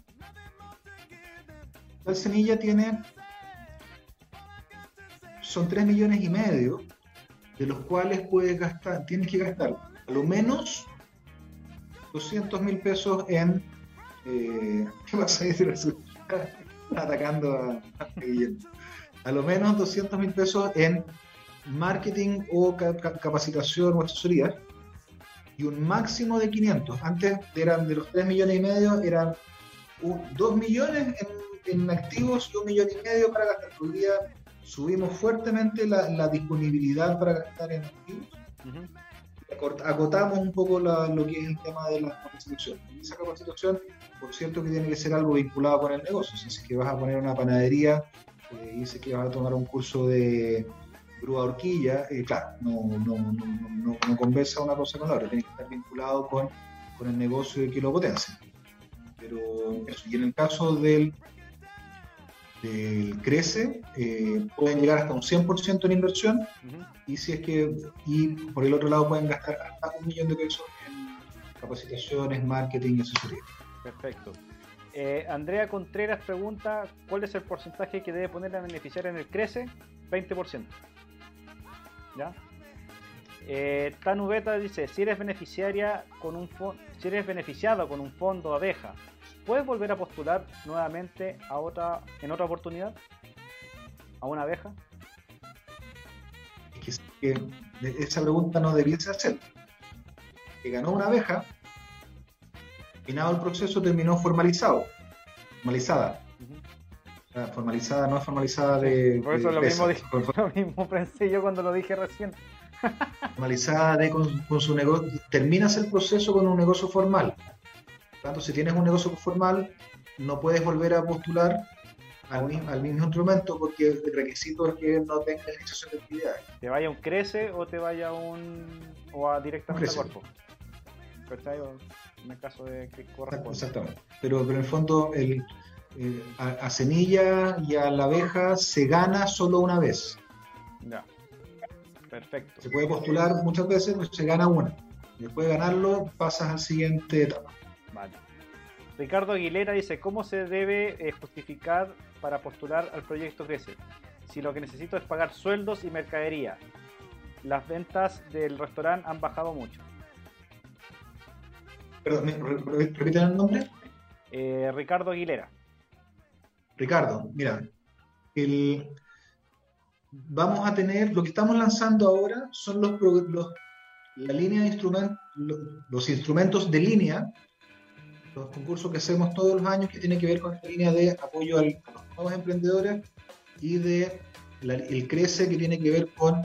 Capital Semilla son 3,5 millones de los cuales tienes que gastar a lo menos 200.000 pesos en... ¿qué pasa ahí? Está atacando a Guillermo. A lo menos 200.000 pesos en marketing o capacitación o asesoría, y un máximo de 500. Antes eran de los 3,5 millones, eran 2 millones en activos y 1,5 millones para gastar. Hoy día subimos fuertemente la disponibilidad para gastar en activos. Acotamos un poco lo que es el tema de la capacitación. Y esa capacitación, por cierto, que tiene que ser algo vinculado con el negocio. Si es que vas a poner una panadería, dice que vas a tomar un curso de grúa horquilla, claro, no conversa una cosa con la otra, tiene que estar vinculado con el negocio de que lo potencia. Pero eso, y en el caso del Crece, pueden llegar hasta un 100% en inversión, y si es que, y por el otro lado pueden gastar hasta 1 millón de pesos en capacitaciones, marketing y asesoría. Perfecto. Andrea Contreras pregunta, ¿cuál es el porcentaje que debe poner a beneficiar en el Crece? 20%. ¿Ya? Tanubeta dice, si eres beneficiado con un fondo abeja, ¿puedes volver a postular nuevamente en otra oportunidad? ¿A una abeja? Es que esa pregunta no debiese hacer. Que ganó una abeja, terminado el proceso, terminó formalizada. Formalizada, no es formalizada de... Por eso lo mismo pensé yo cuando lo dije recién. Formalizada con su negocio, terminas el proceso con un negocio formal. Por lo tanto, si tienes un negocio formal, no puedes volver a postular al mismo instrumento, porque el requisito es que no tengas iniciación de actividades. ¿Te vaya a un Crece o te vaya directamente a Corfo? ¿Cachai? En el caso de que corresponda. Exactamente. Pero en el fondo, a semilla y a la abeja se gana solo una vez. Ya. Perfecto. Se puede postular muchas veces, pero se gana una. Después de ganarlo, pasas al siguiente etapa. Vale. Ricardo Aguilera dice, ¿cómo se debe justificar para postular al proyecto Crece? Si lo que necesito es pagar sueldos y mercadería. Las ventas del restaurante han bajado mucho. Perdón, ¿repiten el nombre? Ricardo Aguilera. Ricardo, mira, vamos a tener, lo que estamos lanzando ahora son la línea de instrumentos, los instrumentos de línea, los concursos que hacemos todos los años, que tienen que ver con esta línea de apoyo a los nuevos emprendedores, y el Crece, que tiene que ver con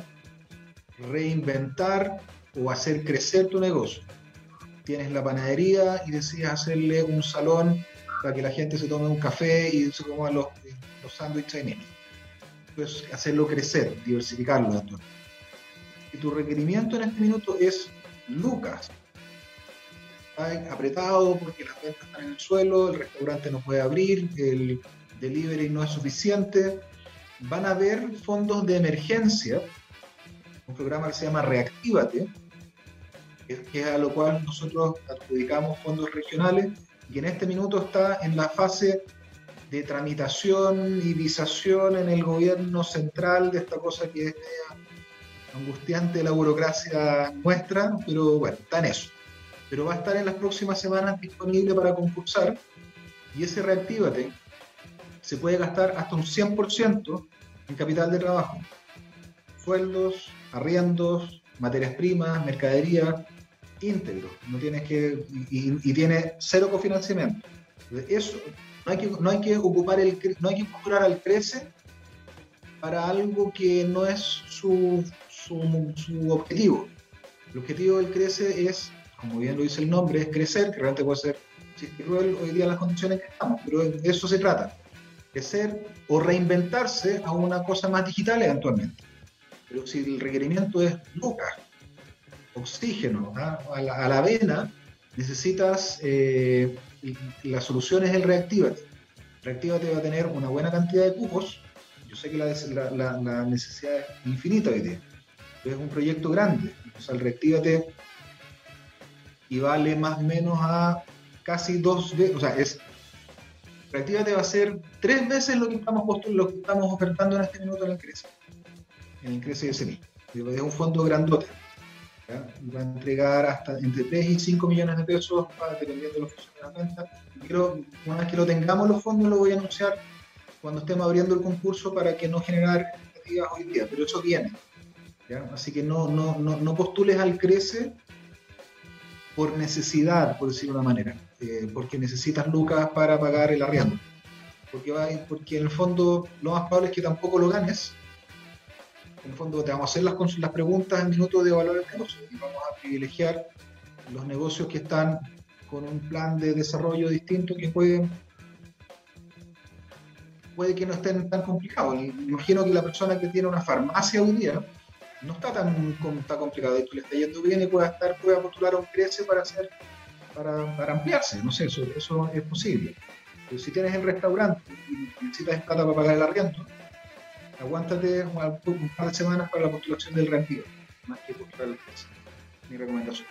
reinventar o hacer crecer tu negocio. Tienes la panadería y decides hacerle un salón para que la gente se tome un café y se coma los sándwiches ahí mismo. Pues hacerlo crecer, diversificarlo. Y tu requerimiento en este minuto es lucas. Está apretado porque las ventas están en el suelo, el restaurante no puede abrir, el delivery no es suficiente. Van a haber fondos de emergencia, un programa que se llama Reactívate, que es a lo cual nosotros adjudicamos fondos regionales, y en este minuto está en la fase de tramitación y visación en el gobierno central de esta cosa que es angustiante, la burocracia nuestra, pero bueno, está en eso. Pero va a estar en las próximas semanas disponible para concursar, y ese Reactívate se puede gastar hasta un 100% en capital de trabajo. Sueldos, arriendos, materias primas, mercadería, íntegro. No tienes que, y tiene cero cofinanciamiento. Eso, no hay que postular al Crece para algo que no es su objetivo. El objetivo del Crece es, como bien lo dice el nombre, es crecer, que realmente puede ser cruel hoy día en las condiciones que estamos, pero de eso se trata. Crecer o reinventarse a una cosa más digital eventualmente. Pero si el requerimiento es lucas, oxígeno, a la vena, necesitas, la solución es el Reactívate. Reactívate va a tener una buena cantidad de cupos. Yo sé que la necesidad es infinita hoy día, pero es un proyecto grande. O sea, el Reactívate equivale más o menos a casi 2 veces, o sea, Reactívate va a ser 3 veces lo que estamos ofertando en este minuto en el Crece de semilla. Es un fondo grandote. ¿Ya? Y va a entregar hasta entre 3 y 5 millones de pesos, dependiendo de los funcionarios de la venta. Una vez que lo tengamos los fondos, lo voy a anunciar cuando estemos abriendo el concurso para que no generar expectativas hoy día, pero eso viene. ¿Ya? Así que no postules al CRECE por necesidad, por decirlo de una manera, porque necesitas lucas para pagar el arriendo. Porque en el fondo lo más probable es que tampoco lo ganes. En el fondo te vamos a hacer las preguntas en minutos de evaluar el negocio y vamos a privilegiar los negocios que están con un plan de desarrollo distinto que puede que no estén tan complicados. Me imagino que la persona que tiene una farmacia hoy día no está tan complicado, de hecho le está yendo bien y puede postular a un CRECE para ampliarse, no sé, eso es posible. Pero si tienes el restaurante y necesitas plata para pagar el arriendo, aguántate un par de semanas para la postulación del retiro, más que postular el CRECE. Mi recomendación.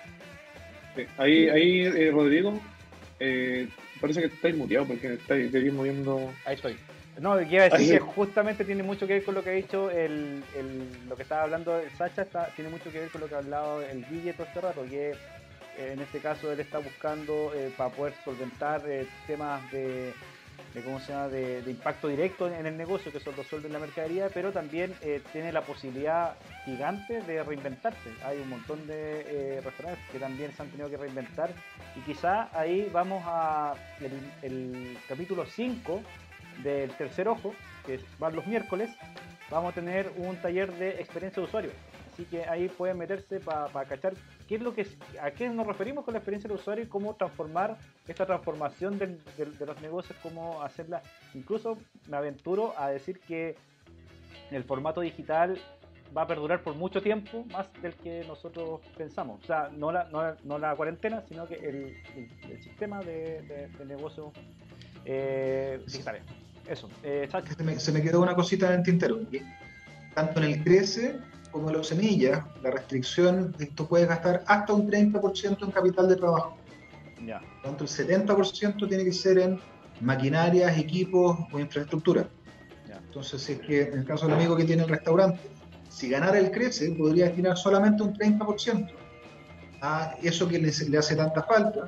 Ahí Rodrigo, parece que estáis muteado porque estáis moviendo. Ahí estoy. No, quiero decir que justamente tiene mucho que ver con lo que ha dicho lo que estaba hablando el Sacha, tiene mucho que ver con lo que ha hablado el Guille todo este rato, que en este caso él está buscando para poder solventar temas de ¿cómo se llama? De impacto directo en el negocio, que son los sueldos en la mercadería, pero también tiene la posibilidad gigante de reinventarse. Hay un montón de restaurantes que también se han tenido que reinventar y quizá ahí vamos a el capítulo 5 del Tercer Ojo, que van los miércoles, vamos a tener un taller de experiencia de usuario. Así que ahí pueden meterse para cachar a qué nos referimos con la experiencia de usuario y cómo transformar esta transformación de los negocios, cómo hacerla. Incluso me aventuro a decir que el formato digital va a perdurar por mucho tiempo, más del que nosotros pensamos. O sea, no la cuarentena, sino que el sistema de negocios digitales. Eso. Se me quedó una cosita en el tintero. Tanto en el CRECE como en los semillas, la restricción, esto puede gastar hasta un 30% en capital de trabajo. Ya. Tanto el 70% tiene que ser en maquinarias, equipos o infraestructura. Ya. Entonces, si es que en el caso del amigo que tiene el restaurante, si ganara el CRECE, podría destinar solamente un 30% a eso que le hace tanta falta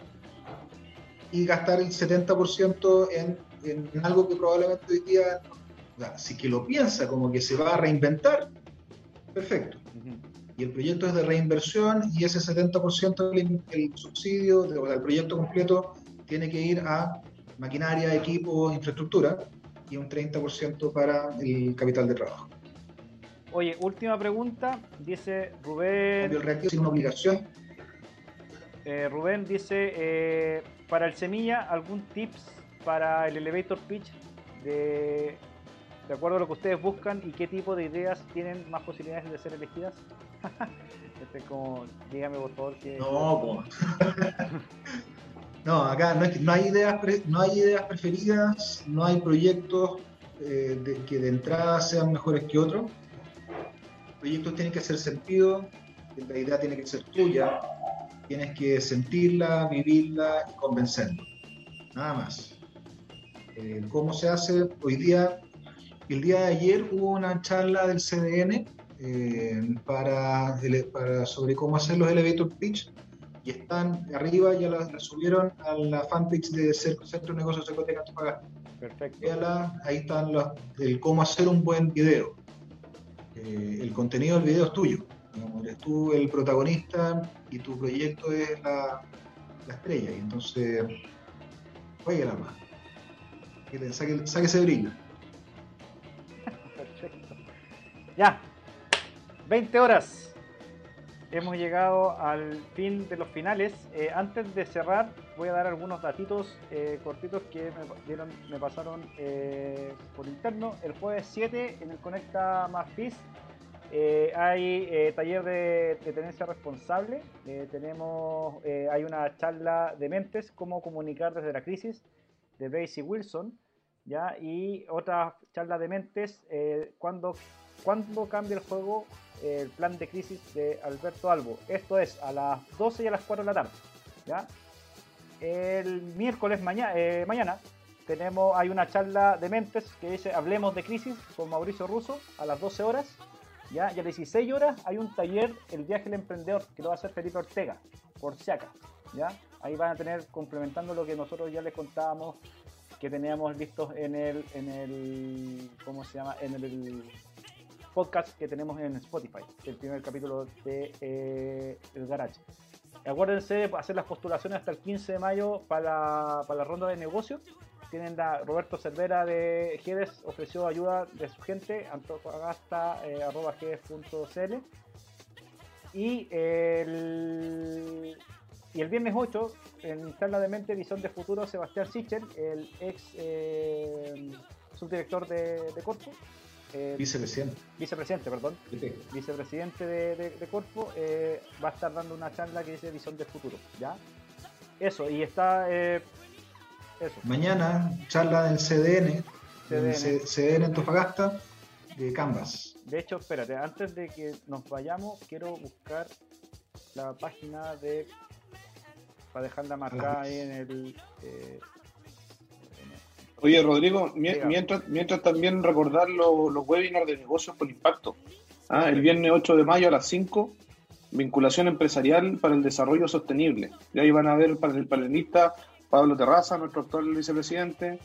y gastar el 70% en algo que probablemente hoy día, o sea, si que lo piensa como que se va a reinventar, perfecto. Y el proyecto es de reinversión y ese 70% del subsidio, del proyecto completo, tiene que ir a maquinaria, equipo, infraestructura y un 30% para el capital de trabajo. Oye, última pregunta, dice Rubén. El reactivo sin una obligación. Rubén dice, para el Semilla, ¿algún tips para el elevator pitch de acuerdo a lo que ustedes buscan y qué tipo de ideas tienen más posibilidades de ser elegidas? Como, dígame por favor que... No, acá no hay ideas preferidas, no hay proyectos que de entrada sean mejores que otros. Los proyectos tienen que hacer sentido, la idea tiene que ser tuya, tienes que sentirla, vivirla y convencerla. Nada más. ¿Cómo se hace? Hoy día, el día de ayer hubo una charla del CDN sobre cómo hacer los elevator pitch y están arriba, ya la subieron a la fanpage de Centro de Negocios Ecoteca Antofagasta. Perfecto. Ahí están el cómo hacer un buen video. El contenido del video es tuyo. Eres tú el protagonista y tu proyecto es la estrella. Y entonces, jueguela más. Saque ese brillo. Perfecto. Ya. 20 horas. Hemos llegado al fin de los finales. Antes de cerrar, voy a dar algunos datitos cortitos que me pasaron por interno. El jueves 7 en el Conecta Más FIS hay taller de tenencia responsable. Hay una charla de mentes, cómo comunicar desde la crisis, de Bracy Wilson, ¿ya? Y otra charla de mentes, cuando cambia el juego, el plan de crisis de Alberto Albo. Esto es a las 12 y a las 4 de la tarde, ¿ya? El miércoles mañana hay una charla de mentes que dice Hablemos de crisis con Mauricio Russo a las 12 horas. ¿ya? Y a las 16 horas hay un taller, El Viaje del Emprendedor, que lo va a hacer Felipe Ortega, por Siaca, ¿ya? Ahí van a tener, complementando lo que nosotros ya les contábamos, que teníamos listos en el ¿cómo se llama? En el podcast que tenemos en Spotify, el primer capítulo de El Garage. Acuérdense de hacer las postulaciones hasta el 15 de mayo para la ronda de negocios. Tienen Roberto Cervera de GEDES, ofreció ayuda de su gente, antofagasta@gedes.cl. Y el viernes 8, en Charla de Mente, Visión de Futuro, Sebastián Sichel, el ex subdirector de Corfo, vicepresidente, perdón, vicepresidente de Corfo, va a estar dando una charla que dice Visión de Futuro, ¿ya? Eso, y está... eso. Mañana, charla del CDN Antofagasta, de Canvas. De hecho, espérate, antes de que nos vayamos, quiero buscar la página para dejarla marcada ahí en el... Oye, Rodrigo, mientras también recordar los webinars de negocios con impacto. El viernes 8 de mayo a las 5, vinculación empresarial para el desarrollo sostenible. Y ahí van a ver para el panelista Pablo Terraza, nuestro actual vicepresidente,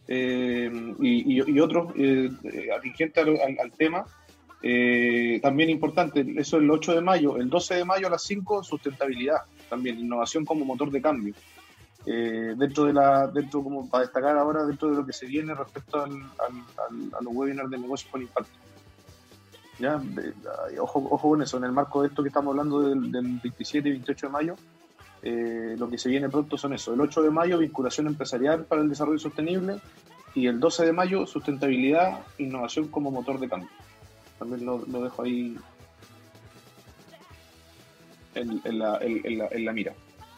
y otros atingentes al tema. También importante, eso el 8 de mayo, el 12 de mayo a las 5, sustentabilidad, también innovación como motor de cambio. Dentro como para destacar ahora, dentro de lo que se viene respecto a los webinars de negocios con impacto. ¿Ya? Ojo con eso, en el marco de esto que estamos hablando del 27 y 28 de mayo, lo que se viene pronto son eso. El 8 de mayo, vinculación empresarial para el desarrollo sostenible, y el 12 de mayo, sustentabilidad, innovación como motor de cambio. También lo dejo ahí en la mira.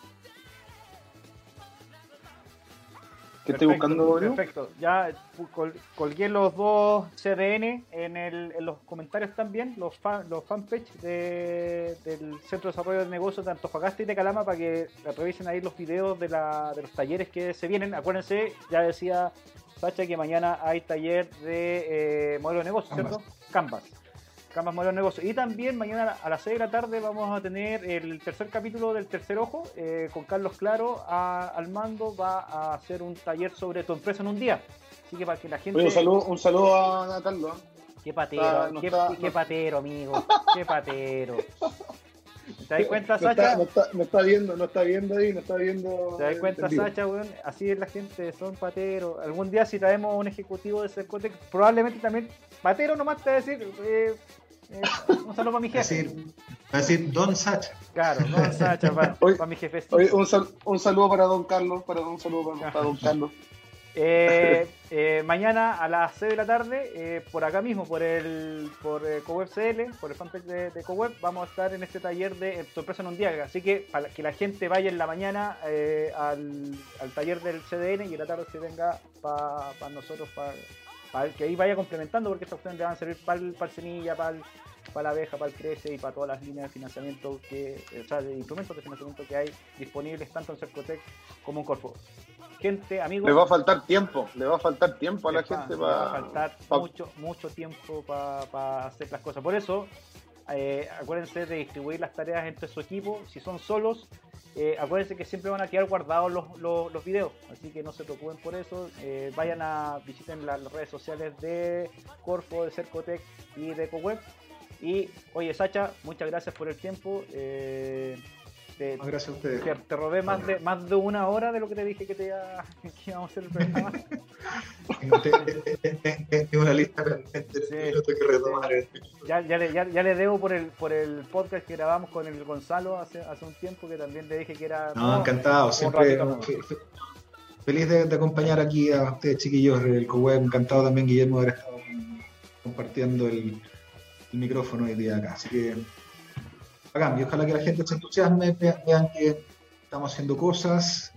¿Qué estoy buscando, Rodrigo? Perfecto, ya colgué los dos CDN en los comentarios también, los fanpage del Centro de Desarrollo de Negocios de Antofagasta y de Calama, para que revisen ahí los videos de los talleres que se vienen. Acuérdense, ya decía Sacha, que mañana hay taller de modelo de negocio, ¿cierto? Canvas modelo de negocio. Y también mañana a las 6 de la tarde vamos a tener el tercer capítulo del Tercer Ojo, con Carlos Claro al mando. Va a hacer un taller sobre tu empresa en un día. Así que para que la gente... Oye, un saludo a Carlos. Qué patero, qué patero, amigo. Qué patero. ¿Te das cuenta, Sacha? No está viendo ahí. ¿Te das cuenta, Sacha, weón? Así es la gente, son pateros. Algún día, si traemos un ejecutivo de Cercotec, probablemente también patero nomás te va a decir... un saludo para mi jefe. Va a decir Don Sacha. Claro, Don Sacha, para mi jefe. Oye, un saludo para Don Carlos. Para Don Carlos. Mañana a las 6 de la tarde, por acá mismo, por Coweb CL, por el fanpage de Coweb, vamos a estar en este taller de Tu empresa en un día. Así que para que la gente vaya en la mañana al taller del CDN, y en la tarde se venga para nosotros, para que ahí vaya complementando, porque estas opciones le van a servir para el Semilla, para la Abeja, para el Crece y para todas las líneas de financiamiento de instrumentos de financiamiento que hay disponibles tanto en Cercotec como en Corfo. Gente, amigos, le va a faltar tiempo a la gente. Le va a faltar mucho tiempo para hacer las cosas. Por eso, acuérdense de distribuir las tareas entre su equipo. Si son solos, acuérdense que siempre van a quedar guardados los videos, así que no se preocupen por eso. Visiten las redes sociales de Corfo, de Cercotec y de Coweb. Y oye, Sacha, muchas gracias por el tiempo. Gracias a ustedes. Te robé más de una hora de lo que te dije que íbamos a hacer el programa. Tengo una lista pendiente que retomar. Ya le debo por el podcast que grabamos con el Gonzalo hace un tiempo, que también le dije que era... No, encantado, siempre feliz de acompañar aquí a ustedes, chiquillos, el CoWeb. Encantado también, Guillermo, de haber estado compartiendo el micrófono hoy día acá. Así que y ojalá que la gente se entusiasme, vean que estamos haciendo cosas.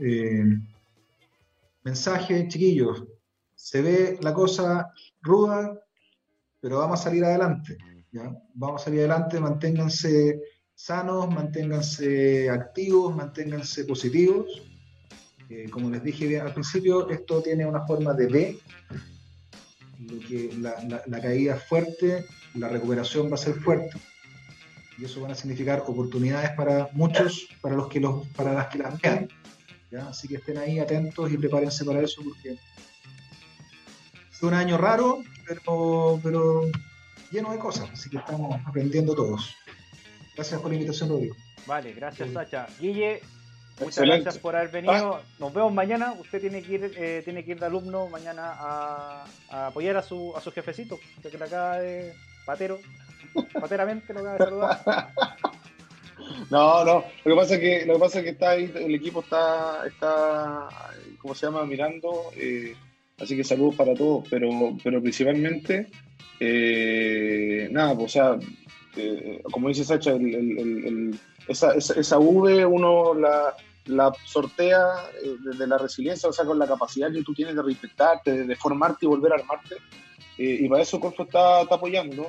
Mensaje, chiquillos, se ve la cosa ruda, pero vamos a salir adelante, ¿ya? Vamos a salir adelante, manténganse sanos, manténganse activos, manténganse positivos. Como les dije bien al principio, esto tiene una forma de V, lo que la caída fuerte la recuperación va a ser fuerte y eso van a significar oportunidades para muchos, para las que las vean. ¿Ya? Así que estén ahí atentos y prepárense para eso porque es un año raro, pero lleno de cosas, así que estamos aprendiendo todos. Gracias por la invitación, Rodrigo. Vale, gracias, Sacha. Guille, muchas Excelente. gracias por haber venido. Nos vemos mañana. Usted tiene que ir de alumno mañana a apoyar a su jefecito, que le acaba de pateramente lo acaba de saludar. No, lo que pasa es que está ahí, el equipo está ¿cómo se llama? Mirando, así que saludos para todos, pero principalmente, nada, pues, o sea, como dice Sacha, esa V uno la sortea desde la resiliencia, o sea, con la capacidad que tú tienes de reinventarte, de formarte y volver a armarte, y para eso Corfo está apoyando.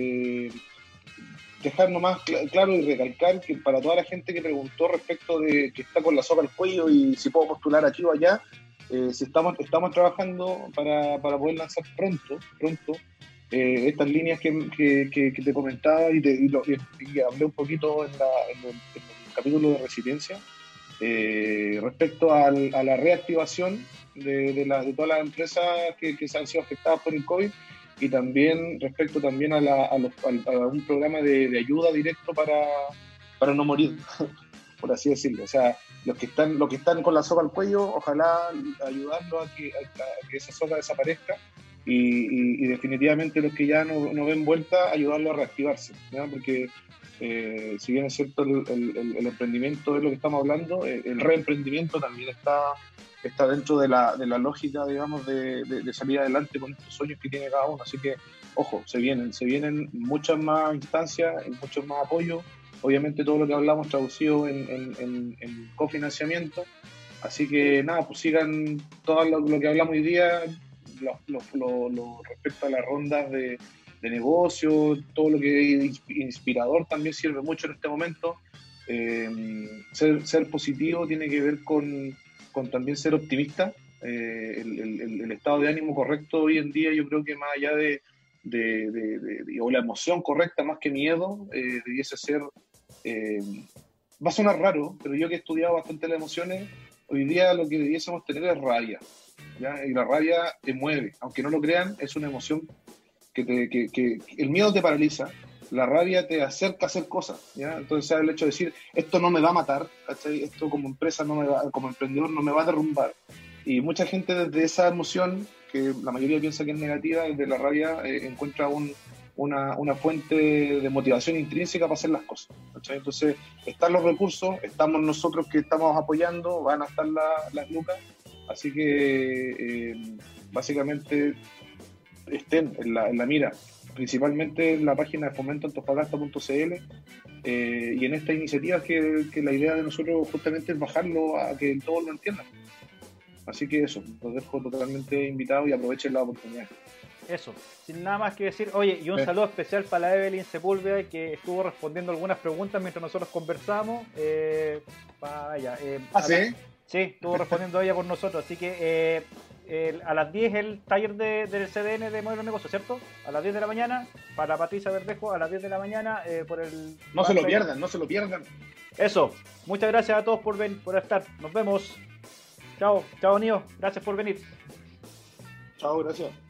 Dejar nomás claro y recalcar que para toda la gente que preguntó respecto de que está con la soga al cuello y si puedo postular aquí o allá, si estamos trabajando para poder lanzar pronto estas líneas que te comentaba y hablé un poquito en el capítulo de resiliencia respecto a la reactivación de todas las empresas que se han sido afectadas por el COVID. Y también respecto también a un programa de ayuda directo para no morir, por así decirlo. O sea, los que están con la soga al cuello, ojalá ayudarlos a que esa soga desaparezca y definitivamente los que ya no ven vuelta, ayudarlos a reactivarse, ¿no? Porque si bien es cierto el emprendimiento es lo que estamos hablando, el reemprendimiento también está dentro de la lógica, digamos, de salir adelante con estos sueños que tiene cada uno. Así que, ojo, se vienen muchas más instancias, muchos más apoyos. Obviamente todo lo que hablamos traducido en cofinanciamiento. Así que nada, pues sigan todo lo que hablamos hoy día, respecto a las rondas de negocio, todo lo que es inspirador también sirve mucho en este momento. Ser positivo tiene que ver con también ser optimista. El estado de ánimo correcto hoy en día, yo creo que más allá o la emoción correcta más que miedo, debiese ser, va a sonar raro, pero yo que he estudiado bastante las emociones, hoy día lo que debiésemos tener es rabia, ¿ya? Y la rabia te mueve, aunque no lo crean, es una emoción que el miedo te paraliza. La rabia te acerca a hacer cosas, ¿ya? Entonces el hecho de decir, esto no me va a matar, ¿cachai? Esto como empresa como emprendedor no me va a derrumbar. Y mucha gente desde esa emoción, que la mayoría piensa que es negativa, desde la rabia encuentra una fuente de motivación intrínseca para hacer las cosas, ¿cachai? Entonces están los recursos, estamos nosotros que estamos apoyando, van a estar las lucas, así que básicamente estén en la mira, principalmente en la página de fomentoantofagasta.cl y en estas iniciativas que la idea de nosotros justamente es bajarlo a que todos lo entiendan. Así que eso, los dejo totalmente invitados y aprovechen la oportunidad. Eso, sin nada más que decir. Oye, y un saludo especial para la Evelyn Sepúlveda, que estuvo respondiendo algunas preguntas mientras nosotros conversamos. ¿Sí? Sí, estuvo respondiendo ella por nosotros, así que a las 10 el taller del CDN de Modelo de Negocio, ¿cierto? A las 10 de la mañana, para Patricia Verdejo, a las 10 de la mañana, por el... No se lo pierdan. Eso, muchas gracias a todos por estar. Nos vemos. Chao, Nio, gracias por venir. Chao, gracias.